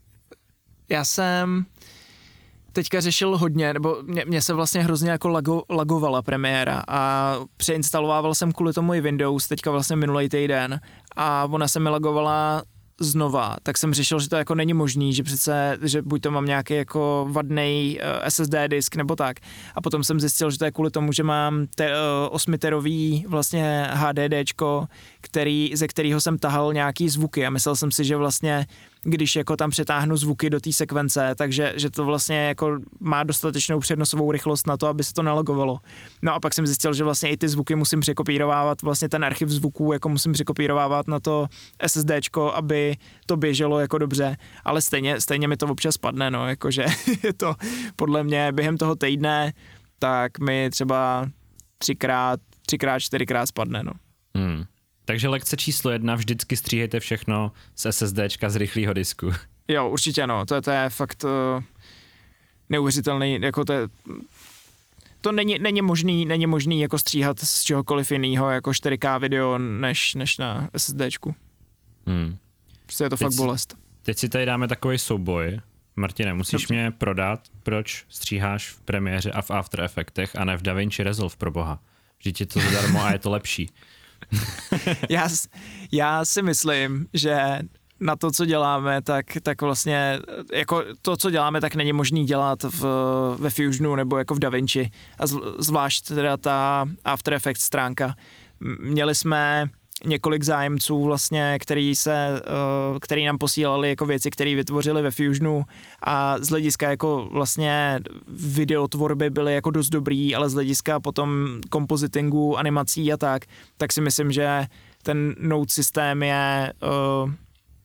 Já jsem... teďka řešil hodně, nebo mě, mě se vlastně hrozně jako lago, lagovala premiéra a přeinstalovával jsem kvůli tomu i Windows teďka vlastně minulý týden a ona se mi lagovala znova, tak jsem řešil, že to jako není možný, že přece, že buď to mám nějaký jako vadnej uh, S S D disk nebo tak. A potom jsem zjistil, že to je kvůli tomu, že mám te, uh, osmiterový vlastně HDDčko, který, ze kterého jsem tahal nějaký zvuky a myslel jsem si, že vlastně když jako tam přetáhnu zvuky do té sekvence, takže že to vlastně jako má dostatečnou přenosovou rychlost na to, aby se to nalogovalo. No a pak jsem zjistil, že vlastně i ty zvuky musím překopírovávat, vlastně ten archiv zvuků jako musím překopírovávat na to SSDčko, aby to běželo jako dobře, ale stejně, stejně mi to občas padne, no, jakože je to podle mě během toho týdne, tak mi třeba třikrát třikrát, čtyřikrát spadne, no. Hmm. Takže lekce číslo jedna, vždycky stříhejte všechno z SSDčka z rychlého disku. Jo, určitě no, to, to je fakt uh, neuvěřitelný, jako to je, to není, není možný, není možný jako stříhat z čehokoliv jiného jako čtyři ká video, než, než na SSDčku. Hmm. Prostě je to teď fakt bolest. Teď si tady dáme takový souboj. Martine, musíš Dobře. mě prodat, proč stříháš v Premiéře a v After Effectech a ne v DaVinci Resolve, pro boha. Vždyť je to zadarmo a je to lepší. já, já si myslím, že na to, co děláme, tak, tak vlastně, jako to, co děláme, tak není možný dělat v, ve Fusionu nebo jako v DaVinci. A zvlášť teda ta After Effects stránka. Měli jsme několik zájemců vlastně, který se, který nám posílali jako věci, které vytvořili ve Fusionu a z hlediska jako vlastně videotvorby byly jako dost dobrý, ale z hlediska potom kompozitingu, animací a tak, tak si myslím, že ten Node systém je uh,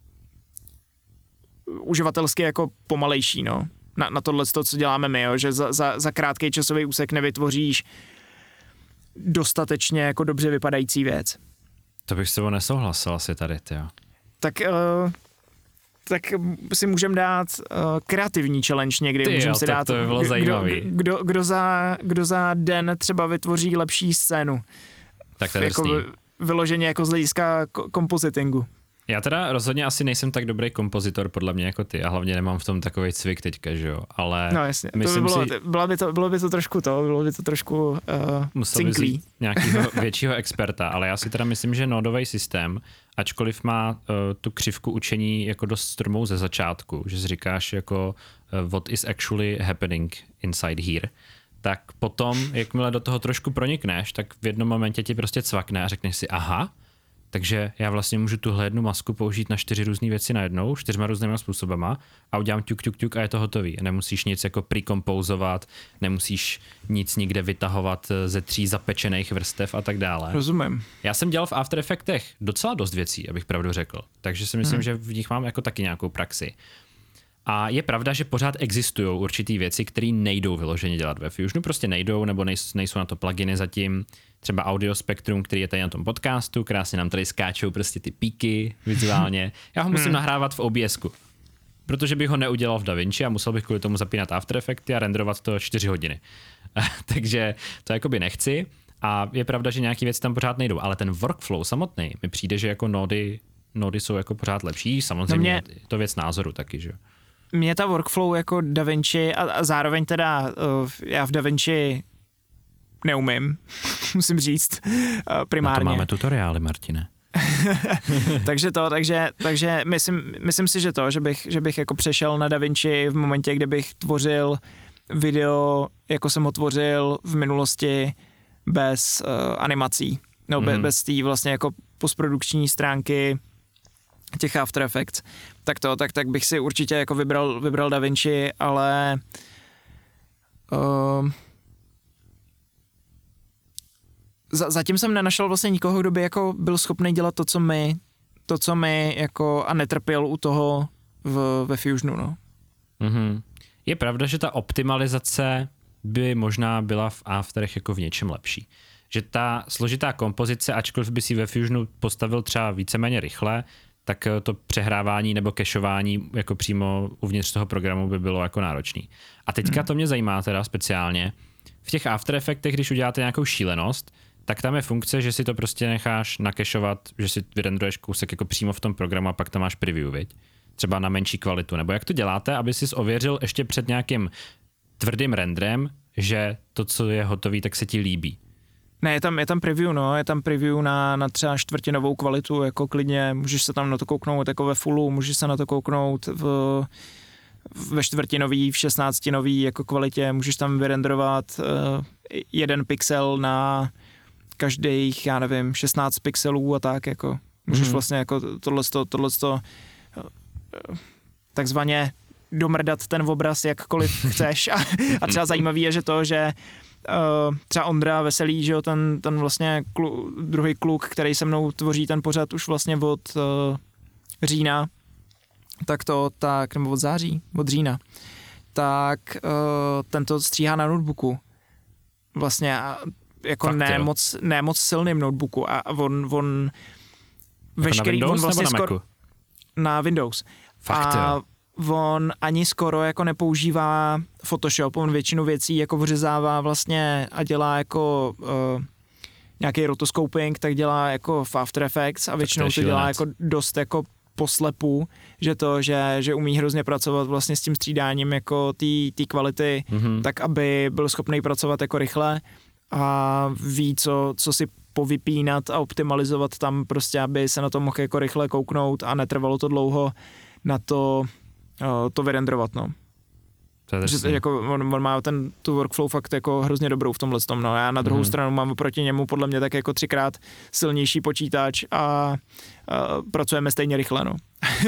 uživatelsky jako pomalejší, no. Na, na tohle, co děláme my, jo, že za, za, za krátký časový úsek nevytvoříš dostatečně jako dobře vypadající věc. To bych s tebou nesouhlasil asi tady, tyjo. Tak, uh, tak si můžeme dát uh, kreativní challenge někdy. Ty můžeme jo, si tak dát, to by bylo kdo, zajímavý. Kdo, kdo, za, kdo za den třeba vytvoří lepší scénu. Tak to je jako vyloženě jako z hlediska kompozitingu. Já teda rozhodně asi nejsem tak dobrý kompozitor podle mě jako ty a hlavně nemám v tom takovej cvik teďka, že jo, ale no jasně, to by myslím bylo, si, bylo, by to, bylo by to trošku to, bylo by to trošku uh, musel cinklý. Nějakého většího experta, ale já si teda myslím, že nodový systém, ačkoliv má uh, tu křivku učení jako dost strmou ze začátku, že si říkáš jako uh, what is actually happening inside here, tak potom, jakmile do toho trošku pronikneš, tak v jednom momentě ti prostě cvakne a řekneš si aha, takže já vlastně můžu tuhle jednu masku použít na čtyři různé věci najednou, čtyřma různýma způsobama a udělám ťuk, ťuk, ťuk a je to hotový. Nemusíš nic jako prekompozovat, nemusíš nic nikde vytahovat ze tří zapečených vrstev a tak dále. Rozumím. Já jsem dělal v After Effectech docela dost věcí, abych pravdu řekl, takže si myslím, hmm. že v nich mám jako taky nějakou praxi. A je pravda, že pořád existují určitý věci, které nejdou vyloženě dělat ve Fusionu, prostě nejdou, nebo nejsou na to pluginy zatím. Třeba Audio Spectrum, který je tady na tom podcastu, krásně nám tady skáčou prostě ty píky vizuálně. Já ho musím hmm. nahrávat v O B S ku, protože bych ho neudělal v DaVinci a musel bych kvůli tomu zapínat After Effecty a renderovat to čtyři hodiny. Takže to jakoby nechci. A je pravda, že nějaký věci tam pořád nejdou, ale ten workflow samotný mi přijde, že jako nody, nody jsou jako pořád lepší, samozřejmě no mě... je to věc názoru taky, že Mě ta workflow jako DaVinci a, a zároveň teda uh, já v DaVinci neumím, musím říct, uh, primárně. Na to máme tutoriály, Martine. takže to, takže, takže myslím, myslím si, že to, že bych, že bych jako přešel na DaVinci v momentě, kdy bych tvořil video, jako jsem ho tvořil v minulosti bez uh, animací, no mm. bez, bez té vlastně jako postprodukční stránky těch After Effects, tak to, tak, tak bych si určitě jako vybral, vybral DaVinci, ale uh, za, zatím jsem nenašel vlastně nikoho, kdo by jako byl schopný dělat to, co my, to, co my jako a netrpěl u toho v, ve Fusionu, no. Mm-hmm. Je pravda, že ta optimalizace by možná byla v Afterech jako v něčem lepší. Že ta složitá kompozice, ačkoliv by si ve Fusionu postavil třeba víceméně rychle, tak to přehrávání nebo cacheování jako přímo uvnitř toho programu by bylo jako náročný. A teďka to mě zajímá teda speciálně. V těch After Effectech, když uděláte nějakou šílenost, tak tam je funkce, že si to prostě necháš nakešovat, že si vyrendruješ kousek jako přímo v tom programu a pak tam máš preview, viď? Třeba na menší kvalitu. Nebo jak to děláte, aby jsi ověřil ještě před nějakým tvrdým renderem, že to, co je hotový, tak se ti líbí. Ne, je tam, je tam preview, no, je tam preview na, na třeba čtvrtinovou kvalitu, jako klidně, můžeš se tam na to kouknout jako ve fullu, můžeš se na to kouknout v, ve čtvrtinový, v šestnáctinový jako kvalitě, můžeš tam vyrenderovat uh, jeden pixel na každých, já nevím, šestnáct pixelů a tak, jako, můžeš mm-hmm. vlastně jako tohleto, tohleto uh, takzvaně domrdat ten obraz jakkoliv chceš a, a třeba zajímavý je, že to, že Uh, třeba Ondra Veselý, že jo, ten, ten vlastně klu, druhý kluk, který se mnou tvoří ten pořad už vlastně od uh, října, tak to, tak, nebo od září, od října, tak uh, tento stříhá na notebooku. Vlastně a jako Fakt, ne jo. moc, ne moc silným notebooku a on, on Jako veškerý, na Windows, on vlastně nebo na skoro Macu? na Windows. Fakt, a jo. on ani skoro jako nepoužívá Photoshop, on většinu věcí jako vřezává vlastně a dělá jako uh, nějaký rotoscoping, tak dělá jako v After Effects a většinou to, to dělá jako dost jako poslepu, že to, že, že umí hrozně pracovat vlastně s tím střídáním jako té kvality, mm-hmm. tak aby byl schopný pracovat jako rychle a ví, co, co si povypínat a optimalizovat tam prostě, aby se na to mohl jako rychle kouknout a netrvalo to dlouho na to, to vyrenderovat, no. Že, jako on, on má ten, tu workflow fakt jako hrozně dobrou v tomhle tom, no. Já na druhou mm-hmm. stranu mám proti němu podle mě tak jako třikrát silnější počítač a, a pracujeme stejně rychle, no.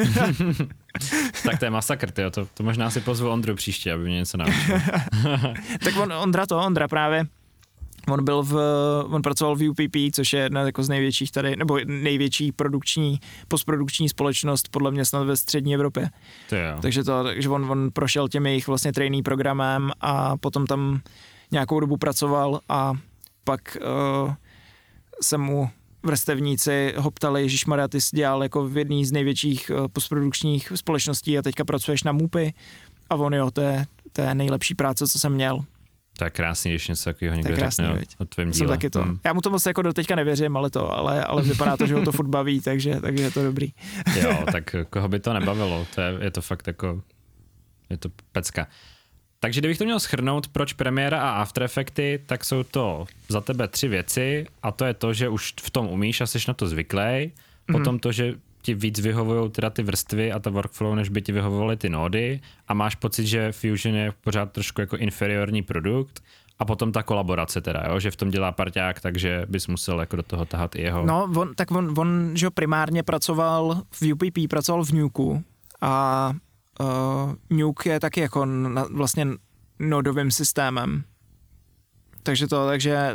Tak to je masakr, tyjo. To, to možná si pozvu Ondru příště, aby mě něco naučil. Tak on, Ondra to, Ondra právě On byl v, on pracoval v U P P, což je jedna jako z největších tady, nebo největší produkční, postprodukční společnost, podle mě snad ve střední Evropě. To jo. Takže to, takže on, on prošel těm jejich vlastně trainee programem a potom tam nějakou dobu pracoval a pak uh, se mu vrstevníci ho ptali, ježišmarja, ty jsi dělal jako v jedné z největších uh, postprodukčních společností a teďka pracuješ na MUPy a on jo, to je, to je nejlepší práce, co jsem měl. To je krásný, když něco takového někdo řekne o, o tvém díle. Taky to. Hmm. Já mu to moc jako do teďka nevěřím, ale to, ale, ale vypadá to, že ho to furt baví, takže, takže je to dobrý. Jo, tak koho by to nebavilo, to je, je to fakt jako, je to pecka. Takže kdybych to měl shrnout, proč premiéra a After Effecty, tak jsou to za tebe tři věci a to je to, že už v tom umíš a jsi na to zvyklý, potom mm. to, že ti víc vyhovují teda ty vrstvy a ta workflow, než by ti vyhovovaly ty nódy a máš pocit, že Fusion je pořád trošku jako inferiorní produkt a potom ta kolaborace teda, jo? Že v tom dělá parťák, takže bys musel jako do toho tahat i jeho. No, on, tak on, on že primárně pracoval v U P P, pracoval v Nuku a uh, Nuke je taky jako na, vlastně nodovým systémem. Takže to, takže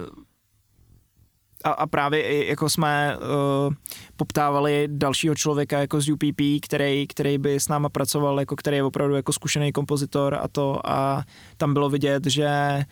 A, a právě i jako jsme uh, poptávali dalšího člověka jako z U P P, který, který by s náma pracoval, jako který je opravdu jako zkušený kompozitor a to a tam bylo vidět, že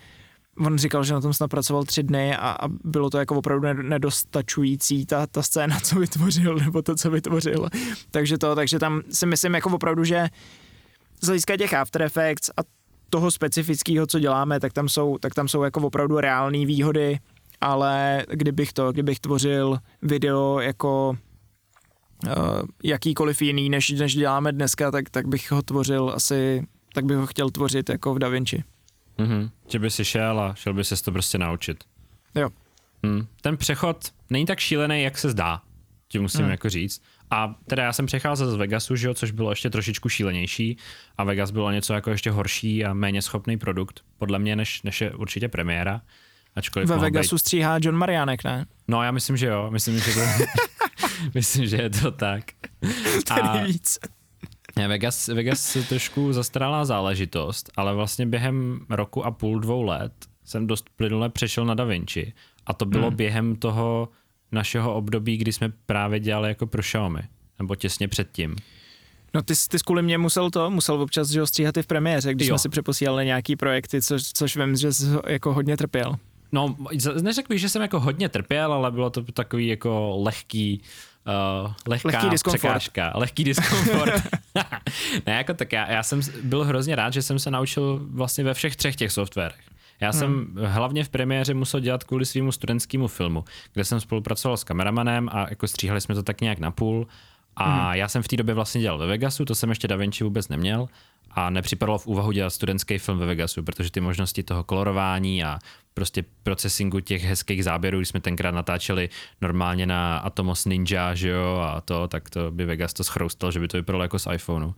on říkal, že na tom snad pracoval tři dny a, a bylo to jako opravdu nedostačující ta, ta scéna, co vytvořil, nebo to, co vytvořil. Takže to, takže tam si myslím jako opravdu, že z hlediska těch After Effects a toho specifického, co děláme, tak tam jsou, tak tam jsou jako opravdu reální výhody, ale kdybych to, kdybych tvořil video jako uh, jakýkoliv jiný, než, než děláme dneska, tak, tak bych ho tvořil asi, tak bych ho chtěl tvořit jako v DaVinci. Mhm, že by si šel a šel by ses to prostě naučit. Jo. Hmm. Ten přechod není tak šílený, jak se zdá, ti musím hmm. jako říct. A teda já jsem přecházel z Vegasu, že jo, což bylo ještě trošičku šílenější a Vegas bylo něco jako ještě horší a méně schopný produkt, podle mě, než, než je určitě premiéra. Ačkoliv ve Vegasu být... stříhá John Mariánek, ne? No, já myslím, že jo. Myslím, že, to... myslím, že je to tak. A... víc. Vegas, Vegas je trošku zastaralá záležitost, ale vlastně během roku a půl, dvou let jsem dost plynule přešel na DaVinci. A to bylo hmm. během toho našeho období, kdy jsme právě dělali jako pro Xiaomi. Nebo těsně předtím. No ty, ty kvůli mě musel to, musel občas že ho stříhat i v premiéře, když jo. jsme si přeposílali nějaký projekty, což, což vím, že jsi jako hodně trpěl. No, neřekl bych, že jsem jako hodně trpěl, ale bylo to takový jako lehký, uh, lehká lehký překážka, lehký diskomfort. Ne, jako tak já, já jsem byl hrozně rád, že jsem se naučil vlastně ve všech třech těch softwarech. Já hmm. jsem hlavně v premiéře musel dělat kvůli svýmu studentskému filmu, kde jsem spolupracoval s kameramanem a jako stříhali jsme to tak nějak na půl. A hmm. já jsem v té době vlastně dělal ve Vegasu, to jsem ještě DaVinci vůbec neměl a nepřipadalo v úvahu dělat studentský film ve Vegasu, protože ty možnosti toho kolorování a prostě procesingu těch hezkých záběrů, když jsme tenkrát natáčeli normálně na Atomos Ninja, že jo, a to, tak to by Vegas to schroustal, že by to vypadalo jako z iPhoneu.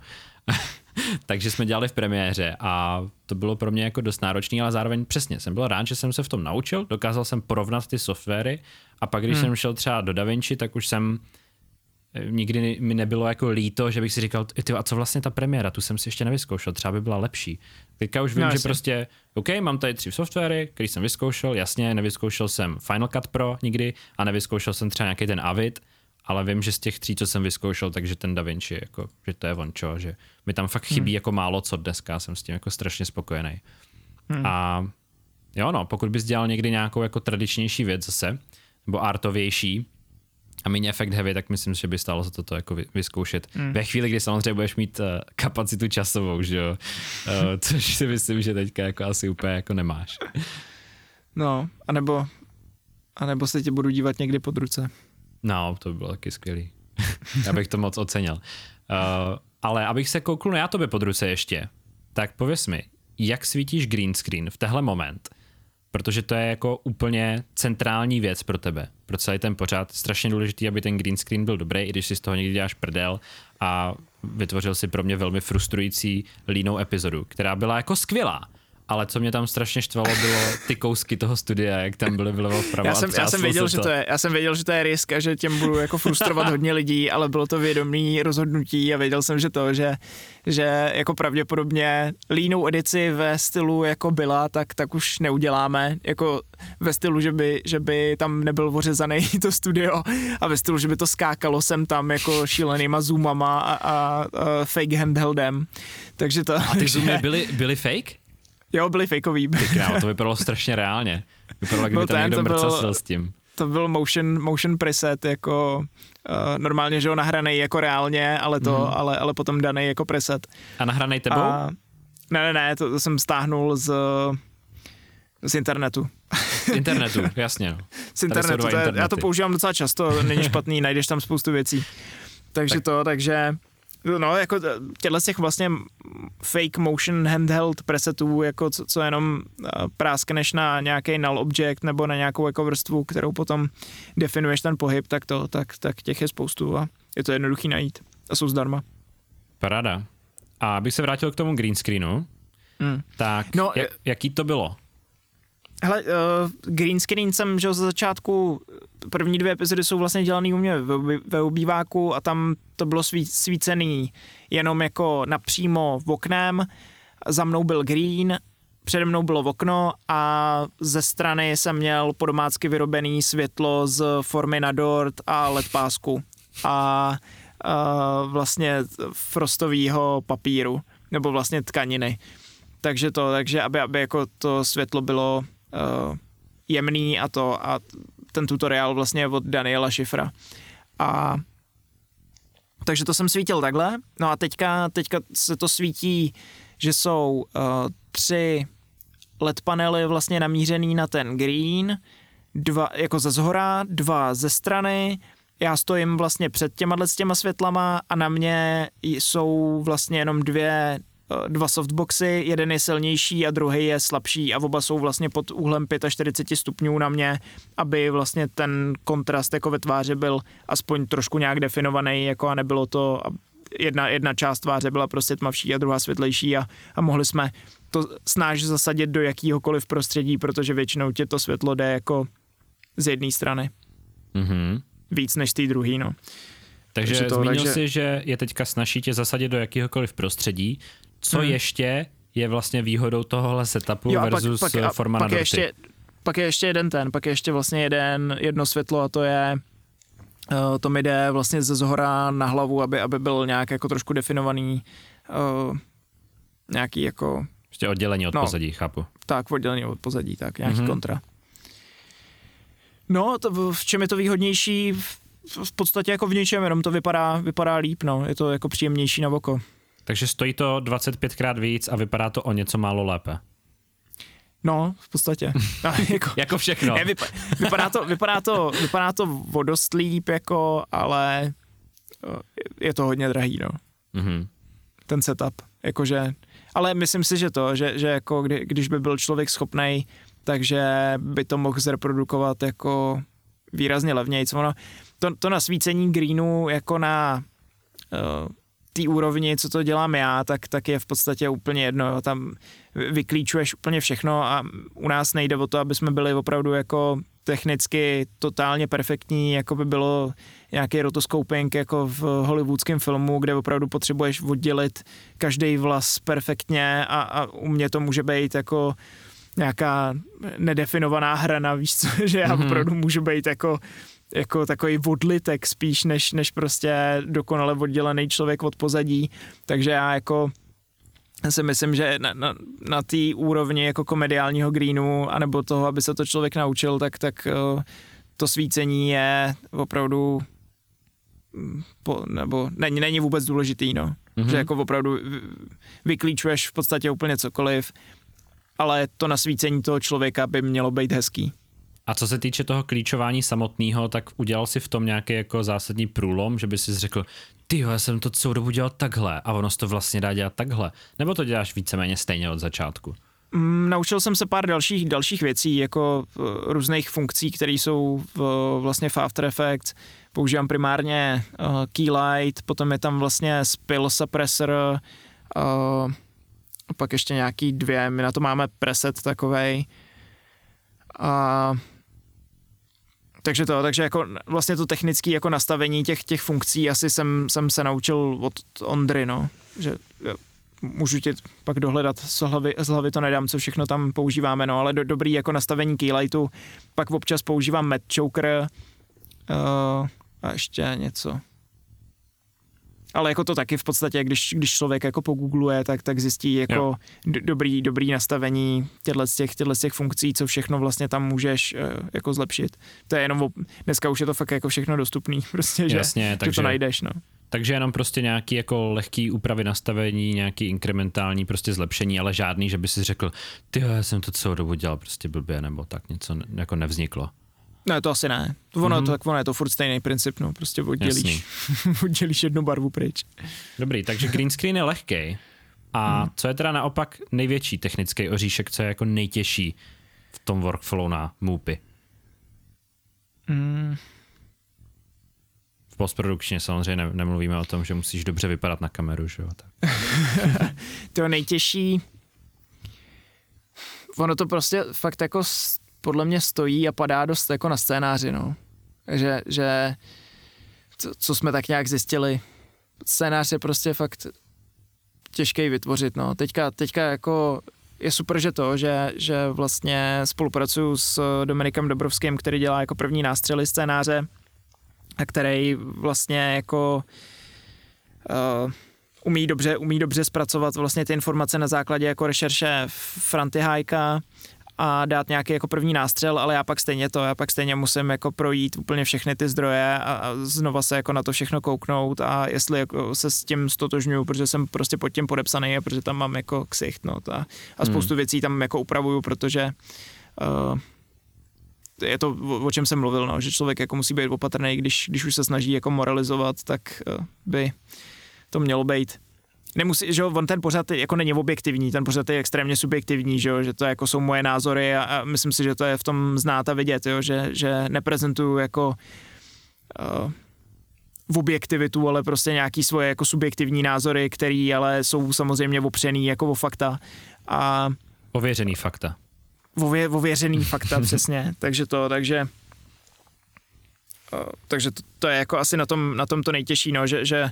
Takže jsme dělali v premiéře a to bylo pro mě jako dost náročný, ale zároveň přesně jsem byl rád, že jsem se v tom naučil, dokázal jsem porovnat ty softwary a pak když hmm. jsem šel třeba do DaVinci, tak už jsem nikdy mi nebylo jako líto, že bych si říkal, a co vlastně ta premiéra, tu jsem si ještě nevyzkoušel, třeba by byla lepší. Teďka už vím, no, že prostě, OK, mám tady tři softwary, který jsem vyzkoušel, jasně, nevyzkoušel jsem Final Cut Pro nikdy a nevyzkoušel jsem třeba nějaký ten Avid, ale vím, že z těch tří, co jsem vyzkoušel, takže ten DaVinci, jako, že to je vončo, že mi tam fakt chybí hmm. jako málo co dneska, jsem s tím jako strašně spokojený. Hmm. A Jo no, pokud bys dělal někdy nějakou jako tradičnější věc zase, nebo artovější a méně efekt heavy, tak myslím, že by stálo za toto jako vyzkoušet. Hmm. Ve chvíli, kdy samozřejmě budeš mít uh, kapacitu časovou, že jo, uh, což si myslím, že teďka jako asi úplně jako nemáš. No, anebo, anebo se tě budu dívat někdy pod ruce. No, to by bylo taky skvělý. Já bych to moc ocenil. Uh, ale abych se koukl na já tobě pod ruce ještě, tak pověz mi, jak svítíš green screen v tehle moment? Protože to je jako úplně centrální věc pro tebe, pro celý ten pořad. Strašně důležitý, aby ten green screen byl dobrý, i když si z toho někdy děláš prdel a vytvořil si pro mě velmi frustrující línou epizodu, která byla jako skvělá. Ale co mě tam strašně štvalo, bylo ty kousky toho studia, jak tam byly vlevo vpravo. Já jsem, já jsem věděl, že to je, já jsem věděl, že to je risk a že těm budu jako frustrovat hodně lidí, ale bylo to vědomý rozhodnutí a věděl jsem, že to, že, že jako pravděpodobně línou edici ve stylu jako byla, tak, tak už neuděláme. Jako ve stylu, že by, že by tam nebyl ořezaný to studio a ve stylu, že by to skákalo sem tam jako šílenýma zoomama a, a, a fake handheldem. Takže to, a ty zoomy byly, byly fake? Jo, byly fakeový. Krávo, to vypadalo strašně reálně. Vypadalo, jak by no tam někdo mrcasil s tím. To byl motion, motion preset, jako uh, normálně, že ho nahranej jako reálně, ale to, mm. ale, ale potom danej jako preset. A nahranej tebou? A, ne, ne, ne, to, to jsem stáhnul z, z internetu. Z internetu, jasně. No. Z internetu, to je, já to používám docela často, není špatný, najdeš tam spoustu věcí. Takže tak. to, takže... No, jako těchto těch vlastně fake motion handheld presetů, jako co, co jenom práskneš na nějaký null object nebo na nějakou jako vrstvu, kterou potom definuješ ten pohyb, tak to, tak, tak těch je spoustu a je to jednoduchý najít a jsou zdarma. Paráda. A abych se vrátil k tomu green screenu, hmm. tak no, jak, jaký to bylo? Hele, uh, green screen jsem, že za začátku, první dvě epizody jsou vlastně dělaný u mě ve, ve obýváku a tam to bylo sví, svícený jenom jako napřímo v oknem, za mnou byl green, přede mnou bylo okno a ze strany jsem měl podomácky vyrobený světlo z formy na dort a el é dé pásku a uh, vlastně frostovýho papíru, nebo vlastně tkaniny. Takže to, takže aby, aby jako to světlo bylo Uh, jemný a to a ten tutoriál vlastně od Daniela Schifra. A takže to jsem svítil takhle. No a teďka, teďka se to svítí, že jsou uh, tři el é dé panely vlastně namířený na ten green, dva jako ze zhora, dva ze strany. Já stojím vlastně před těma s těma světlama a na mě jsou vlastně jenom dvě dva softboxy, jeden je silnější a druhý je slabší a oba jsou vlastně pod úhlem čtyřicet pět stupňů na mě, aby vlastně ten kontrast jako ve tváři byl aspoň trošku nějak definovaný, jako a nebylo to, jedna, jedna část tváře byla prostě tmavší a druhá světlejší a, a mohli jsme to snáž zasadit do jakýhokoliv prostředí, protože většinou tě to světlo jde jako z jedné strany. Mm-hmm. Víc než z té druhé, no. Takže, takže to, zmínil takže... si, že je teďka snaží tě zasadit do jakýhokoliv prostředí. Co hmm. ještě je vlastně výhodou tohohle setupu jo, versus pak, pak, forma na dorty? Ještě, pak je ještě jeden ten, pak je ještě vlastně jeden, jedno světlo a to je, uh, to mi jde vlastně ze zhora na hlavu, aby, aby byl nějak jako trošku definovaný uh, nějaký jako... Ještě oddělení od no, pozadí, chápu. Tak, oddělení od pozadí, tak, nějaký mm-hmm. kontra. No, to, v čem je to výhodnější? V, v podstatě jako v ničem, jenom to vypadá, vypadá líp, no, je to jako příjemnější na oko. Takže stojí to dvacet pětkrát víc a vypadá to o něco málo lépe. No, v podstatě. No, jako, jako všechno. Ne, vypa, vypadá, to, vypadá, to, vypadá to o dost líp, jako, ale je to hodně drahý, no. Mm-hmm. Ten setup. Jakože, ale myslím si, že to, že, že jako kdy, když by byl člověk schopnej, takže by to mohl zreprodukovat jako výrazně levněji. Ono, to, to nasvícení greenu jako na... Uh, té úrovni, co to dělám já, tak, tak je v podstatě úplně jedno. Jo. Tam vyklíčuješ úplně všechno a u nás nejde o to, aby jsme byli opravdu jako technicky totálně perfektní, jako by bylo nějaký rotoscoping jako v hollywoodském filmu, kde opravdu potřebuješ oddělit každý vlas perfektně a, a u mě to může být jako nějaká nedefinovaná hrana, víš co, že já mm-hmm. opravdu můžu být jako jako takový odlitek spíš, než, než prostě dokonale oddělený člověk od pozadí, takže já jako si myslím, že na, na, na té úrovni jako komediálního greenu, anebo toho, aby se to člověk naučil, tak, tak uh, to svícení je opravdu po, nebo není, není vůbec důležitý, no. Mm-hmm. Že jako opravdu vyklíčuješ v podstatě úplně cokoliv, ale to nasvícení toho člověka by mělo být hezký. A co se týče toho klíčování samotného, tak udělal si v tom nějaký jako zásadní průlom, že by si řekl, tyjo, já jsem to celou dobu dělal takhle a ono se to vlastně dá dělat takhle? Nebo to děláš víceméně stejně od začátku? Mm, naučil jsem se pár dalších, dalších věcí, jako uh, různých funkcí, které jsou v, vlastně v After Effects. Používám primárně uh, Keylight, potom je tam vlastně Spill Suppressor, uh, a pak ještě nějaký dvě, my na to máme preset takovej. A takže to, takže jako vlastně to technické jako nastavení těch, těch funkcí asi jsem, jsem se naučil od Ondry, no, že můžu ti pak dohledat z hlavy, z hlavy to nedám, co všechno tam používáme, no, ale do, dobrý jako nastavení Keylightu, pak občas používám Matte Choker uh, a ještě něco. Ale jako to taky v podstatě, když, když člověk jako pogoogluje, tak, tak zjistí jako do, dobrý, dobrý nastavení těchto z těch, těchto z těch funkcí, co všechno vlastně tam můžeš uh, jako zlepšit. To je jenom, o, dneska už je to fakt jako všechno dostupný, prostě, že, Jasně, takže, že to najdeš, no. Takže jenom prostě nějaký jako lehký úpravy nastavení, nějaký inkrementální prostě zlepšení, ale žádný, že by si řekl, ty já jsem to celou dobu dělal prostě blbě, nebo tak něco jako nevzniklo. Ne, to asi ne. Ono, mm-hmm. to, ono je to furt stejný princip, no, prostě oddělíš, oddělíš jednu barvu pryč. Dobrý, takže green screen je lehkej. A hmm. co je teda naopak největší technický oříšek, co je jako nejtěžší v tom workflow na Moopy? Hmm. V postprodukčně samozřejmě ne, nemluvíme o tom, že musíš dobře vypadat na kameru, že jo? Tak. To nejtěžší, ono to prostě fakt jako podle mě stojí a padá dost jako na scénáři, no. Že, že co, co jsme tak nějak zjistili, scénář je prostě fakt těžký vytvořit, no. Teďka, teďka jako je super, že to, že, že vlastně spolupracuju s Dominikem Dobrovským, který dělá jako první nástřely scénáře a který vlastně jako uh, umí dobře, umí dobře zpracovat vlastně ty informace na základě jako rešerše Franty Hájka a dát nějaký jako první nástřel, ale já pak stejně to, já pak stejně musím jako projít úplně všechny ty zdroje a, a znova se jako na to všechno kouknout a jestli jako se s tím stotožňuju, protože jsem prostě pod tím podepsaný a protože tam mám jako ksicht, no, a, a spoustu hmm. věcí tam jako upravuju, protože uh, je to, o čem jsem mluvil, no, že člověk jako musí být opatrný, když, když už se snaží jako moralizovat, tak uh, by to mělo být. Nemusí, že on ten pořad jako není objektivní, ten pořad je extrémně subjektivní, že, jo, že to jako jsou moje názory a, a myslím si, že to je v tom znát a vidět, jo, že, že neprezentuju jako uh, v objektivitu, ale prostě nějaký svoje jako subjektivní názory, který ale jsou samozřejmě opřený jako o fakta. A ověřený fakta. Ově, ověřený fakta, přesně, takže to, takže uh, takže to, to je jako asi na tom, na tom to nejtěžší, no, že, že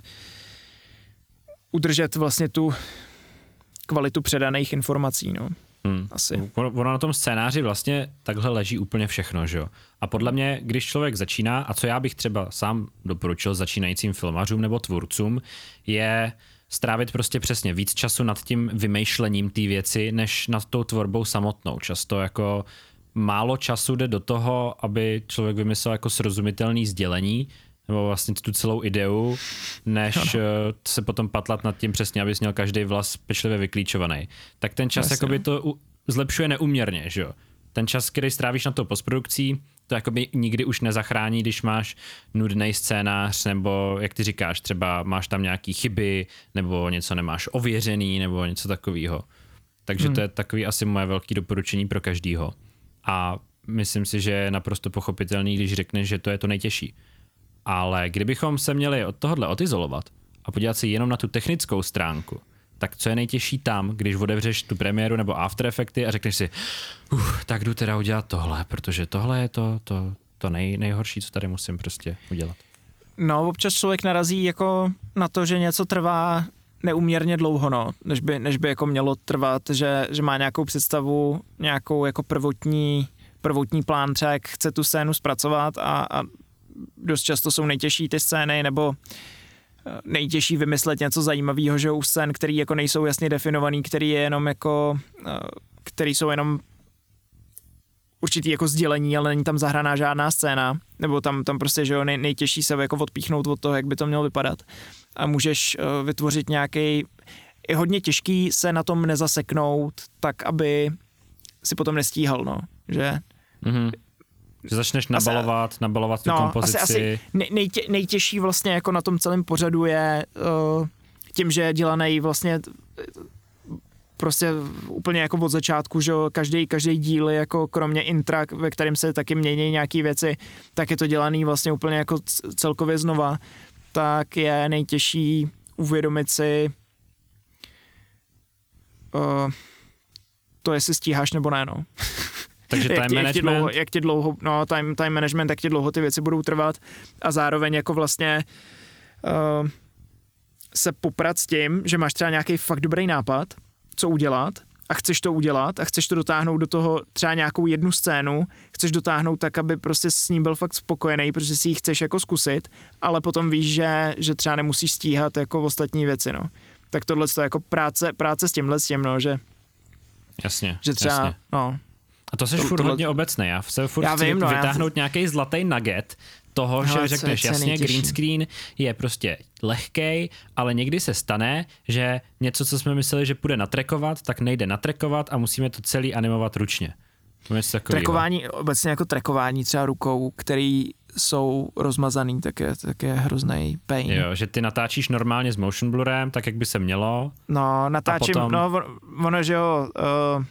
udržet vlastně tu kvalitu předaných informací, no. Hmm. Asi. Ono na tom scénáři vlastně takhle leží úplně všechno, že jo. A podle mě, když člověk začíná, a co já bych třeba sám doporučil začínajícím filmařům nebo tvůrcům, je strávit prostě přesně víc času nad tím vymýšlením té věci, než nad tou tvorbou samotnou. Často jako málo času jde do toho, aby člověk vymyslel jako srozumitelný sdělení, nebo vlastně tu celou ideu, než ano. se potom patlat nad tím přesně, abys měl každý vlas pečlivě vyklíčovaný. Tak ten čas jakoby to u, zlepšuje neúměrně, že jo. Ten čas, který strávíš na tou postprodukcí, to jakoby nikdy už nezachrání, když máš nudný scénář, nebo jak ty říkáš, třeba máš tam nějaký chyby, nebo něco nemáš ověřený, nebo něco takového. Takže hmm. to je takový asi moje velké doporučení pro každýho. A myslím si, že je naprosto pochopitelný, když řekneš, že to je to nejtěžší. Ale kdybychom se měli od tohohle odizolovat a podívat se jenom na tu technickou stránku, tak co je nejtěžší tam, když otevřeš tu premiéru nebo After Effecty a řekneš si, uh, tak jdu teda udělat tohle, protože tohle je to, to, to nej, nejhorší, co tady musím prostě udělat. No, občas člověk narazí jako na to, že něco trvá neúměrně dlouho, no, než by, než by jako mělo trvat, že, že má nějakou představu, nějakou jako prvotní, prvotní plán, třeba jak chce tu scénu zpracovat a, a dost často jsou nejtěžší ty scény, nebo nejtěžší vymyslet něco zajímavého, že u scén, který jako nejsou jasně definovaný, který je jenom jako, který jsou jenom určitý jako sdělení, ale není tam zahraná žádná scéna, nebo tam, tam prostě, že jo, nej, nejtěžší se jako odpíchnout od toho, jak by to mělo vypadat. A můžeš uh, vytvořit nějaký, je hodně těžký se na tom nezaseknout, tak aby si potom nestíhal, no, že... Mm-hmm. Že začneš nabalovat, asi, nabalovat tu no, kompozici. Asi, asi nej, nejtě, nejtěžší vlastně jako na tom celém pořadu je uh, tím, že je dělaný vlastně prostě úplně jako od začátku, že každý, každý díl je jako kromě intra, ve kterém se taky mění nějaký věci, tak je to dělaný vlastně úplně jako celkově znova, tak je nejtěžší uvědomit si uh, to, jestli stíháš nebo ne, no. Takže time jak tě, management. Jak tě dlouho, jak tě dlouho, no, time, time management, jak tě dlouho ty věci budou trvat a zároveň jako vlastně uh, se poprat s tím, že máš třeba nějaký fakt dobrý nápad, co udělat a chceš to udělat a chceš to dotáhnout do toho třeba nějakou jednu scénu, chceš dotáhnout tak, aby prostě s ním byl fakt spokojený, protože si ji chceš jako zkusit, ale potom víš, že, že třeba nemusíš stíhat jako ostatní věci, no. Tak tohle je jako práce, práce s tímhle s tím, no, že jasně, že třeba, jasně. no. A to jsi to, furt tohle... hodně obecný, já se furt já chci vím, no, vytáhnout já... nějaký zlatý nugget toho, no, že řekneš jasně, green screen je prostě lehkej, ale někdy se stane, že něco, co jsme mysleli, že půjde natrackovat, tak nejde natrackovat a musíme to celý animovat ručně. Trackování, obecně jako trackování třeba rukou, který jsou rozmazaný, tak je, tak je hrozný pain. Jo, že ty natáčíš normálně s motion blurem, tak jak by se mělo. No, natáčím, potom... no, ono, že jo, uh,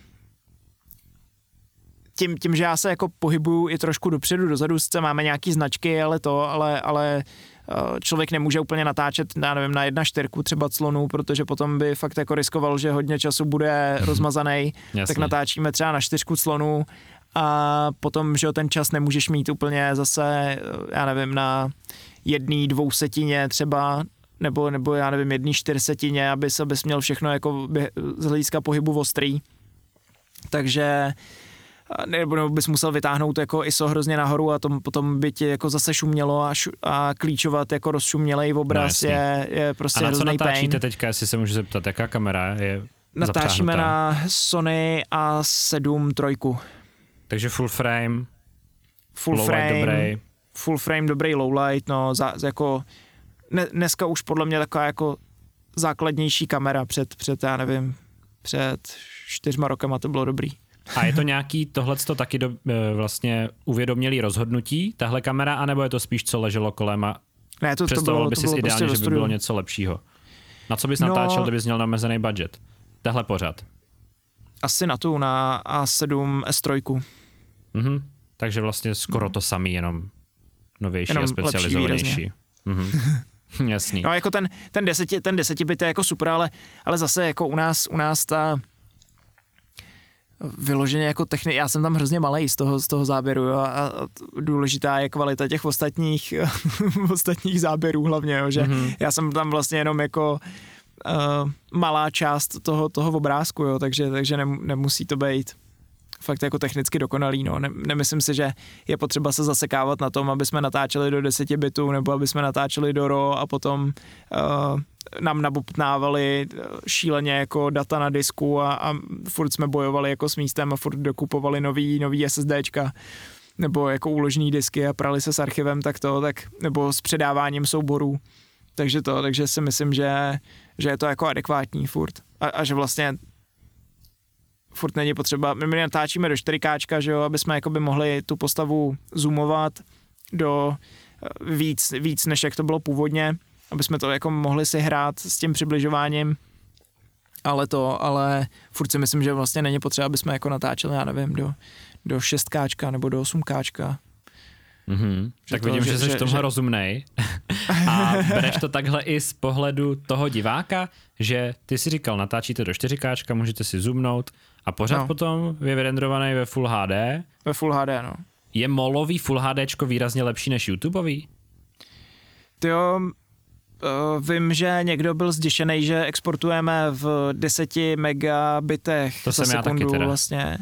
tím, tím, že já se jako pohybuju i trošku dopředu, dozadu, sice máme nějaký značky, ale to, ale, ale uh, člověk nemůže úplně natáčet, já nevím, na jedna čtyřku třeba clonu, protože potom by fakt jako riskoval, že hodně času bude rozmazaný, tak natáčíme třeba na čtyřku clonu a potom, že ten čas nemůžeš mít úplně zase, já nevím, na jedný dvousetině třeba, nebo, nebo já nevím, jedný čtyřsetině, aby se abys měl všechno jako z hlediska pohybu ostrý. Takže nebo bys musel vytáhnout jako I S O hrozně nahoru a tom, potom by ti jako zase šumělo a, šu, a klíčovat jako rozšumělej obraz no, je, je prostě hrozný pain. A na co natáčíte pain. Teďka, jestli se můžu zeptat, jaká kamera je natáčíme na Sony A sedm trojku. Takže full frame, full low frame, light dobrý. Full frame, dobrý low light, no, za, jako, ne, dneska už podle mě taková jako základnější kamera před, před, já nevím, před čtyřma rokama to bylo dobrý. A je to nějaký tohleto taky do, vlastně uvědomělý rozhodnutí, tahle kamera, anebo je to spíš, co leželo kolem a ne, to, představoval to by si prostě ideálně, že by bylo něco lepšího? Na co bys no, natáčel, kdybys měl namezený budget? Tahle pořad. Asi na tu, na A sedm S tři. Mhm. Takže vlastně skoro to samý, jenom novější jenom a specializovanější. Mhm. Jasný. No jako ten, ten, deseti, ten desetibit je jako super, ale, ale zase jako u nás, u nás ta vyloženě jako technik, já jsem tam hrozně malej z toho, z toho záběru, jo, a důležitá je kvalita těch ostatních, ostatních záběrů hlavně, jo, že mm-hmm. já jsem tam vlastně jenom jako uh, malá část toho, toho obrázku, jo, takže, takže nemusí to být fakt jako technicky dokonalý, no. Ne, nemyslím si, že je potřeba se zasekávat na tom, aby jsme natáčeli do deseti bitů, nebo aby jsme natáčeli do RAW a potom uh, nám nabobtnávali šíleně jako data na disku a, a furt jsme bojovali jako s místem a furt dokupovali nový, nový SSDčka nebo jako úložní disky a prali se s archivem tak to, tak, nebo s předáváním souborů. Takže to, takže si myslím, že, že je to jako adekvátní furt. A, a že vlastně furt není potřeba, my natáčíme do čtyři ká, že jo, aby jsme jakoby mohli tu postavu zoomovat do víc, víc než jak to bylo původně, aby jsme to jako mohli si hrát s tím přibližováním, ale to, ale furt si myslím, že vlastně není potřeba, aby jsme jako natáčeli, já nevím, do, do šest ká nebo do osm ká. Mm-hmm. Tak to, vidím, že, že jsi v tomhle že... rozumnej a bereš to takhle i z pohledu toho diváka, že ty si říkal, natáčíte do čtyři ká, můžete si zoomnout a pořád no. potom je vyrendrovaný ve Full H D. Ve Full H D, no. Je molový Full HDčko výrazně lepší než YouTubeový? Tyjo, uh, vím, že někdo byl zděšený, že exportujeme v deseti megabitech to za jsem sekundu já taky teda. Vlastně.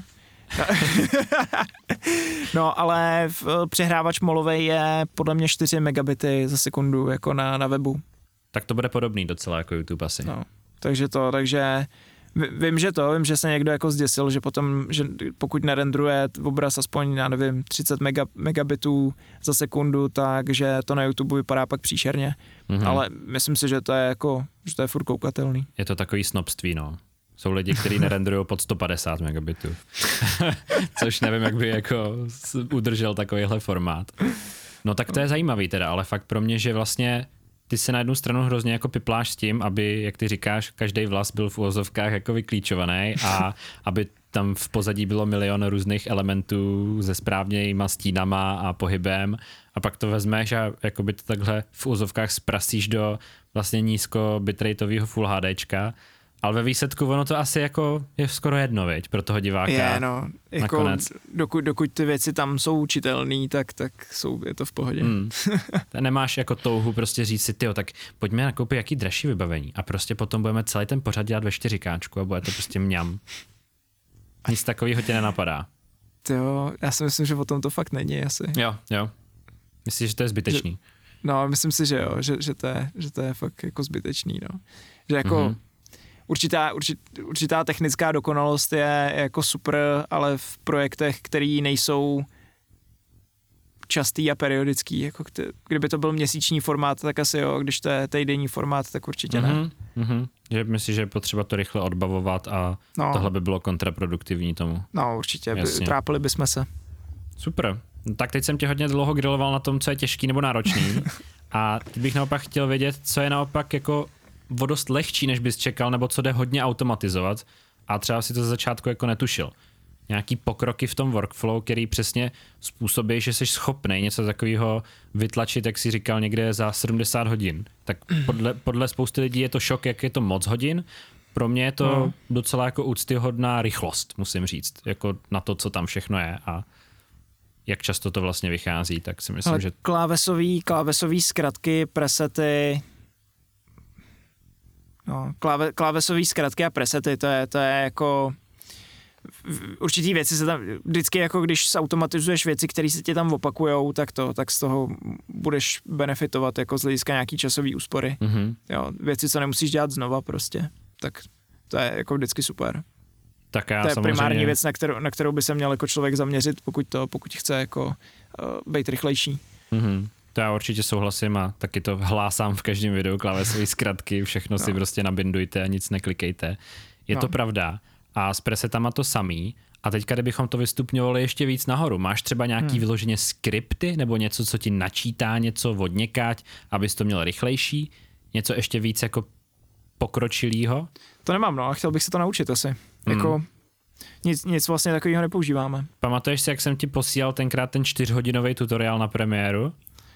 No, ale v, přehrávač molovej je podle mě čtyři megabity za sekundu jako na, na webu. Tak to bude podobný docela jako YouTube asi. No, takže to, takže vím, že to, vím, že se někdo jako zděsil, že potom, že pokud nerendruje obraz aspoň, já nevím, třicet mega, megabitů za sekundu, takže to na YouTube vypadá pak příšerně. Mm-hmm. Ale myslím si, že to je jako, že to je furt koukatelný. Je to takový snobství, no. Jsou lidi, kteří nerendrují pod sto padesát megabitů. Což nevím, jak by jako udržel takovýhle formát. No tak to je zajímavý teda, ale fakt pro mě, že vlastně ty se na jednu stranu hrozně jako pipláš s tím, aby, jak ty říkáš, každý vlas byl v uvozovkách jako vyklíčovaný a aby tam v pozadí bylo milion různých elementů se správnýma stínama a pohybem a pak to vezmeš a jakoby to takhle v uvozovkách zprasíš do vlastně nízko bitrateového Full HDčka, ale ve výsledku ono to asi jako je skoro jedno, viď, pro toho diváka. Je, no, jako dokud, dokud ty věci tam jsou učitelný, tak, tak jsou, je to v pohodě. Hmm. Nemáš jako touhu prostě říct si, tyjo, tak pojďme nakoupit jaký dražší vybavení a prostě potom budeme celý ten pořad dělat ve čtyři ká a bude to prostě mňam. Nic takového tě nenapadá. Jo, já si myslím, že o tom to fakt není asi. Jo, jo. Myslíš, že to je zbytečný? Že, no, myslím si, že jo, že, že, to je, že to je fakt jako zbytečný, no. Že jako mm-hmm. určitá, určit, určitá technická dokonalost je jako super, ale v projektech, který nejsou častý a periodický, jako kdyby to byl měsíční formát, tak asi jo, když to je týdenní formát, tak určitě ne. Mm-hmm, mm-hmm. Že myslíš, že je potřeba to rychle odbavovat a no. tohle by bylo kontraproduktivní tomu. No určitě, by, trápili bychom se. Super, no, tak teď jsem tě hodně dlouho griloval na tom, co je těžký nebo náročný a teď bych naopak chtěl vědět, co je naopak jako o dost lehčí, než bys čekal, nebo co jde hodně automatizovat a třeba si to ze začátku jako netušil. Nějaký pokroky v tom workflow, který přesně způsobí, že jsi schopný něco takového vytlačit, jak jsi říkal, někde za sedmdesát hodin. Tak podle, podle spousty lidí je to šok, jak je to moc hodin. Pro mě je to no. docela jako úctyhodná rychlost, musím říct, jako na to, co tam všechno je a jak často to vlastně vychází, tak si myslím, ale že... Klávesový, klávesový zkratky, presety, no, kláve, klávesový zkratky a presety, to je, to je jako... Určitý věci se tam, vždycky jako když zautomatizuješ věci, které se ti tam opakujou, tak to, tak z toho budeš benefitovat jako z hlediska nějaký časový úspory. Mm-hmm. Jo, věci, co nemusíš dělat znova prostě, tak to je jako vždycky super. Tak já to je samozřejmě... primární věc, na kterou, na kterou by se měl jako člověk zaměřit, pokud to, pokud chce jako uh, být rychlejší. Mm-hmm. To já určitě souhlasím a taky to hlásám v každém videu, klávesové zkratky, všechno no. si prostě nabindujte a nic neklikejte. Je no. to pravda. A s presetama to samý. A teďka, kdybychom to vystupňovali ještě víc nahoru, máš třeba nějaký hmm. vyloženě skripty nebo něco, co ti načítá něco odněkať, abys to měl rychlejší? Něco ještě víc jako pokročilýho? To nemám, no, a chtěl bych se to naučit asi. Hmm. Jako nic, nic vlastně takového nepoužíváme. Pamatuješ si, jak jsem ti posílal tenkrát ten čtyřhodinový tutoriál na premiéru?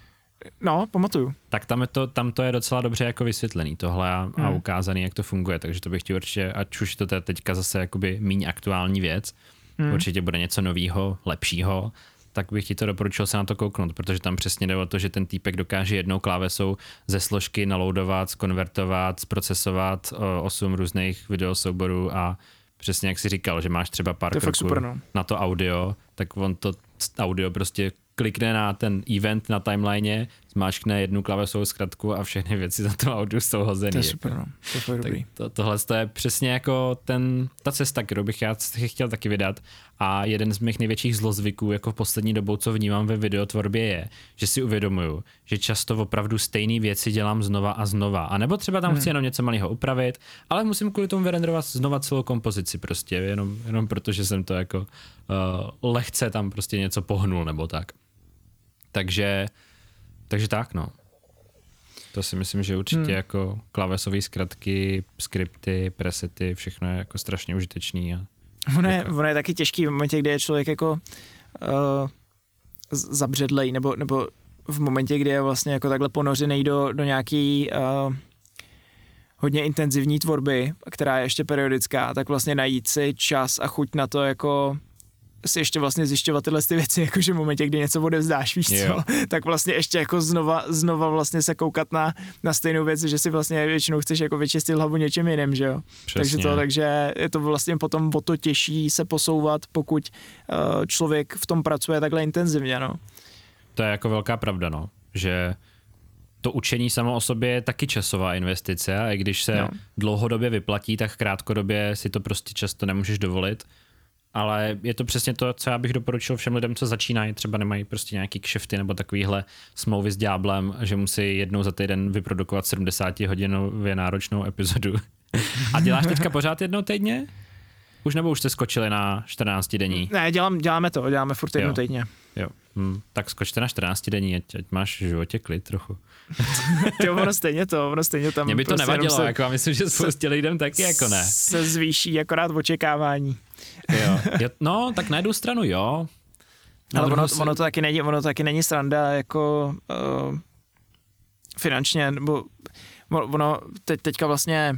No, pamatuju. Tak tam, je to, tam to je docela dobře jako vysvětlený tohle a, hmm. a ukázaný, jak to funguje, takže to bych ti určitě, ať už to teďka zase jakoby míň aktuální věc, hmm. určitě bude něco novýho, lepšího, tak bych ti to doporučil se na to kouknout, protože tam přesně jde o to, že ten týpek dokáže jednou klávesou ze složky naloadovat, zkonvertovat, zprocesovat osm různých videosouborů a přesně jak jsi říkal, že máš třeba pár kroků super, no. na to audio, tak on to audio prostě klikne na ten event na timeline, zmáčkne jednu klávesovou zkratku a všechny věci za to audio jsou hozený. To je super, no. To je dobrý. To, tohle je přesně jako ten, ta cesta, kterou bych já chtěl taky vydat a jeden z mých největších zlozvyků jako v poslední dobou, co vnímám ve videotvorbě je, že si uvědomuju, že často opravdu stejné věci dělám znova a znova. A nebo třeba tam hmm. chci jenom něco malého upravit, ale musím kvůli tomu vyrenderovat znova celou kompozici prostě, jenom, jenom protože jsem to jako uh, lehce tam prostě něco pohnul nebo tak. Takže, takže tak, no. To si myslím, že určitě hmm. jako klávesové zkratky, skripty, presety, všechno je jako strašně užitečný. A ono, je, ono je taky těžký v momentě, kdy je člověk jako uh, zabředlej, nebo, nebo v momentě, kdy je vlastně jako takhle ponořený do, do nějaký uh, hodně intenzivní tvorby, která je ještě periodická, tak vlastně najít si čas a chuť na to jako si ještě vlastně zjišťovat tyhle ty věci, jakože v momentě, kdy něco odevzdáš, víš co, tak vlastně ještě jako znova, znova vlastně se koukat na, na stejnou věc, že si vlastně většinou chceš jako vyčistit hlavu něčem jiným, že jo. Takže to, takže je to vlastně potom o to těžší se posouvat, pokud uh, člověk v tom pracuje takhle intenzivně, no. To je jako velká pravda, no, že to učení samo o sobě je taky časová investice a i když se no. dlouhodobě vyplatí, tak krátkodobě si to prostě často nemůžeš dovolit. Ale je to přesně to, co já bych doporučil všem lidem, co začínají, třeba nemají prostě nějaký kšefty nebo takovýhle smlouvy s ďáblem, že musí jednou za týden vyprodukovat sedmdesátihodinově náročnou epizodu. A děláš teďka pořád jednou týdně? Už nebo už jste skočili na čtrnáctidenní? Ne, dělám, děláme to, děláme furt jednou jo. týdně. Jo, hm, tak skočte na čtrnáctidenní, ať, ať máš v životě klid trochu. Ty ono stejně to, ono stejně tam. Mě by to prostě nevadilo, se, jako já myslím, že spoustě lidem taky jako ne. Se zvýší akorát očekávání. Jo. Jo, no, tak na jednu stranu jo. Na Ale ono, se... ono, to taky není, ono to taky není sranda jako uh, finančně, nebo ono teď, teďka vlastně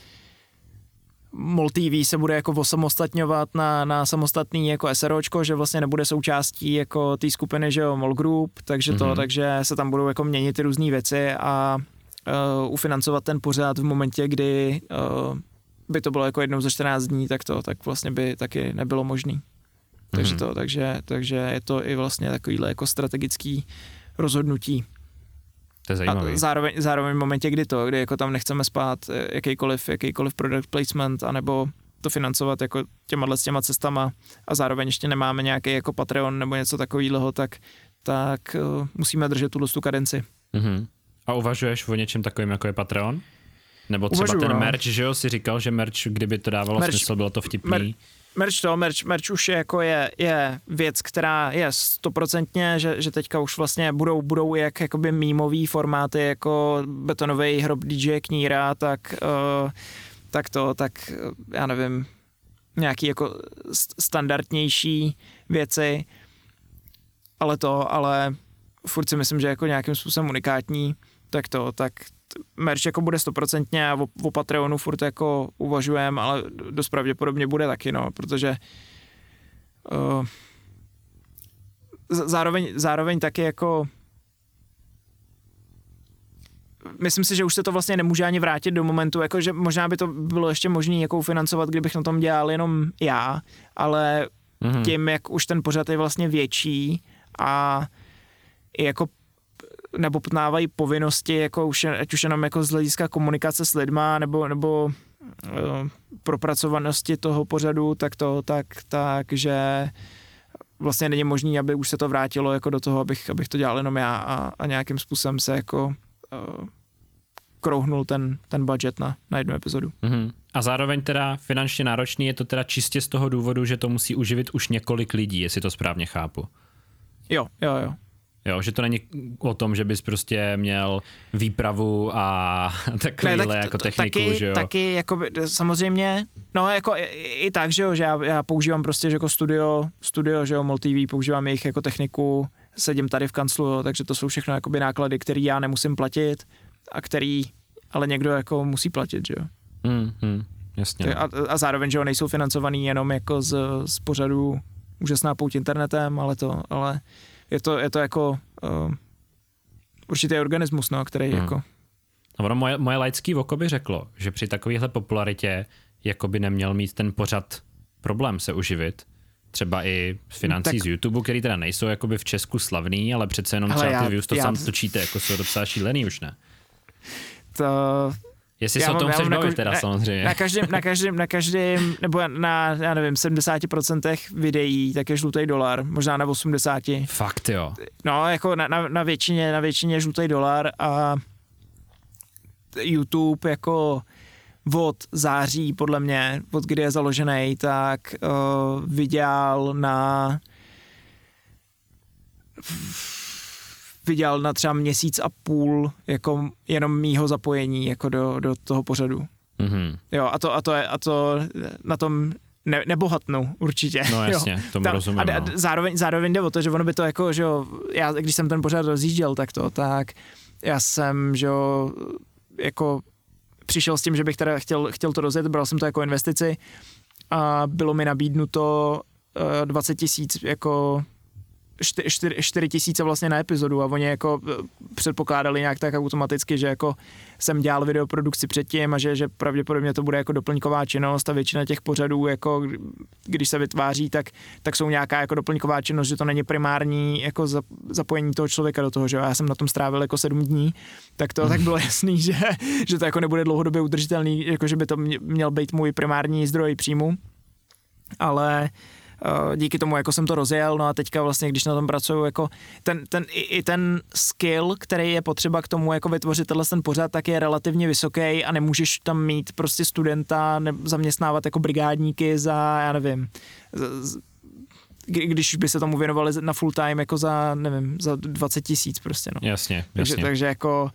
MOL T V se bude jako osamostatňovat na, na samostatný jako SROčko, že vlastně nebude součástí jako té skupiny, že jo, MOL Group, takže to, mm-hmm. takže se tam budou jako měnit ty různý věci a uh, ufinancovat ten pořad v momentě, kdy uh, by to bylo jako jednou za čtrnáct dní, tak to tak vlastně by taky nebylo možný. Takže to, takže, takže je to i vlastně takovýhle jako strategický rozhodnutí. To je zajímavý. A zároveň, zároveň v momentě, kdy to, kdy jako tam nechceme spát jakýkoliv, jakýkoliv product placement, anebo to financovat jako těma s těma cestama a zároveň ještě nemáme nějaký jako Patreon nebo něco takového, tak, tak uh, musíme držet tu tu kadenci. Mm-hmm. A uvažuješ o něčem takovým, jako je Patreon? Nebo třeba Uvažuji, ten no. merch, že jo, si říkal, že merch, kdyby to dávalo merch, smysl, bylo to vtipný. Mer, merch to, merch, merch už je, jako je, je věc, která je stoprocentně, že, že teďka už vlastně budou, budou jak jakoby mýmový formáty, jako betonový hrob D J Kníra, tak, uh, tak to, tak já nevím, nějaký jako standardnější věci, ale to, ale furt si myslím, že jako nějakým způsobem unikátní, tak to, tak merch jako bude stoprocentně a o, o Patreonu furt jako uvažujeme, ale dost pravděpodobně bude taky, no, protože uh, zároveň, zároveň taky jako myslím si, že už se to vlastně nemůže ani vrátit do momentu, jako že možná by to bylo ještě možné jako financovat, kdybych na tom dělal jenom já, ale mm-hmm. tím, jak už ten pořad je vlastně větší a jako nebo potnávají povinnosti, jako už, ať už jenom jako z hlediska komunikace s lidma, nebo, nebo uh, propracovanosti toho pořadu, tak to, tak, tak, že vlastně není možný, aby už se to vrátilo jako do toho, abych, abych to dělal jenom já a, a nějakým způsobem se jako uh, krouhnul ten, ten budget na, na jednu epizodu. Mm-hmm. A zároveň teda finančně náročný je to teda čistě z toho důvodu, že to musí uživit už několik lidí, jestli to správně chápu. Jo, jo, jo. Jo, že to není o tom, že bys prostě měl výpravu a takovýhle ne, tak, jako techniku, taky, že jo? Taky, jako samozřejmě, no jako i, i tak, že jo, že já, já používám prostě že jako studio, studio, že jo, MOL T V, používám jejich jako techniku, sedím tady v kanclu, jo, takže to jsou všechno jakoby náklady, které já nemusím platit a který ale někdo jako musí platit, že jo? Hmm, hmm, jasně. A, a zároveň, že jo, nejsou financovaný jenom jako z, z pořadu Úžasná pouť internetem, ale to, ale je to, je to jako uh, určitý organismus, no, který hmm. jako... No, ono moje, moje laické oko by řeklo, že při takovéhle popularitě jako by neměl mít ten pořad problém se uživit. Třeba i z financí tak... z YouTube, který teda nejsou jakoby v Česku slavný, ale přece jenom třeba ty views to já... sám točíte, jako jsou docela šílený už, ne? To... Jestli se o tom chceš bavit teda na, samozřejmě. Na každém, na každém, na každém, nebo na, já nevím, sedmdesát procent videí, tak je žlutý dolar, možná na osmdesát. Fakt jo. No, jako na, na, na většině, na většině žlutý dolar a YouTube jako od září, podle mě, od kdy je založený, tak uh, vydělal na vydělal na třeba měsíc a půl jako jenom mýho zapojení jako do, do toho pořadu. Mm-hmm. Jo, a to, a to, je, a to na tom ne, nebohatnou určitě. No jasně, jo. tomu Tam, rozumím. A, no. a zároveň, zároveň jde o to, že ono by to jako, že jo, já, když jsem ten pořad rozjížděl takto, tak já jsem, že jo, jako přišel s tím, že bych teda chtěl, chtěl to rozjet, bral jsem to jako investici a bylo mi nabídnuto uh, dvacet tisíc jako čtyři tisíce vlastně na epizodu a oni jako předpokládali nějak tak automaticky, že jako jsem dělal videoprodukci předtím a že, že pravděpodobně to bude jako doplňková činnost a většina těch pořadů, jako když se vytváří, tak, tak jsou nějaká jako doplňková činnost, že to není primární jako zapojení toho člověka do toho, že já jsem na tom strávil jako sedm dní, tak to tak bylo jasný, že, že to jako nebude dlouhodobě udržitelný, jako že by to měl být můj primární zdroj příjmu, ale díky tomu, jako jsem to rozjel, no a teďka vlastně, když na tom pracuju, jako ten, ten, i, i ten skill, který je potřeba k tomu, jako vytvořit tenhle ten pořad, tak je relativně vysoký a nemůžeš tam mít prostě studenta, ne, zaměstnávat jako brigádníky za, já nevím, z, když by se tomu věnovali na full time, jako za, nevím, za dvacet tisíc prostě, no. Jasně, jasně. Takže, takže jako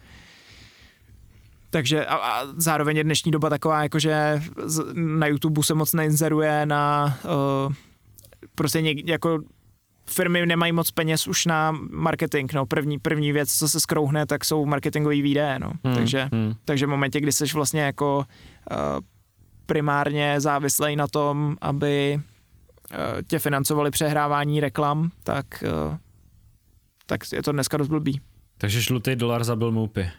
Takže a, a zároveň je dnešní doba taková, jakože na YouTube se moc neinzeruje na uh, prostě něk, jako firmy nemají moc peněz už na marketing, no první, první věc, co se skrouhne, tak jsou marketingový výdaje, no. Hmm, takže, hmm. takže v momentě, kdy jsi vlastně jako uh, primárně závislej na tom, aby uh, tě financovali přehrávání reklam, tak, uh, tak je to dneska dost blbý. Takže žlutý dolar zabil moupy.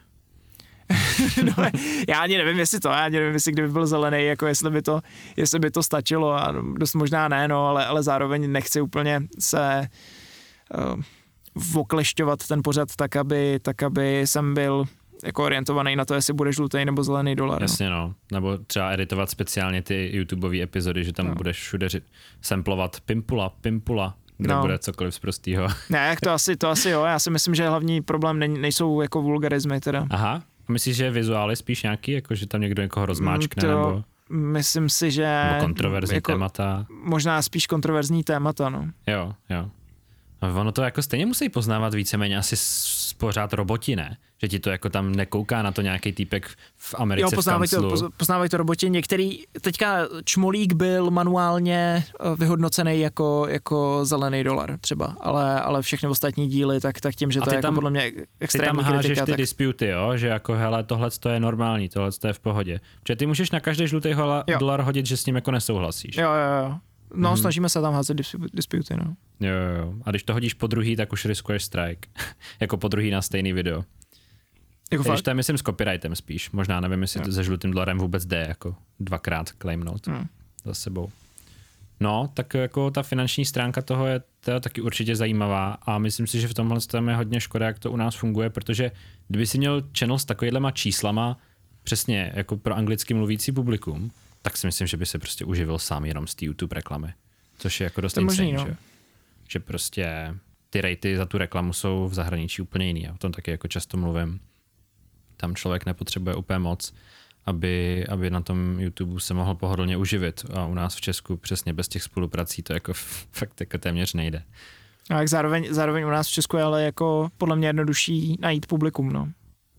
No, já ani nevím, jestli to, já ani nevím, jestli kdyby byl zelený, jako jestli by to, jestli by to stačilo a dost možná ne, no, ale, ale zároveň nechci úplně se uh, voklešťovat ten pořad tak, aby, tak, aby jsem byl jako orientovaný na to, jestli bude žlutý nebo zelený dolar. Jasně, no. no. Nebo třeba editovat speciálně ty YouTubeové epizody, že tam no. budeš všude samplovat pimpula, pimpula. Kde no. bude cokoliv z prostýho. Ne, jak to asi, to asi jo, já si myslím, že hlavní problém ne, nejsou jako vulgarizmy teda. Aha, a myslíš, že vizuály spíš nějaký, jako že tam někdo někoho rozmáčkne, to, nebo? Myslím si, že... Nebo kontroverzní jako, témata. Možná spíš kontroverzní témata, no. Jo, jo. A ono to jako stejně musí poznávat víceméně asi pořád roboti, ne? Že ti to jako tam nekouká na to nějaký týpek v Americe jo, poznávají v kanclu. To, poznávají to roboti. Některý, teďka Čmolík byl manuálně vyhodnocený jako, jako zelený dolar třeba, ale, ale všechny ostatní díly, tak, tak tím, že to je jako podle mě extrémní kritika. Ty tam hážeš kritika, ty tak... disputy, jo? Že jako hele, tohle je normální, tohle je v pohodě. Protože ty můžeš na každý žlutý hola, dolar hodit, že s ním jako nesouhlasíš. Jo, jo, jo. No, mm-hmm. snažíme se tam házet disputy, no. Jo, jo, a když to hodíš po druhý, tak už riskuješ strike. Jako po druhý na stejný video. Jako když to je, myslím, s copyrightem spíš. Možná nevím, jestli jo. to se žlutým dolarem vůbec jde, jako dvakrát claimnout mm. za sebou. No, tak jako ta finanční stránka toho je teda taky určitě zajímavá a myslím si, že v tomhle je hodně škoda, jak to u nás funguje, protože kdyby si měl channel s takovýhlema číslama, přesně jako pro anglicky mluvící publikum, tak si myslím, že by se prostě uživil sám jenom z té YouTube reklamy. Což je jako dost insane, no. že? že prostě ty rejty za tu reklamu jsou v zahraničí úplně jiný. Já o tom taky jako často mluvím. Tam člověk nepotřebuje úplně moc, aby, aby na tom YouTube se mohl pohodlně uživit. A u nás v Česku přesně bez těch spoluprací to jako fakt jako téměř nejde. A jak zároveň, zároveň u nás v Česku je ale jako podle mě jednodušší najít publikum, no.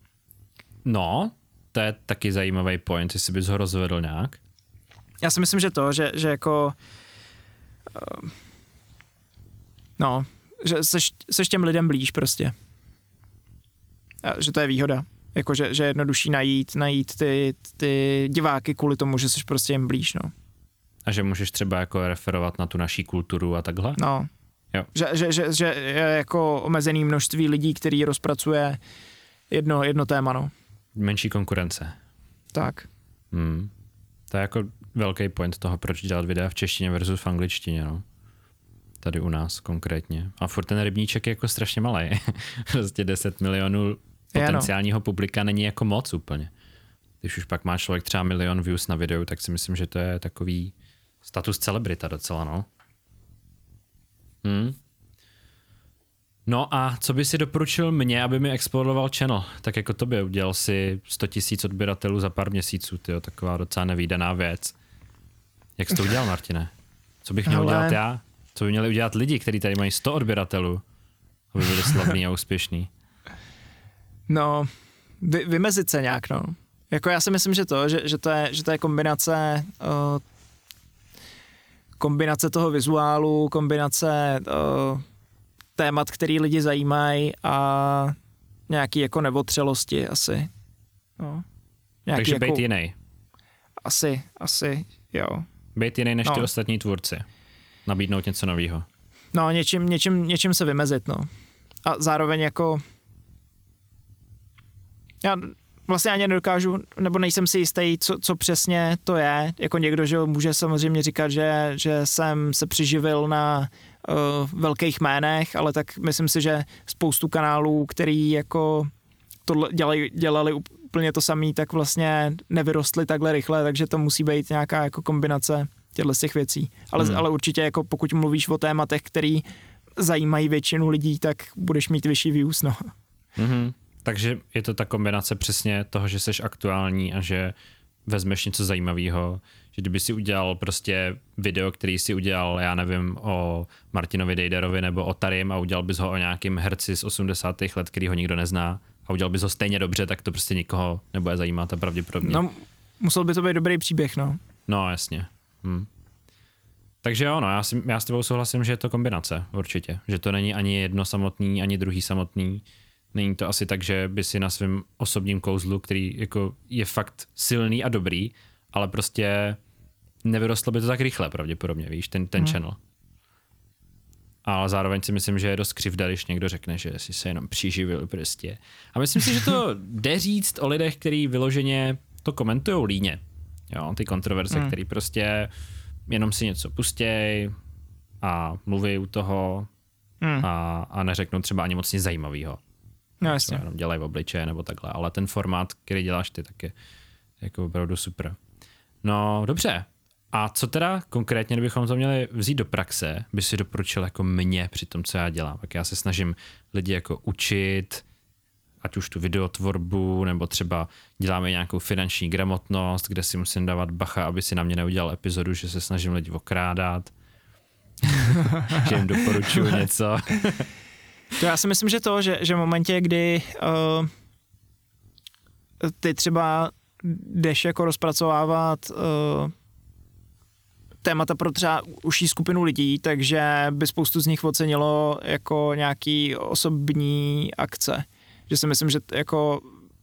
No, to je taky zajímavý point, jestli bys ho rozvedl nějak. Já si myslím, že to, že, že jako uh, no, že seš, seš těm lidem blíž prostě. A že to je výhoda. Jako, že, že je jednodušší najít, najít ty, ty diváky kvůli tomu, že seš prostě jim blíž, no. A že můžeš třeba jako referovat na tu naší kulturu a takhle? No. Jo. Že, že, že, že je jako omezený množství lidí, který rozpracuje jedno, jedno téma, no. Menší konkurence. Tak. Hmm. To je jako velký point toho, proč dělat videa v češtině versus v angličtině, no. Tady u nás konkrétně. A furt ten rybníček je jako strašně malý. Prostě deset milionů potenciálního publika není jako moc úplně. Když už pak má člověk třeba milion views na videu, tak si myslím, že to je takový status celebrita docela, no. Hmm. No a co by si doporučil mě, aby mi explodoval channel? Tak jako tobě, udělal si sto tisíc odběratelů za pár měsíců, tyjo, taková docela nevídaná věc. Jak jsi to udělal, Martine? Co bych měl Ale... udělat já? Co by měli udělat lidi, kteří tady mají sto odběratelů, aby byli slavní a úspěšní? No, vy, vymezit se nějak, no. Jako já si myslím, že to, že, že, to, je, že to je kombinace uh, kombinace toho vizuálu, kombinace uh, témat, který lidi zajímají a nějaký jako neotřelosti asi. No. Nějaký Takže jako, být jiný. Asi, asi, jo. Být jiný než no. ty ostatní tvůrci. Nabídnout něco nového. No, něčím, něčím, něčím se vymezit, no. A zároveň jako já vlastně ani nedokážu, nebo nejsem si jistý, co, co přesně to je. Jako někdo, že může samozřejmě říkat, že, že jsem se přiživil na uh, velkých jménech, ale tak myslím si, že spoustu kanálů, který jako to dělali, dělali úplně to samý, tak vlastně nevyrostly takhle rychle, takže to musí být nějaká jako kombinace těchto z těch věcí. Ale, hmm. ale určitě jako pokud mluvíš o tématech, který zajímají většinu lidí, tak budeš mít vyšší views, no. Mm-hmm. Takže je to ta kombinace přesně toho, že seš aktuální a že vezmeš něco zajímavého, že kdyby si udělal prostě video, který si udělal, já nevím, o Martinovi Dejderovi nebo o Tarim a udělal bys ho o nějakým herci z osmdesátých let, který ho nikdo nezná a udělal bys ho stejně dobře, tak to prostě nikoho nebude zajímat a pravděpodobně. No, musel by to být dobrý příběh, no. No, jasně. Hm. Takže jo, no, já, si, já s tebou souhlasím, že je to kombinace, určitě. Že to není ani jedno samotný, ani druhý samotný. Není to asi tak, že by si na svém osobním kouzlu, který jako je fakt silný a dobrý, ale prostě nevyrostlo by to tak rychle pravděpodobně, víš, ten, ten hmm. channel. Ale zároveň si myslím, že je dost křivda, když někdo řekne, že si se jenom přiživil prostě. A myslím si, že to jde říct o lidech, kteří vyloženě to komentujou líně. Jo, ty kontroverze, hmm. který prostě jenom si něco pustěj a mluví u toho hmm. a, a neřeknou třeba ani moc nic zajímavého. No, jasně. Jenom dělají v obličeje nebo takhle, ale ten formát, který děláš ty, tak je jako opravdu super. No dobře, a co teda konkrétně, kdybychom to měli vzít do praxe, by si doporučil jako mě při tom, co já dělám? Tak já se snažím lidi jako učit, ať už tu videotvorbu, nebo třeba děláme nějakou finanční gramotnost, kde si musím dávat bacha, aby si na mě neudělal epizodu, že se snažím lidi okrádat, že jim doporučuju něco. To já si myslím, že to, že, že v momentě, kdy uh, ty třeba jdeš jako rozpracovávat uh, témata pro třeba užší skupinu lidí, takže by spoustu z nich ocenilo jako nějaký osobní akce. Že si myslím, že jako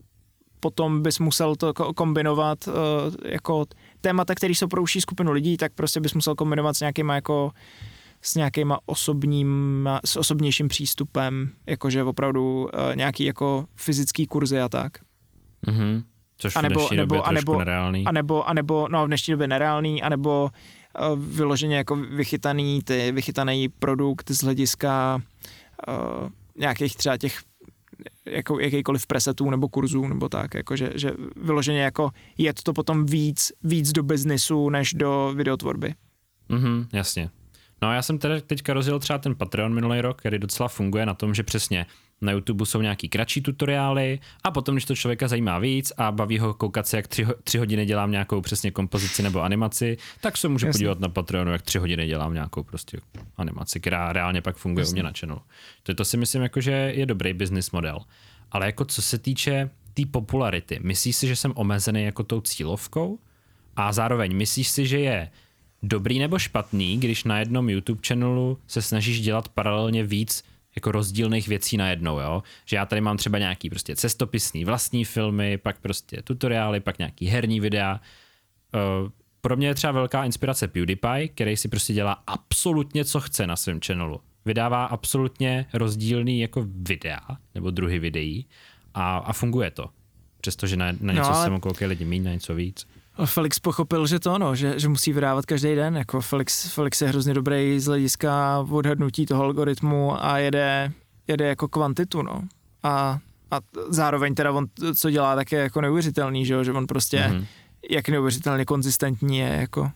potom bys musel to kombinovat uh, jako témata, které jsou pro užší skupinu lidí, tak prostě bys musel kombinovat s nějakýma jako s nějakýma osobním, s osobnějším přístupem, jakože opravdu uh, nějaký jako fyzický kurzy a tak. Mhm. Což v dnešní době je trošku nereálný. A nebo, a nebo, no v dnešní době nereálný, anebo uh, vyloženě jako vychytaný, ty, vychytaný produkt z hlediska uh, nějakých třeba těch jako jakýkoliv presetů nebo kurzů nebo tak, jakože že vyloženě jako jet to potom víc, víc do biznisu než do videotvorby. Mhm, jasně. No já jsem teda teďka rozjel třeba ten Patreon minulý rok, který docela funguje na tom, že přesně na YouTube jsou nějaký kratší tutoriály a potom, když to člověka zajímá víc a baví ho koukat se, jak tři, tři hodiny dělám nějakou přesně kompozici nebo animaci, tak se může Jasně. podívat na Patreonu, jak tři hodiny dělám nějakou prostě animaci, která reálně pak funguje Jasně. u mě na channelu. To, to si myslím, jako, že je dobrý business model. Ale jako co se týče té tý popularity, myslíš si, že jsem omezený jako tou cílovkou? A zároveň myslíš si, že je dobrý nebo špatný, když na jednom YouTube channelu se snažíš dělat paralelně víc jako rozdílných věcí najednou, jo? Že já tady mám třeba nějaký prostě cestopisný vlastní filmy, pak prostě tutoriály, pak nějaký herní videa. Uh, pro mě je třeba velká inspirace PewDiePie, který si prostě dělá absolutně co chce na svém channelu. Vydává absolutně rozdílný jako videa, nebo druhy videí a, a funguje to. Přestože na, na něco no, ale... se mu koukají lidi míň, na něco víc. Felix pochopil, že to no, že, že musí vydávat každý den, jako Felix, Felix je hrozně dobrý z hlediska odhadnutí toho algoritmu a jede, jede jako kvantitu, no. A, a zároveň teda on, co dělá, tak je jako neuvěřitelný, že, že on prostě, mm-hmm. jak neuvěřitelně konzistentní je, jako.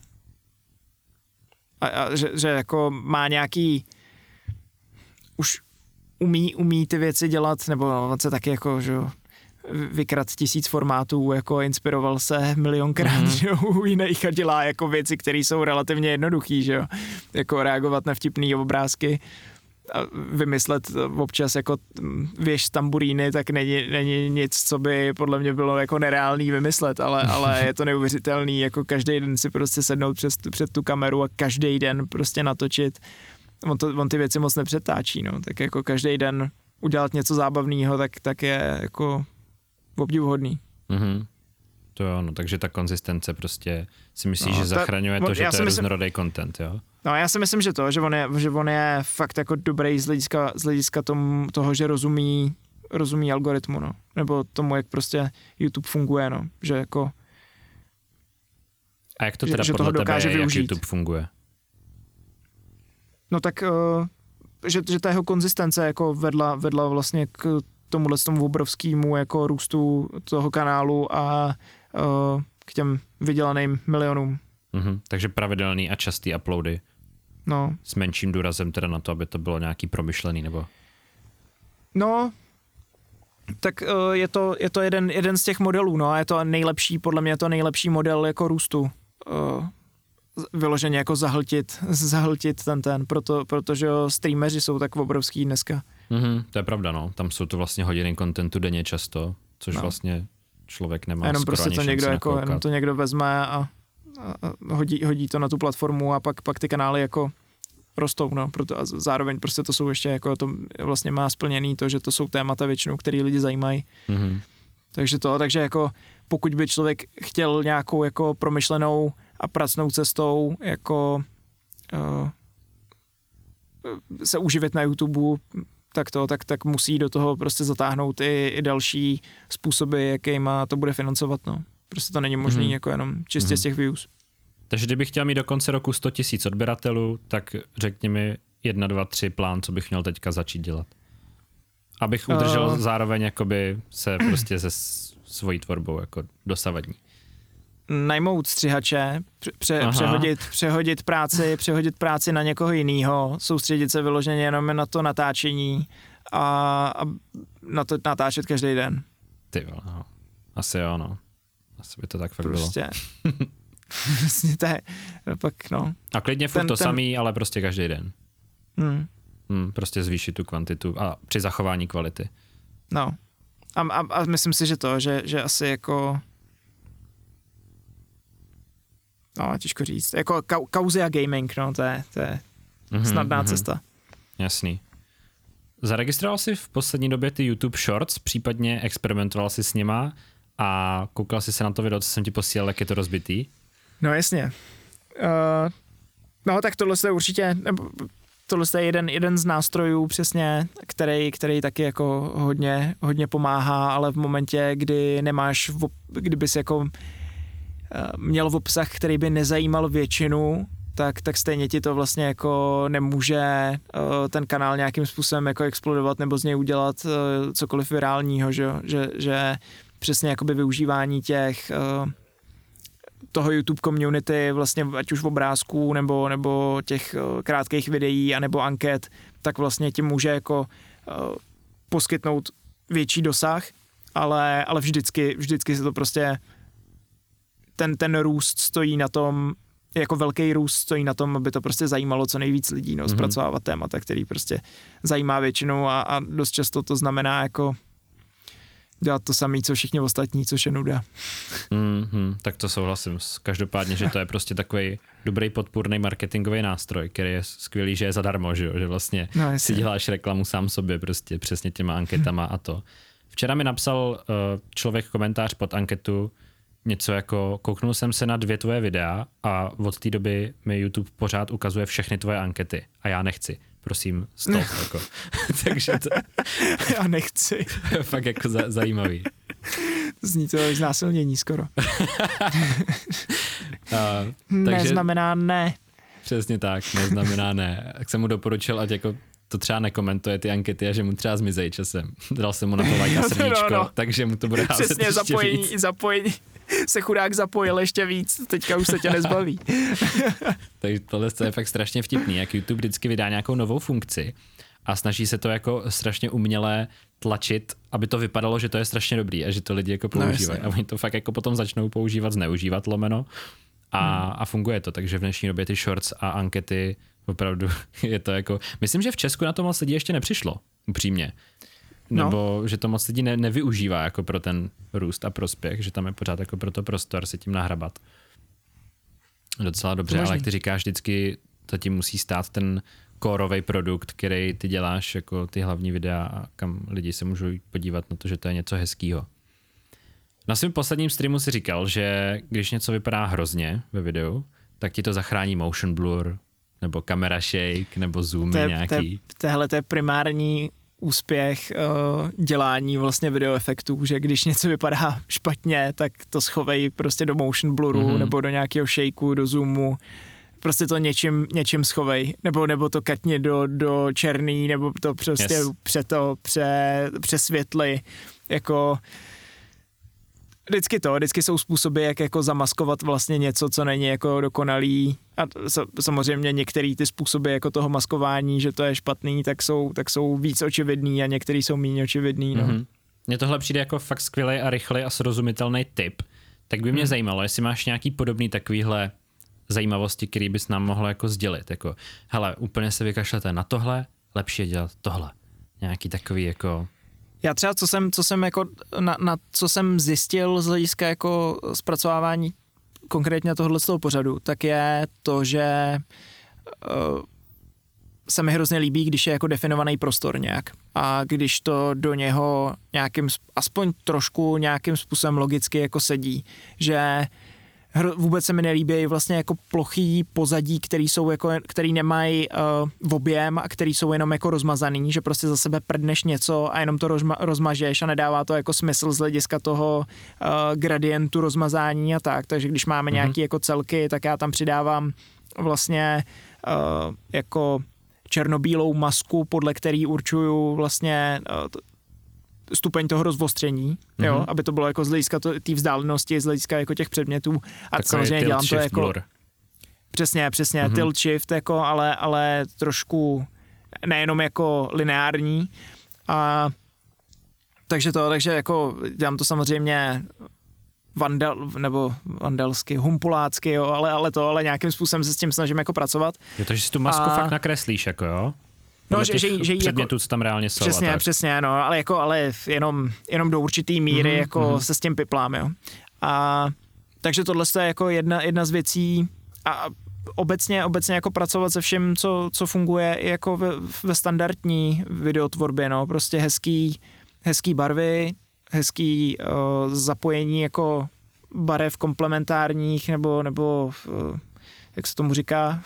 A, a že, že jako má nějaký, už umí, umí ty věci dělat, nebo on se taky jako, že vykrat tisíc formátů, jako inspiroval se milionkrát, mm. že jo, u jiných a dělá jako věci, které jsou relativně jednoduchý, že jo, jako reagovat na vtipný obrázky a vymyslet občas jako věž z tamburíny, tak není, není nic, co by podle mě bylo jako nereálný vymyslet, ale, ale je to neuvěřitelný, jako každý den si prostě sednout přes, před tu kameru a každý den prostě natočit. On, to, on ty věci moc nepřetáčí, no, tak jako každý den udělat něco zábavného, tak, tak je jako obdivuhodný. Mm-hmm. To jo, no, takže ta konzistence prostě si myslíš, No, že ta- zachraňuje on- to, že já to si je myslím- různorodý content, jo? No já si myslím, že to, že on je, že on je fakt jako dobrý z hlediska, z hlediska tom, toho, že rozumí, rozumí algoritmu, no. Nebo tomu, jak prostě YouTube funguje, no. Že jako, A jak to Že- teda že toho podle tebe dokáže je, jak využít. YouTube funguje? no tak, uh, že, že ta jeho konzistence jako vedla, vedla vlastně k tomuhle tomu obrovskému jako růstu toho kanálu a uh, k těm vydělaným milionům. Mhm. Takže pravidelný a častý uploady No, s menším důrazem teda na to, aby to bylo nějaký promyšlený, nebo... no, tak uh, je to, je to jeden, jeden z těch modelů, no a je to nejlepší, podle mě je to nejlepší model jako růstu. Uh, vyloženě jako zahltit, zahltit ten ten, proto, protože jo, streameři jsou tak obrovský dneska. Mhm, to je pravda, no. Tam jsou to vlastně hodiny kontentu denně často, což No. vlastně člověk nemá A jenom skoro prostě ani to šanci někdo, jako, nakoukat. jenom to někdo vezme a, a, a hodí, hodí to na tu platformu a pak, pak ty kanály jako rostou, no, proto a zároveň prostě to jsou ještě jako to vlastně má splněný to, že to jsou témata většinou, který lidi zajímají. Mhm. Takže to, takže jako pokud by člověk chtěl nějakou jako promyšlenou a pracnou cestou jako uh, se uživit na YouTube, tak to, tak, tak musí do toho prostě zatáhnout i, i další způsoby, jakýma to bude financovat, no. Prostě to není možný Mhm. jako jenom čistě Mhm. z těch views. Takže kdybych chtěl mít do konce roku sto tisíc odběratelů, tak řekni mi jedna, dva, tři plán, co bych měl teďka začít dělat. Abych udržel Uh. zároveň jakoby se prostě se s- svojí tvorbou jako dosavadní. Najmout střihače, pře- pře- Aha. přehodit, přehodit práci, přehodit práci na někoho jiného, soustředit se vyloženě jenom na to natáčení a, a na to natáčet každý den. Ty vole, no. Asi jo, no. Asi by to tak fakt bylo. Prostě. Prostě to je, pak no. A klidně furt ten- to ten- samý, ale prostě každý den. Hmm. Hmm, prostě zvýšit tu kvantitu a při zachování kvality. No. A, a, a myslím si, že to, že, že asi jako no, těžko říct. Jako kau, kauzy a gaming, no, to je, to je Mhm, snadná mhm. cesta. Jasný. Zaregistroval jsi v poslední době ty YouTube Shorts, případně experimentoval jsi s nima a koukal jsi se na to video, co jsem ti posílal, jak je to rozbitý? No jasně. Uh, no tak tohle je určitě, nebo tohle je jeden, jeden z nástrojů přesně, který, který taky jako hodně, hodně pomáhá, ale v momentě, kdy nemáš, v, kdybys jako uh, měl obsah, který by nezajímal většinu, tak, tak stejně ti to vlastně jako nemůže uh, ten kanál nějakým způsobem jako explodovat nebo z něj udělat uh, cokoliv virálního, že, že, že přesně jakoby využívání těch uh, toho YouTube community, vlastně ať už v obrázků nebo, nebo těch uh, krátkých videí anebo anket, tak vlastně ti může jako uh, poskytnout větší dosah, ale, ale vždycky, vždycky se to prostě ten, ten růst stojí na tom, jako velký růst stojí na tom, aby to prostě zajímalo co nejvíc lidí, no, mm-hmm. zpracovávat témata, který prostě zajímá většinu a, a dost často to znamená jako dělat to samé, co všichni ostatní, což je nuda. Mm-hmm, tak to souhlasím. Každopádně, že to je prostě takový dobrý podpůrný marketingový nástroj, který je skvělý, že je zadarmo, že, že vlastně No, si děláš reklamu sám sobě prostě přesně těma anketama a to. Včera mi napsal uh, člověk komentář pod anketu něco jako kouknul jsem se na dvě tvoje videa a od té doby mi YouTube pořád ukazuje všechny tvoje ankety a já nechci. Prosím, stop. Jako. Takže to Já nechci. je fakt jako za, zajímavý. Zní to znásilnění skoro. Uh, Neznamená ne. Přesně tak, neznamená ne. Tak jsem mu doporučil, ať jako to třeba nekomentuje ty ankety a že mu třeba zmizej časem. Dal jsem mu na to like a srdíčko, no, no. Takže mu to bude házet Přesně, ještě zapojení, víc. zapojení. Se chudák zapojil ještě víc, teďka už se tě nezbaví. Takže tohle je fakt strašně vtipný, jak YouTube vždycky vydá nějakou novou funkci a snaží se to jako strašně uměle tlačit, aby to vypadalo, že to je strašně dobrý a že to lidi jako používají. No, a oni to fakt jako potom začnou používat, zneužívat lomeno a, hmm. a funguje to. Takže v dnešní době ty shorts a ankety opravdu je to jako... Myslím, že v Česku na to moc lidí ještě nepřišlo, upřímně. Nebo no. že to moc lidí ne, nevyužívá jako pro ten růst a prospěch, že tam je pořád jako pro to prostor si tím nahrabat. Docela dobře, ale jak ty říkáš, vždycky to ti musí stát ten kórovej produkt, který ty děláš jako ty hlavní videa a kam lidi se můžou podívat na to, že to je něco hezkýho. Na svém posledním streamu si říkal, že když něco vypadá hrozně ve videu, tak ti to zachrání motion blur, nebo camera shake, nebo zoomy to je, nějaký. To, tehle to je primární úspěch uh, dělání vlastně videoefektů, že když něco vypadá špatně, tak to schovej prostě do motion bluru, mm-hmm. nebo do nějakého shakeu, do zoomu, prostě to něčím, něčím schovej, nebo, nebo to katni do, do černý, nebo to prostě yes. pře to, pře, přesvětli, jako vždycky to, vždycky jsou způsoby, jak jako zamaskovat vlastně něco, co není jako dokonalý a samozřejmě některé ty způsoby jako toho maskování, že to je špatný, tak jsou, tak jsou víc očividný a některý jsou méně očividný, no. Mm-hmm. Mně tohle přijde jako fakt skvělý a rychlý a srozumitelný tip, tak by mě hmm. zajímalo, jestli máš nějaký podobný takovýhle zajímavosti, který bys nám mohl jako sdělit, jako hele, úplně se vykašlete na tohle, lepší je dělat tohle. Nějaký takový jako... Já třeba, co jsem, co jsem jako, na, na co jsem zjistil z hlediska jako zpracovávání konkrétně tohohle z toho pořadu, tak je to, že uh, se mi hrozně líbí, když je jako definovaný prostor nějak a když to do něho nějakým, aspoň trošku nějakým způsobem logicky jako sedí, že vůbec se mi nelíbí vlastně jako plochý pozadí, který jsou jako, který nemají uh, objem a který jsou jenom jako rozmazaný, že prostě za sebe prdneš něco a jenom to rozma, rozmažeš a nedává to jako smysl z hlediska toho uh, gradientu rozmazání a tak, takže když máme mm-hmm. nějaký jako celky, tak já tam přidávám vlastně uh, jako černobílou masku, podle který určuju vlastně uh, stupeň toho rozvostření, mm-hmm. jo, aby to bylo jako z hlediska té vzdálenosti, z hlediska jako těch předmětů. A takový samozřejmě dělám to jako... Blur. Přesně, přesně, mm-hmm. tilt shift, jako, ale, ale trošku nejenom jako lineární. A takže to, takže jako dělám to samozřejmě vandal, nebo vandalsky, humpulácky, jo, ale, ale to, ale nějakým způsobem se s tím snažím jako pracovat. Je to, že si tu masku a... fakt nakreslíš, jako jo? No, že, že, že předmětů, jako, co tam reálně jsou. Přesně, přesně, no, ale jako, ale jenom, jenom do určitý míry mm-hmm, jako mm-hmm. se s tím piplám, jo. A takže tohle je jako jedna, jedna z věcí a obecně, obecně jako pracovat se vším, co, co funguje jako ve, ve standardní videotvorbě, no, prostě hezký, hezký barvy, hezký uh, zapojení jako barev komplementárních, nebo, nebo uh, jak se tomu říká,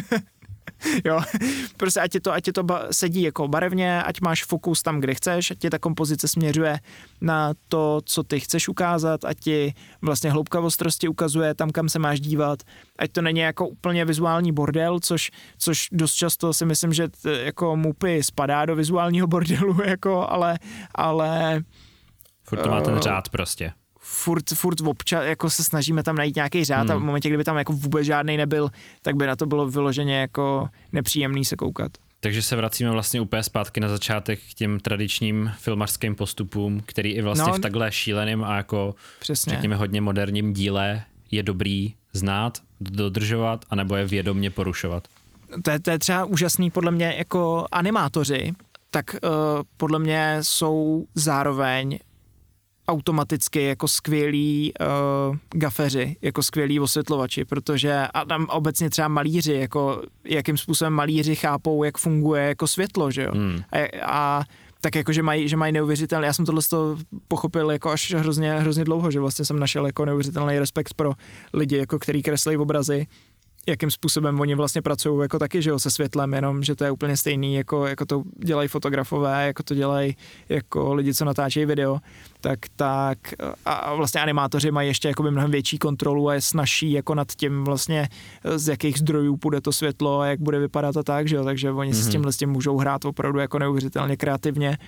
jo, prostě ať je to, ať je to ba- sedí jako barevně, ať máš fokus tam, kde chceš, ať ti ta kompozice směřuje na to, co ty chceš ukázat, ať ti vlastně hloubka ostrosti ukazuje tam, kam se máš dívat, ať to není jako úplně vizuální bordel, což, což dost často si myslím, že t- jako Mupy spadá do vizuálního bordelu, jako, ale, ale furt to má ten řád prostě. Furt, furt občas, jako se snažíme tam najít nějaký řád hmm. a v momentě, kdyby tam jako vůbec žádnej nebyl, tak by na to bylo vyloženě jako nepříjemný se koukat. Takže se vracíme vlastně úplně zpátky na začátek k těm tradičním filmařským postupům, který i vlastně no, v takhle šíleným a jako přesně. řekněme hodně moderním díle je dobrý znát, dodržovat, anebo je vědomně porušovat. To je, to je třeba úžasný podle mě jako animátoři, tak uh, podle mě jsou zároveň automaticky jako skvělí uh, gafery, jako skvělí osvětlovači, protože a tam obecně třeba malíři, jako jakým způsobem malíři chápou, jak funguje jako světlo, že jo. Hmm. A, a tak jako, že mají, že mají neuvěřitelný, já jsem tohle z toho pochopil jako až hrozně, hrozně dlouho, že vlastně jsem našel jako neuvěřitelný respekt pro lidi, jako který kreslí obrazy, jakým způsobem oni vlastně pracují jako taky, že jo, se světlem, jenom, že to je úplně stejný, jako, jako to dělají fotografové, jako to dělají jako lidi, co natáčejí video, tak, tak a vlastně animátoři mají ještě jakoby mnohem větší kontrolu a je snazší jako nad tím vlastně, z jakých zdrojů půjde to světlo a jak bude vypadat a tak, že jo, takže oni mm-hmm. s tímhle s tím můžou hrát opravdu jako neuvěřitelně kreativně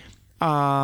a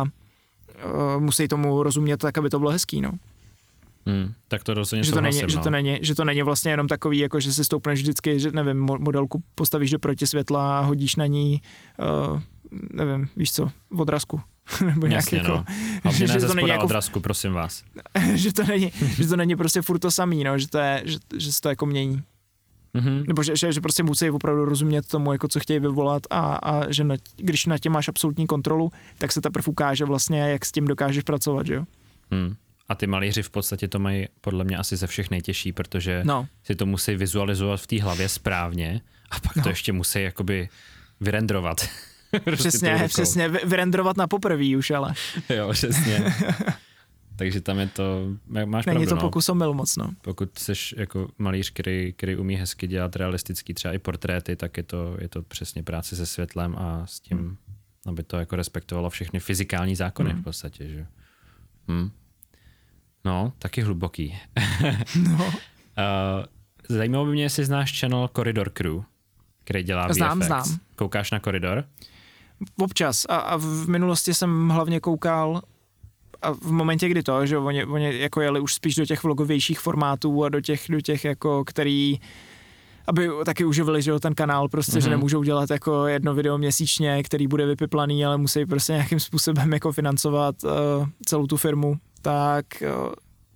uh, musí tomu rozumět tak, aby to bylo hezký, no. Hmm, tak to rozhodně že to, není, no. že, to není, že to není vlastně jenom takový, jako že si stoupneš vždycky, že nevím, modelku postavíš do protisvětla a hodíš na ní, uh, nevím, víš co, odrazku. Nebo nějak jasně, jako, no. Hlavně ne ze spoda jako, odrazku, prosím vás. že, to není, že to není prostě furt to samý, no, že, to je, že, že se to jako mění. Mm-hmm. Nebo že, že, že prostě musí opravdu rozumět tomu, jako co chtějí vyvolat a, a že na, když na tě máš absolutní kontrolu, tak se teprve ukáže vlastně, jak s tím dokážeš pracovat, že jo. Hmm. A ty malíři v podstatě to mají podle mě asi ze všech nejtěžší, protože no. si to musí vizualizovat v té hlavě správně a pak no. to ještě musí jakoby vyrendrovat. Přesně, přesně, vyrendrovat na poprví už, ale. Jo, přesně. Takže tam je to, máš Není pravdu, to no. pokus o mil moc, no. Pokud jsi jako malíř, který, který umí hezky dělat realistický třeba i portréty, tak je to, je to přesně práce se světlem a s tím, hmm. aby to jako respektovalo všechny fyzikální zákony hmm. v podstatě, že? Hmm. No, taky hluboký. no. uh, zajímalo by mě, jestli znáš channel Corridor Crew, který dělá znám, V F X. Znám, Koukáš na Corridor? Občas. A, a v minulosti jsem hlavně koukal a v momentě, kdy to, že oni, oni jako jeli už spíš do těch vlogovějších formátů a do těch, do těch jako, který aby taky uživili, že jo, ten kanál prostě, mm-hmm. že nemůžou dělat jako jedno video měsíčně, který bude vypiplaný, ale musí prostě nějakým způsobem jako financovat uh, celou tu firmu, tak uh,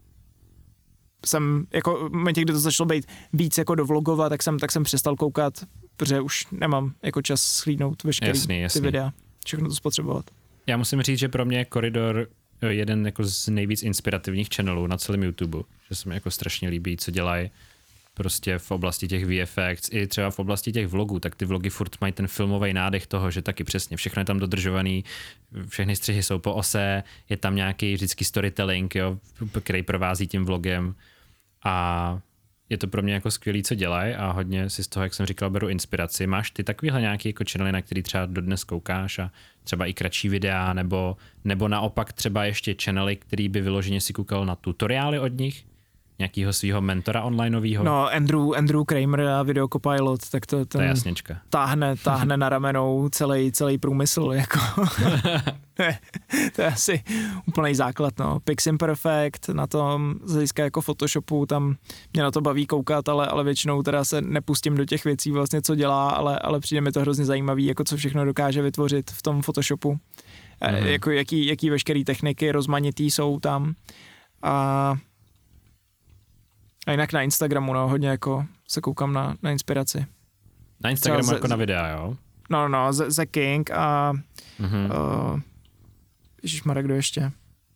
jsem jako v momentě, kdy to začalo být víc jako do vlogova, tak jsem, tak jsem přestal koukat, protože už nemám jako čas schlídnout veškerý jasný, jasný. ty videa, všechno to spotřebovat. Já musím říct, že pro mě Corridor jeden jako z nejvíc inspirativních channelů na celém YouTube, že se mi jako strašně líbí, co dělají prostě v oblasti těch V F X, i třeba v oblasti těch vlogů, tak ty vlogy furt mají ten filmový nádech toho, že taky přesně všechno je tam dodržovaný, všechny střihy jsou po ose, je tam nějaký vždycky storytelling, jo, který provází tím vlogem a je to pro mě jako skvělý, co dělají a hodně si z toho, jak jsem říkal, beru inspiraci. Máš ty takovýhle nějaký jako channely, na který třeba dodnes koukáš a třeba i kratší videa, nebo, nebo naopak třeba ještě channely, který by vyloženě si koukal na tutoriály od nich? Nějakýho svého mentora onlineového? No, Andrew, Andrew Kramer a Video Copilot, tak to, ten to je jasněčka. Táhne, táhne na ramenou celý, celý průmysl, jako. To je asi úplný základ, no. Piximperfect, na tom z hlediska jako Photoshopu, tam mě na to baví koukat, ale, ale většinou teda se nepustím do těch věcí vlastně, co dělá, ale, ale přijde mi to hrozně zajímavý, jako co všechno dokáže vytvořit v tom Photoshopu. Mm-hmm. Jako jaký, jaký veškerý techniky rozmanitý jsou tam. A A jinak na Instagramu, no, hodně jako se koukám na, na inspiraci. Na Instagramu Třeba jako z, na videa, jo? No, no, The King a mm-hmm. uh, ježišmarek, kdo ještě?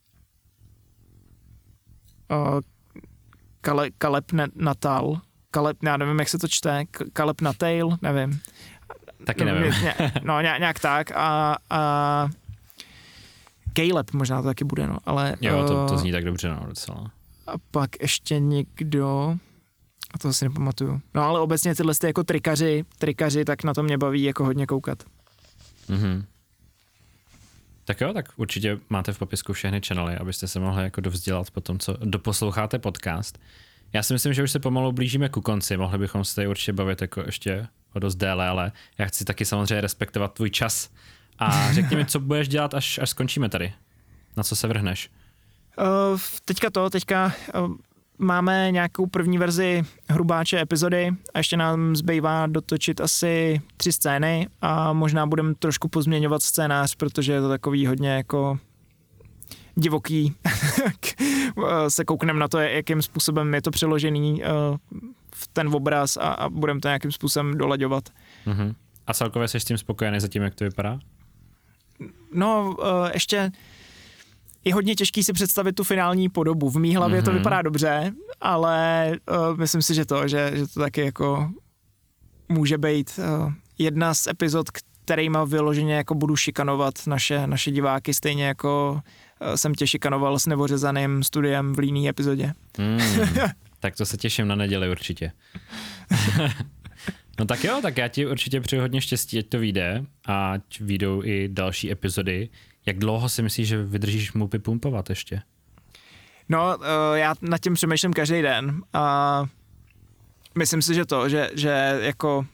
Uh, Kale, Kaleb Natal. Kaleb, já nevím, jak se to čte. Kaleb Natail, nevím. Taky nevím. Ně, no, nějak, nějak tak. A, a Caleb možná to taky bude, no, ale... Jo, to, to zní tak dobře, no, docela. A pak ještě někdo, a to si nepamatuju. No ale obecně tyhle ty jako trikaři, trikaři, tak na to mě baví jako hodně koukat. Mhm. Tak jo, tak určitě máte v popisku všechny channely, abyste se mohli jako dovzdělat po tom, co doposloucháte podcast. Já si myslím, že už se pomalu blížíme ku konci, mohli bychom se tady určitě bavit jako ještě o dost déle, ale já chci taky samozřejmě respektovat tvůj čas. A řekni mi, co budeš dělat, až, až skončíme tady. Na co se vrhneš? Uh, teďka to, teďka uh, máme nějakou první verzi hrubáče epizody a ještě nám zbývá dotočit asi tři scény a možná budeme trošku pozměňovat scénář, protože je to takový hodně jako divoký. Se koukneme na to, jakým způsobem je to přeložený uh, v ten obraz a, a budeme to nějakým způsobem dolaďovat. Uh-huh. A celkově jsi s tím spokojený za tím, jak to vypadá? No, uh, ještě je hodně těžký si představit tu finální podobu. V mý hlavě mm-hmm. to vypadá dobře, ale uh, myslím si, že to, že, že to taky jako může být uh, jedna z epizod, kterýma vyloženě jako budu šikanovat naše, naše diváky, stejně jako uh, jsem tě šikanoval s nevořezaným studiem v líný epizodě. Mm, tak to se těším na neděli určitě. No tak jo, tak já ti určitě přeju hodně štěstí, ať to vyjde a ať vyjdou i další epizody. Jak dlouho si myslíš, že vydržíš Mupy pumpovat ještě? No, uh, já nad tím přemýšlím každý den a myslím si, že to, že, že jako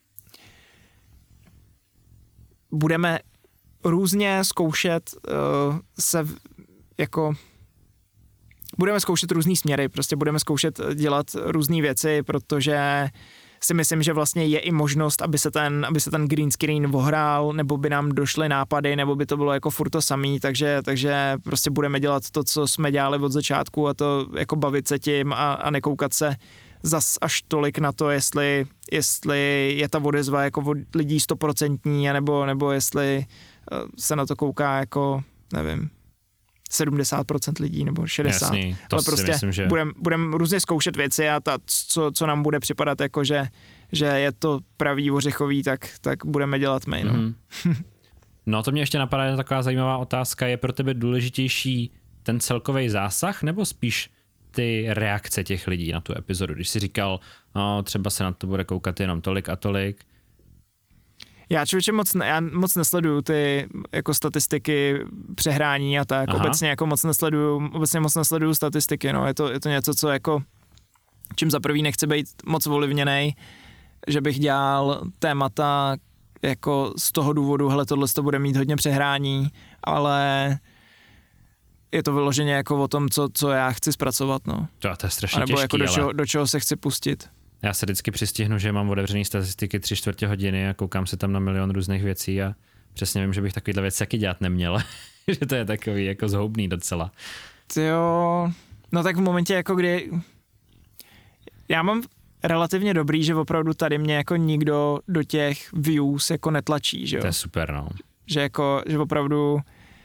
budeme různě zkoušet uh, se jako budeme zkoušet různý směry, prostě budeme zkoušet dělat různé věci, protože si myslím, že vlastně je i možnost, aby se ten, aby se ten green screen ohrál, nebo by nám došly nápady, nebo by to bylo jako furt to samý, takže, takže prostě budeme dělat to, co jsme dělali od začátku a to jako bavit se tím a, a nekoukat se zas až tolik na to, jestli, jestli je ta odezva jako od lidí stoprocentní, nebo, nebo jestli se na to kouká jako, nevím, sedmdesát procent lidí nebo šedesát procent. Jasný, to ale prostě myslím, že... budeme budem různě zkoušet věci a ta, co, co nám bude připadat jako, že, že je to pravý ořechový, tak, tak budeme dělat my. No. Mm-hmm. No to mě ještě napadá taková zajímavá otázka. Je pro tebe důležitější ten celkový zásah, nebo spíš ty reakce těch lidí na tu epizodu, když jsi říkal, no, třeba se na to bude koukat jenom tolik a tolik? Já člověče moc, ne, já moc nesleduju ty jako statistiky přehrání a tak, Aha. obecně jako moc nesleduju, obecně moc nesleduju statistiky, no, je to, je to něco, co jako, čím za prvý nechci být moc ovlivněnej, že bych dělal témata jako z toho důvodu, hele, tohle to bude mít hodně přehrání, ale je to vyloženě jako o tom, co, co já chci zpracovat, no. To, to je strašně nebo těžký, jako do, ale... čeho, do čeho se chci pustit. Já se vždycky přistihnu, že mám otevřený statistiky tři čtvrtě hodiny a koukám se tam na milion různých věcí a přesně vím, že bych takovýhle věci taky dělat neměl. Že to je takový jako zhoubný docela. Jo, no tak v momentě jako kdy já mám relativně dobrý, že opravdu tady mě jako nikdo do těch views jako netlačí, že jo. To je super, no. Že jako, že opravdu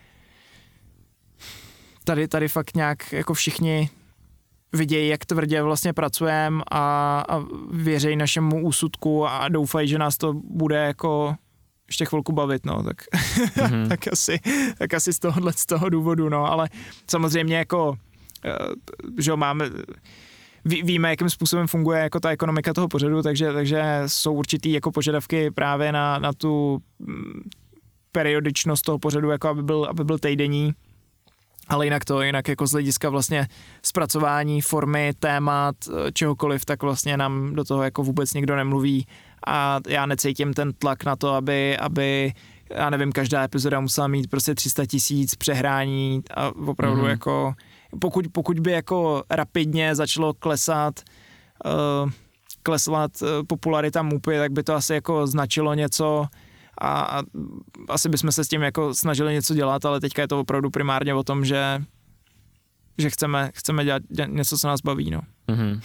tady, tady fakt nějak jako všichni vidějí, jak tvrdě vlastně pracujeme a, a věří našemu úsudku a doufají, že nás to bude jako ještě chvilku bavit, no, tak, mm-hmm. tak, asi, tak asi z tohohle, z toho důvodu, no, ale samozřejmě jako, že jo, máme, ví, víme, jakým způsobem funguje jako ta ekonomika toho pořadu, takže, takže jsou určitý jako požadavky právě na, na tu periodičnost toho pořadu, jako aby byl, aby byl týdenní. Ale jinak to, jinak jako z hlediska vlastně zpracování formy, témat, čehokoliv, tak vlastně nám do toho jako vůbec nikdo nemluví a já necítím ten tlak na to, aby, aby já nevím, každá epizoda musela mít prostě tři sta tisíc přehrání a opravdu mm-hmm. jako, pokud, pokud by jako rapidně začalo klesat, uh, klesat uh, popularita Mupy, tak by to asi jako značilo něco, a, a asi bychom se s tím jako snažili něco dělat, ale teďka je to opravdu primárně o tom, že, že chceme, chceme dělat, dělat něco, co nás baví, no. Mm-hmm.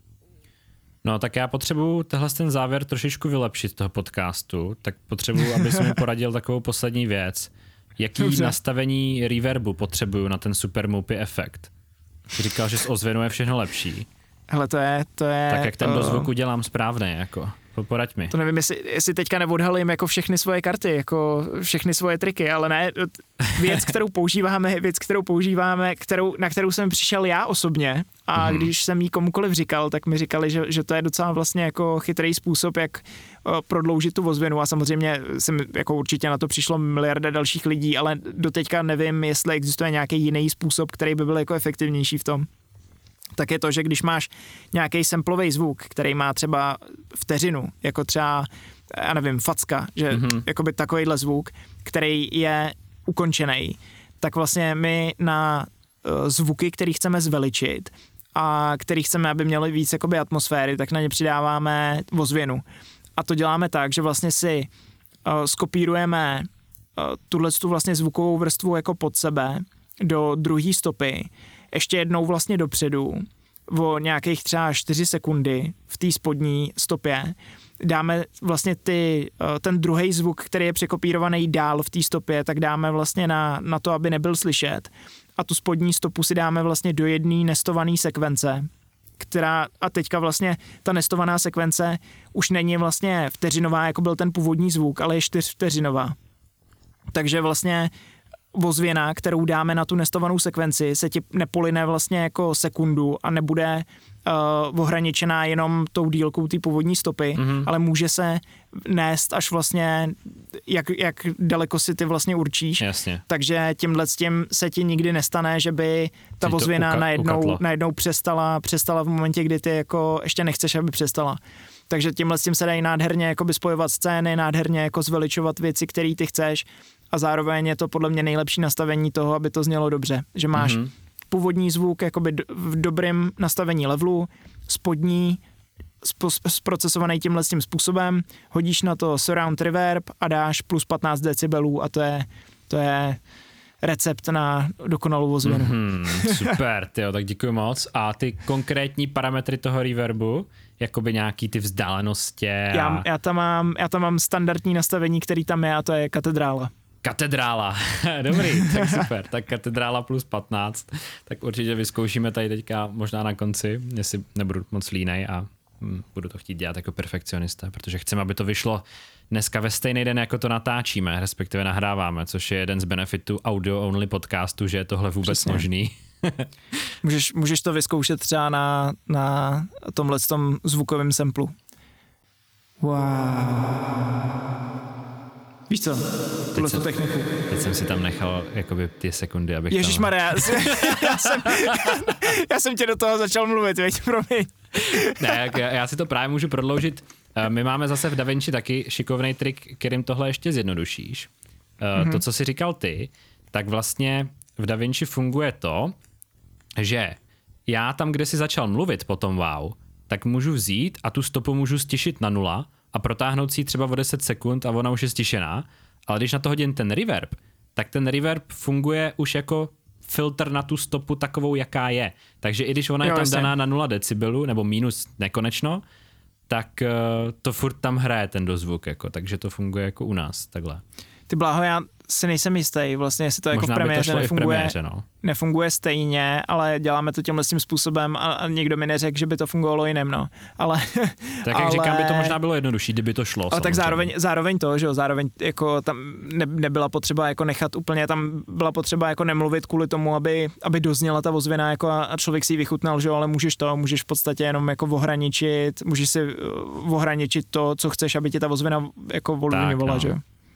No tak já potřebuju tenhle ten závěr trošičku vylepšit toho podcastu, tak potřebuju, abys mi poradil takovou poslední věc. Jaký Dobře. nastavení reverbu potřebuju na ten super Mupy efekt? Jsi říkal, že z ozvěnu je všechno lepší. Hele, to je, to je... Tak jak ten uh... dozvuku dělám správně, jako... Poraď mi. To nevím, jestli, jestli teďka neodhalím jako všechny svoje karty, jako všechny svoje triky, ale ne, věc, kterou používáme, věc, kterou používáme, kterou, na kterou jsem přišel já osobně a mm. když jsem jí komukoliv říkal, tak mi říkali, že, že to je docela vlastně jako chytrý způsob, jak o, prodloužit tu ozvěnu a samozřejmě jsem jako určitě na to přišlo miliarda dalších lidí, ale doteďka nevím, jestli existuje nějaký jiný způsob, který by byl jako efektivnější v tom. Tak je to, že když máš nějaký samplový zvuk, který má třeba vteřinu, jako třeba, já nevím, facka, že mm-hmm. jakoby takovejhle zvuk, který je ukončený, tak vlastně my na uh, zvuky, který chceme zveličit a který chceme, aby měly víc jakoby atmosféry, tak na ně přidáváme ozvěnu. A to děláme tak, že vlastně si uh, skopírujeme uh, tuhletu vlastně zvukovou vrstvu jako pod sebe do druhé stopy, ještě jednou vlastně dopředu, o nějakých třeba čtyři sekundy v té spodní stopě. Dáme vlastně ty, ten druhý zvuk, který je překopírovaný dál v té stopě, tak dáme vlastně na, na to, aby nebyl slyšet. A tu spodní stopu si dáme vlastně do jedné nestované sekvence, která, a teďka vlastně ta nestovaná sekvence už není vlastně vteřinová, jako byl ten původní zvuk, ale je čtyřvteřinová. Takže vlastně ozvěna, kterou dáme na tu nestovanou sekvenci, se ti nepoline vlastně jako sekundu a nebude uh, ohraničená jenom tou dílkou té původní stopy, mm-hmm. ale může se nést až vlastně, jak, jak daleko si ty vlastně určíš. Jasně. Takže tímhle s tím se ti nikdy nestane, že by ta ozvěna uka- najednou, najednou přestala, přestala v momentě, kdy ty jako ještě nechceš, aby přestala. Takže tímhle s tím se dají nádherně jakoby spojovat scény, nádherně jako zveličovat věci, které ty chceš. A zároveň je to podle mě nejlepší nastavení toho, aby to znělo dobře. Že máš mm-hmm. původní zvuk jakoby v dobrém nastavení levelu, spodní, zprocesovaný tímhle tím způsobem, hodíš na to surround reverb a dáš plus patnáct decibelů a to je, to je recept na dokonalou ozvěnu. Mm-hmm, super, tyjo, tak děkuji moc. A ty konkrétní parametry toho reverbu, jakoby nějaký ty vzdálenosti? A... Já, já, tam mám, já tam mám standardní nastavení, který tam je a to je katedrála. Katedrála, dobrý, tak super, tak katedrála plus patnáct, tak určitě vyzkoušíme tady teďka možná na konci, jestli nebudu moc línej a hm, budu to chtít dělat jako perfekcionista, protože chcem, aby to vyšlo dneska ve stejný den, jako to natáčíme, respektive nahráváme, což je jeden z benefitů audio-only podcastu, že je tohle vůbec Přesně. možný. můžeš, můžeš to vyzkoušet třeba na, na tomhle tom zvukovém samplu. Wow. Víš co? Tuhle tu techniku. Teď jsem si tam nechal jakoby ty sekundy, abych Ježišmarja, tam... já, jsem, já jsem tě do toho začal mluvit, veď, promiň. Ne, já, já si to právě můžu prodloužit. My máme zase v DaVinci taky šikovný trik, kterým tohle ještě zjednodušíš. Mm-hmm. To, co jsi říkal ty, tak vlastně v DaVinci funguje to, že já tam, kde jsi začal mluvit po tom wow, tak můžu vzít a tu stopu můžu stišit na nula a protáhnout si ji třeba o deset sekund a ona už je stišená, ale když na to hodím ten reverb, tak ten reverb funguje už jako filtr na tu stopu takovou, jaká je. Takže i když ona jo, je tam jasně. daná na nula decibelů nebo minus nekonečno, tak uh, to furt tam hraje ten dozvuk, jako, takže to funguje jako u nás, takhle. Ty bláho, já si nejsem jistý, vlastně jestli to jako v premiéře nefunguje, v premiéře, no. nefunguje stejně, ale děláme to tímhle tím způsobem a, a nikdo mi neřekl, že by to fungovalo jiným, no. Ale, tak jak ale... říkám, by to možná bylo jednodušší, kdyby to šlo. Ale tak zároveň, zároveň to, že jo, zároveň jako tam ne, nebyla potřeba jako nechat úplně, tam byla potřeba jako nemluvit kvůli tomu, aby, aby dozněla ta ozvěna jako a, a člověk si ji vychutnal, že jo, ale můžeš to, můžeš v podstatě jenom jako ohraničit, můžeš si uh, ohraničit to, co chceš, aby ti ta ozvěna jako volňovala, no. Že jo.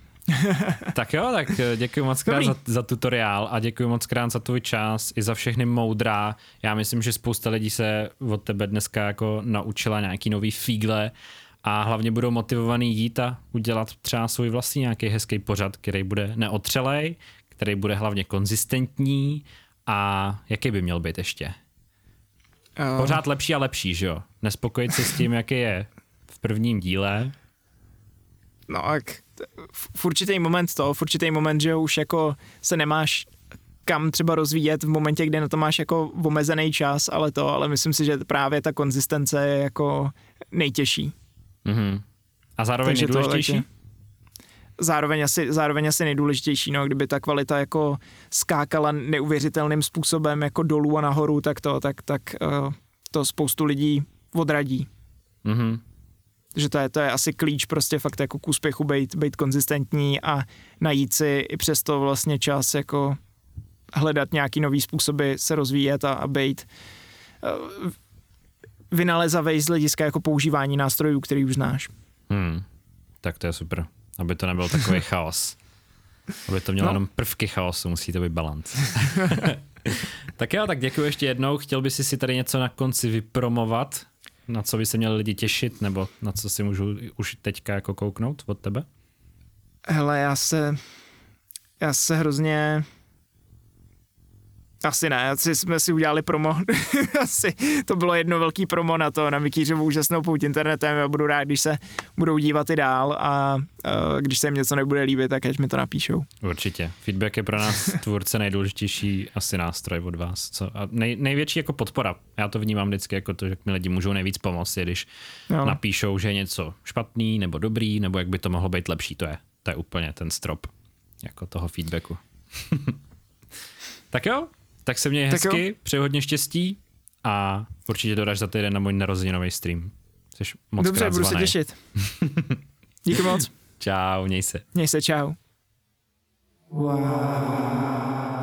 Tak jo, tak děkuji moc krát za, za tutoriál a děkuji moc krát za tvůj čas i za všechny moudra. Já myslím, že spousta lidí se od tebe dneska jako naučila nějaký nový fígle a hlavně budou motivovaný jít a udělat třeba svůj vlastní nějaký hezký pořad, který bude neotřelej, který bude hlavně konzistentní a jaký by měl být ještě? Uh. Pořád lepší a lepší, že jo? Nespokojit se s tím, jaký je v prvním díle. No tak v určitý moment to, v určitý moment, že už jako se nemáš kam třeba rozvíjet v momentě, kdy na to máš jako omezený čas, ale to, ale myslím si, že právě ta konzistence je jako nejtěžší. Mm-hmm. A zároveň takže nejdůležitější? To, zároveň asi, zároveň asi nejdůležitější, no, kdyby ta kvalita jako skákala neuvěřitelným způsobem jako dolů a nahoru, tak to, tak, tak uh, to spoustu lidí odradí. Mhm. Že to je, to je asi klíč prostě fakt jako k úspěchu být, být konzistentní a najít si i přesto vlastně čas jako hledat nějaký nový způsoby se rozvíjet a, a být uh, vynalezavej z hlediska jako používání nástrojů, který už znáš. Hmm. Tak to je super. Aby to nebyl takový chaos. Aby to mělo no. jenom prvky chaosu, musí to být balans. Tak jo, tak děkuji ještě jednou. Chtěl bys si tady něco na konci vypromovat? Na co by se měli lidi těšit, nebo na co si můžu už teďka jako kouknout od tebe? Hele, já se, já se hrozně, asi ne, asi jsme si udělali promo, asi to bylo jedno velký promo na to, na Mikýřovu úžasnou pouť internetem a budu rád, když se budou dívat i dál a, a když se jim něco nebude líbit, tak ať mi to napíšou. Určitě. Feedback je pro nás tvůrce nejdůležitější asi nástroj od vás. Co? A nej, největší jako podpora. Já to vnímám vždycky jako to, že mi lidi můžou nejvíc pomoct, když jo. napíšou, že je něco špatný nebo dobrý, nebo jak by to mohlo být lepší. To je, to je úplně ten strop jako toho feedbacku. Tak jo, tak se měj hezky, přeji hodně štěstí a určitě doraž za týden na můj narozeninový stream. Jsi moc dobře, budu zvanej. Se těšit. Díky moc. Čau, měj se. Měj se, čau. Wow.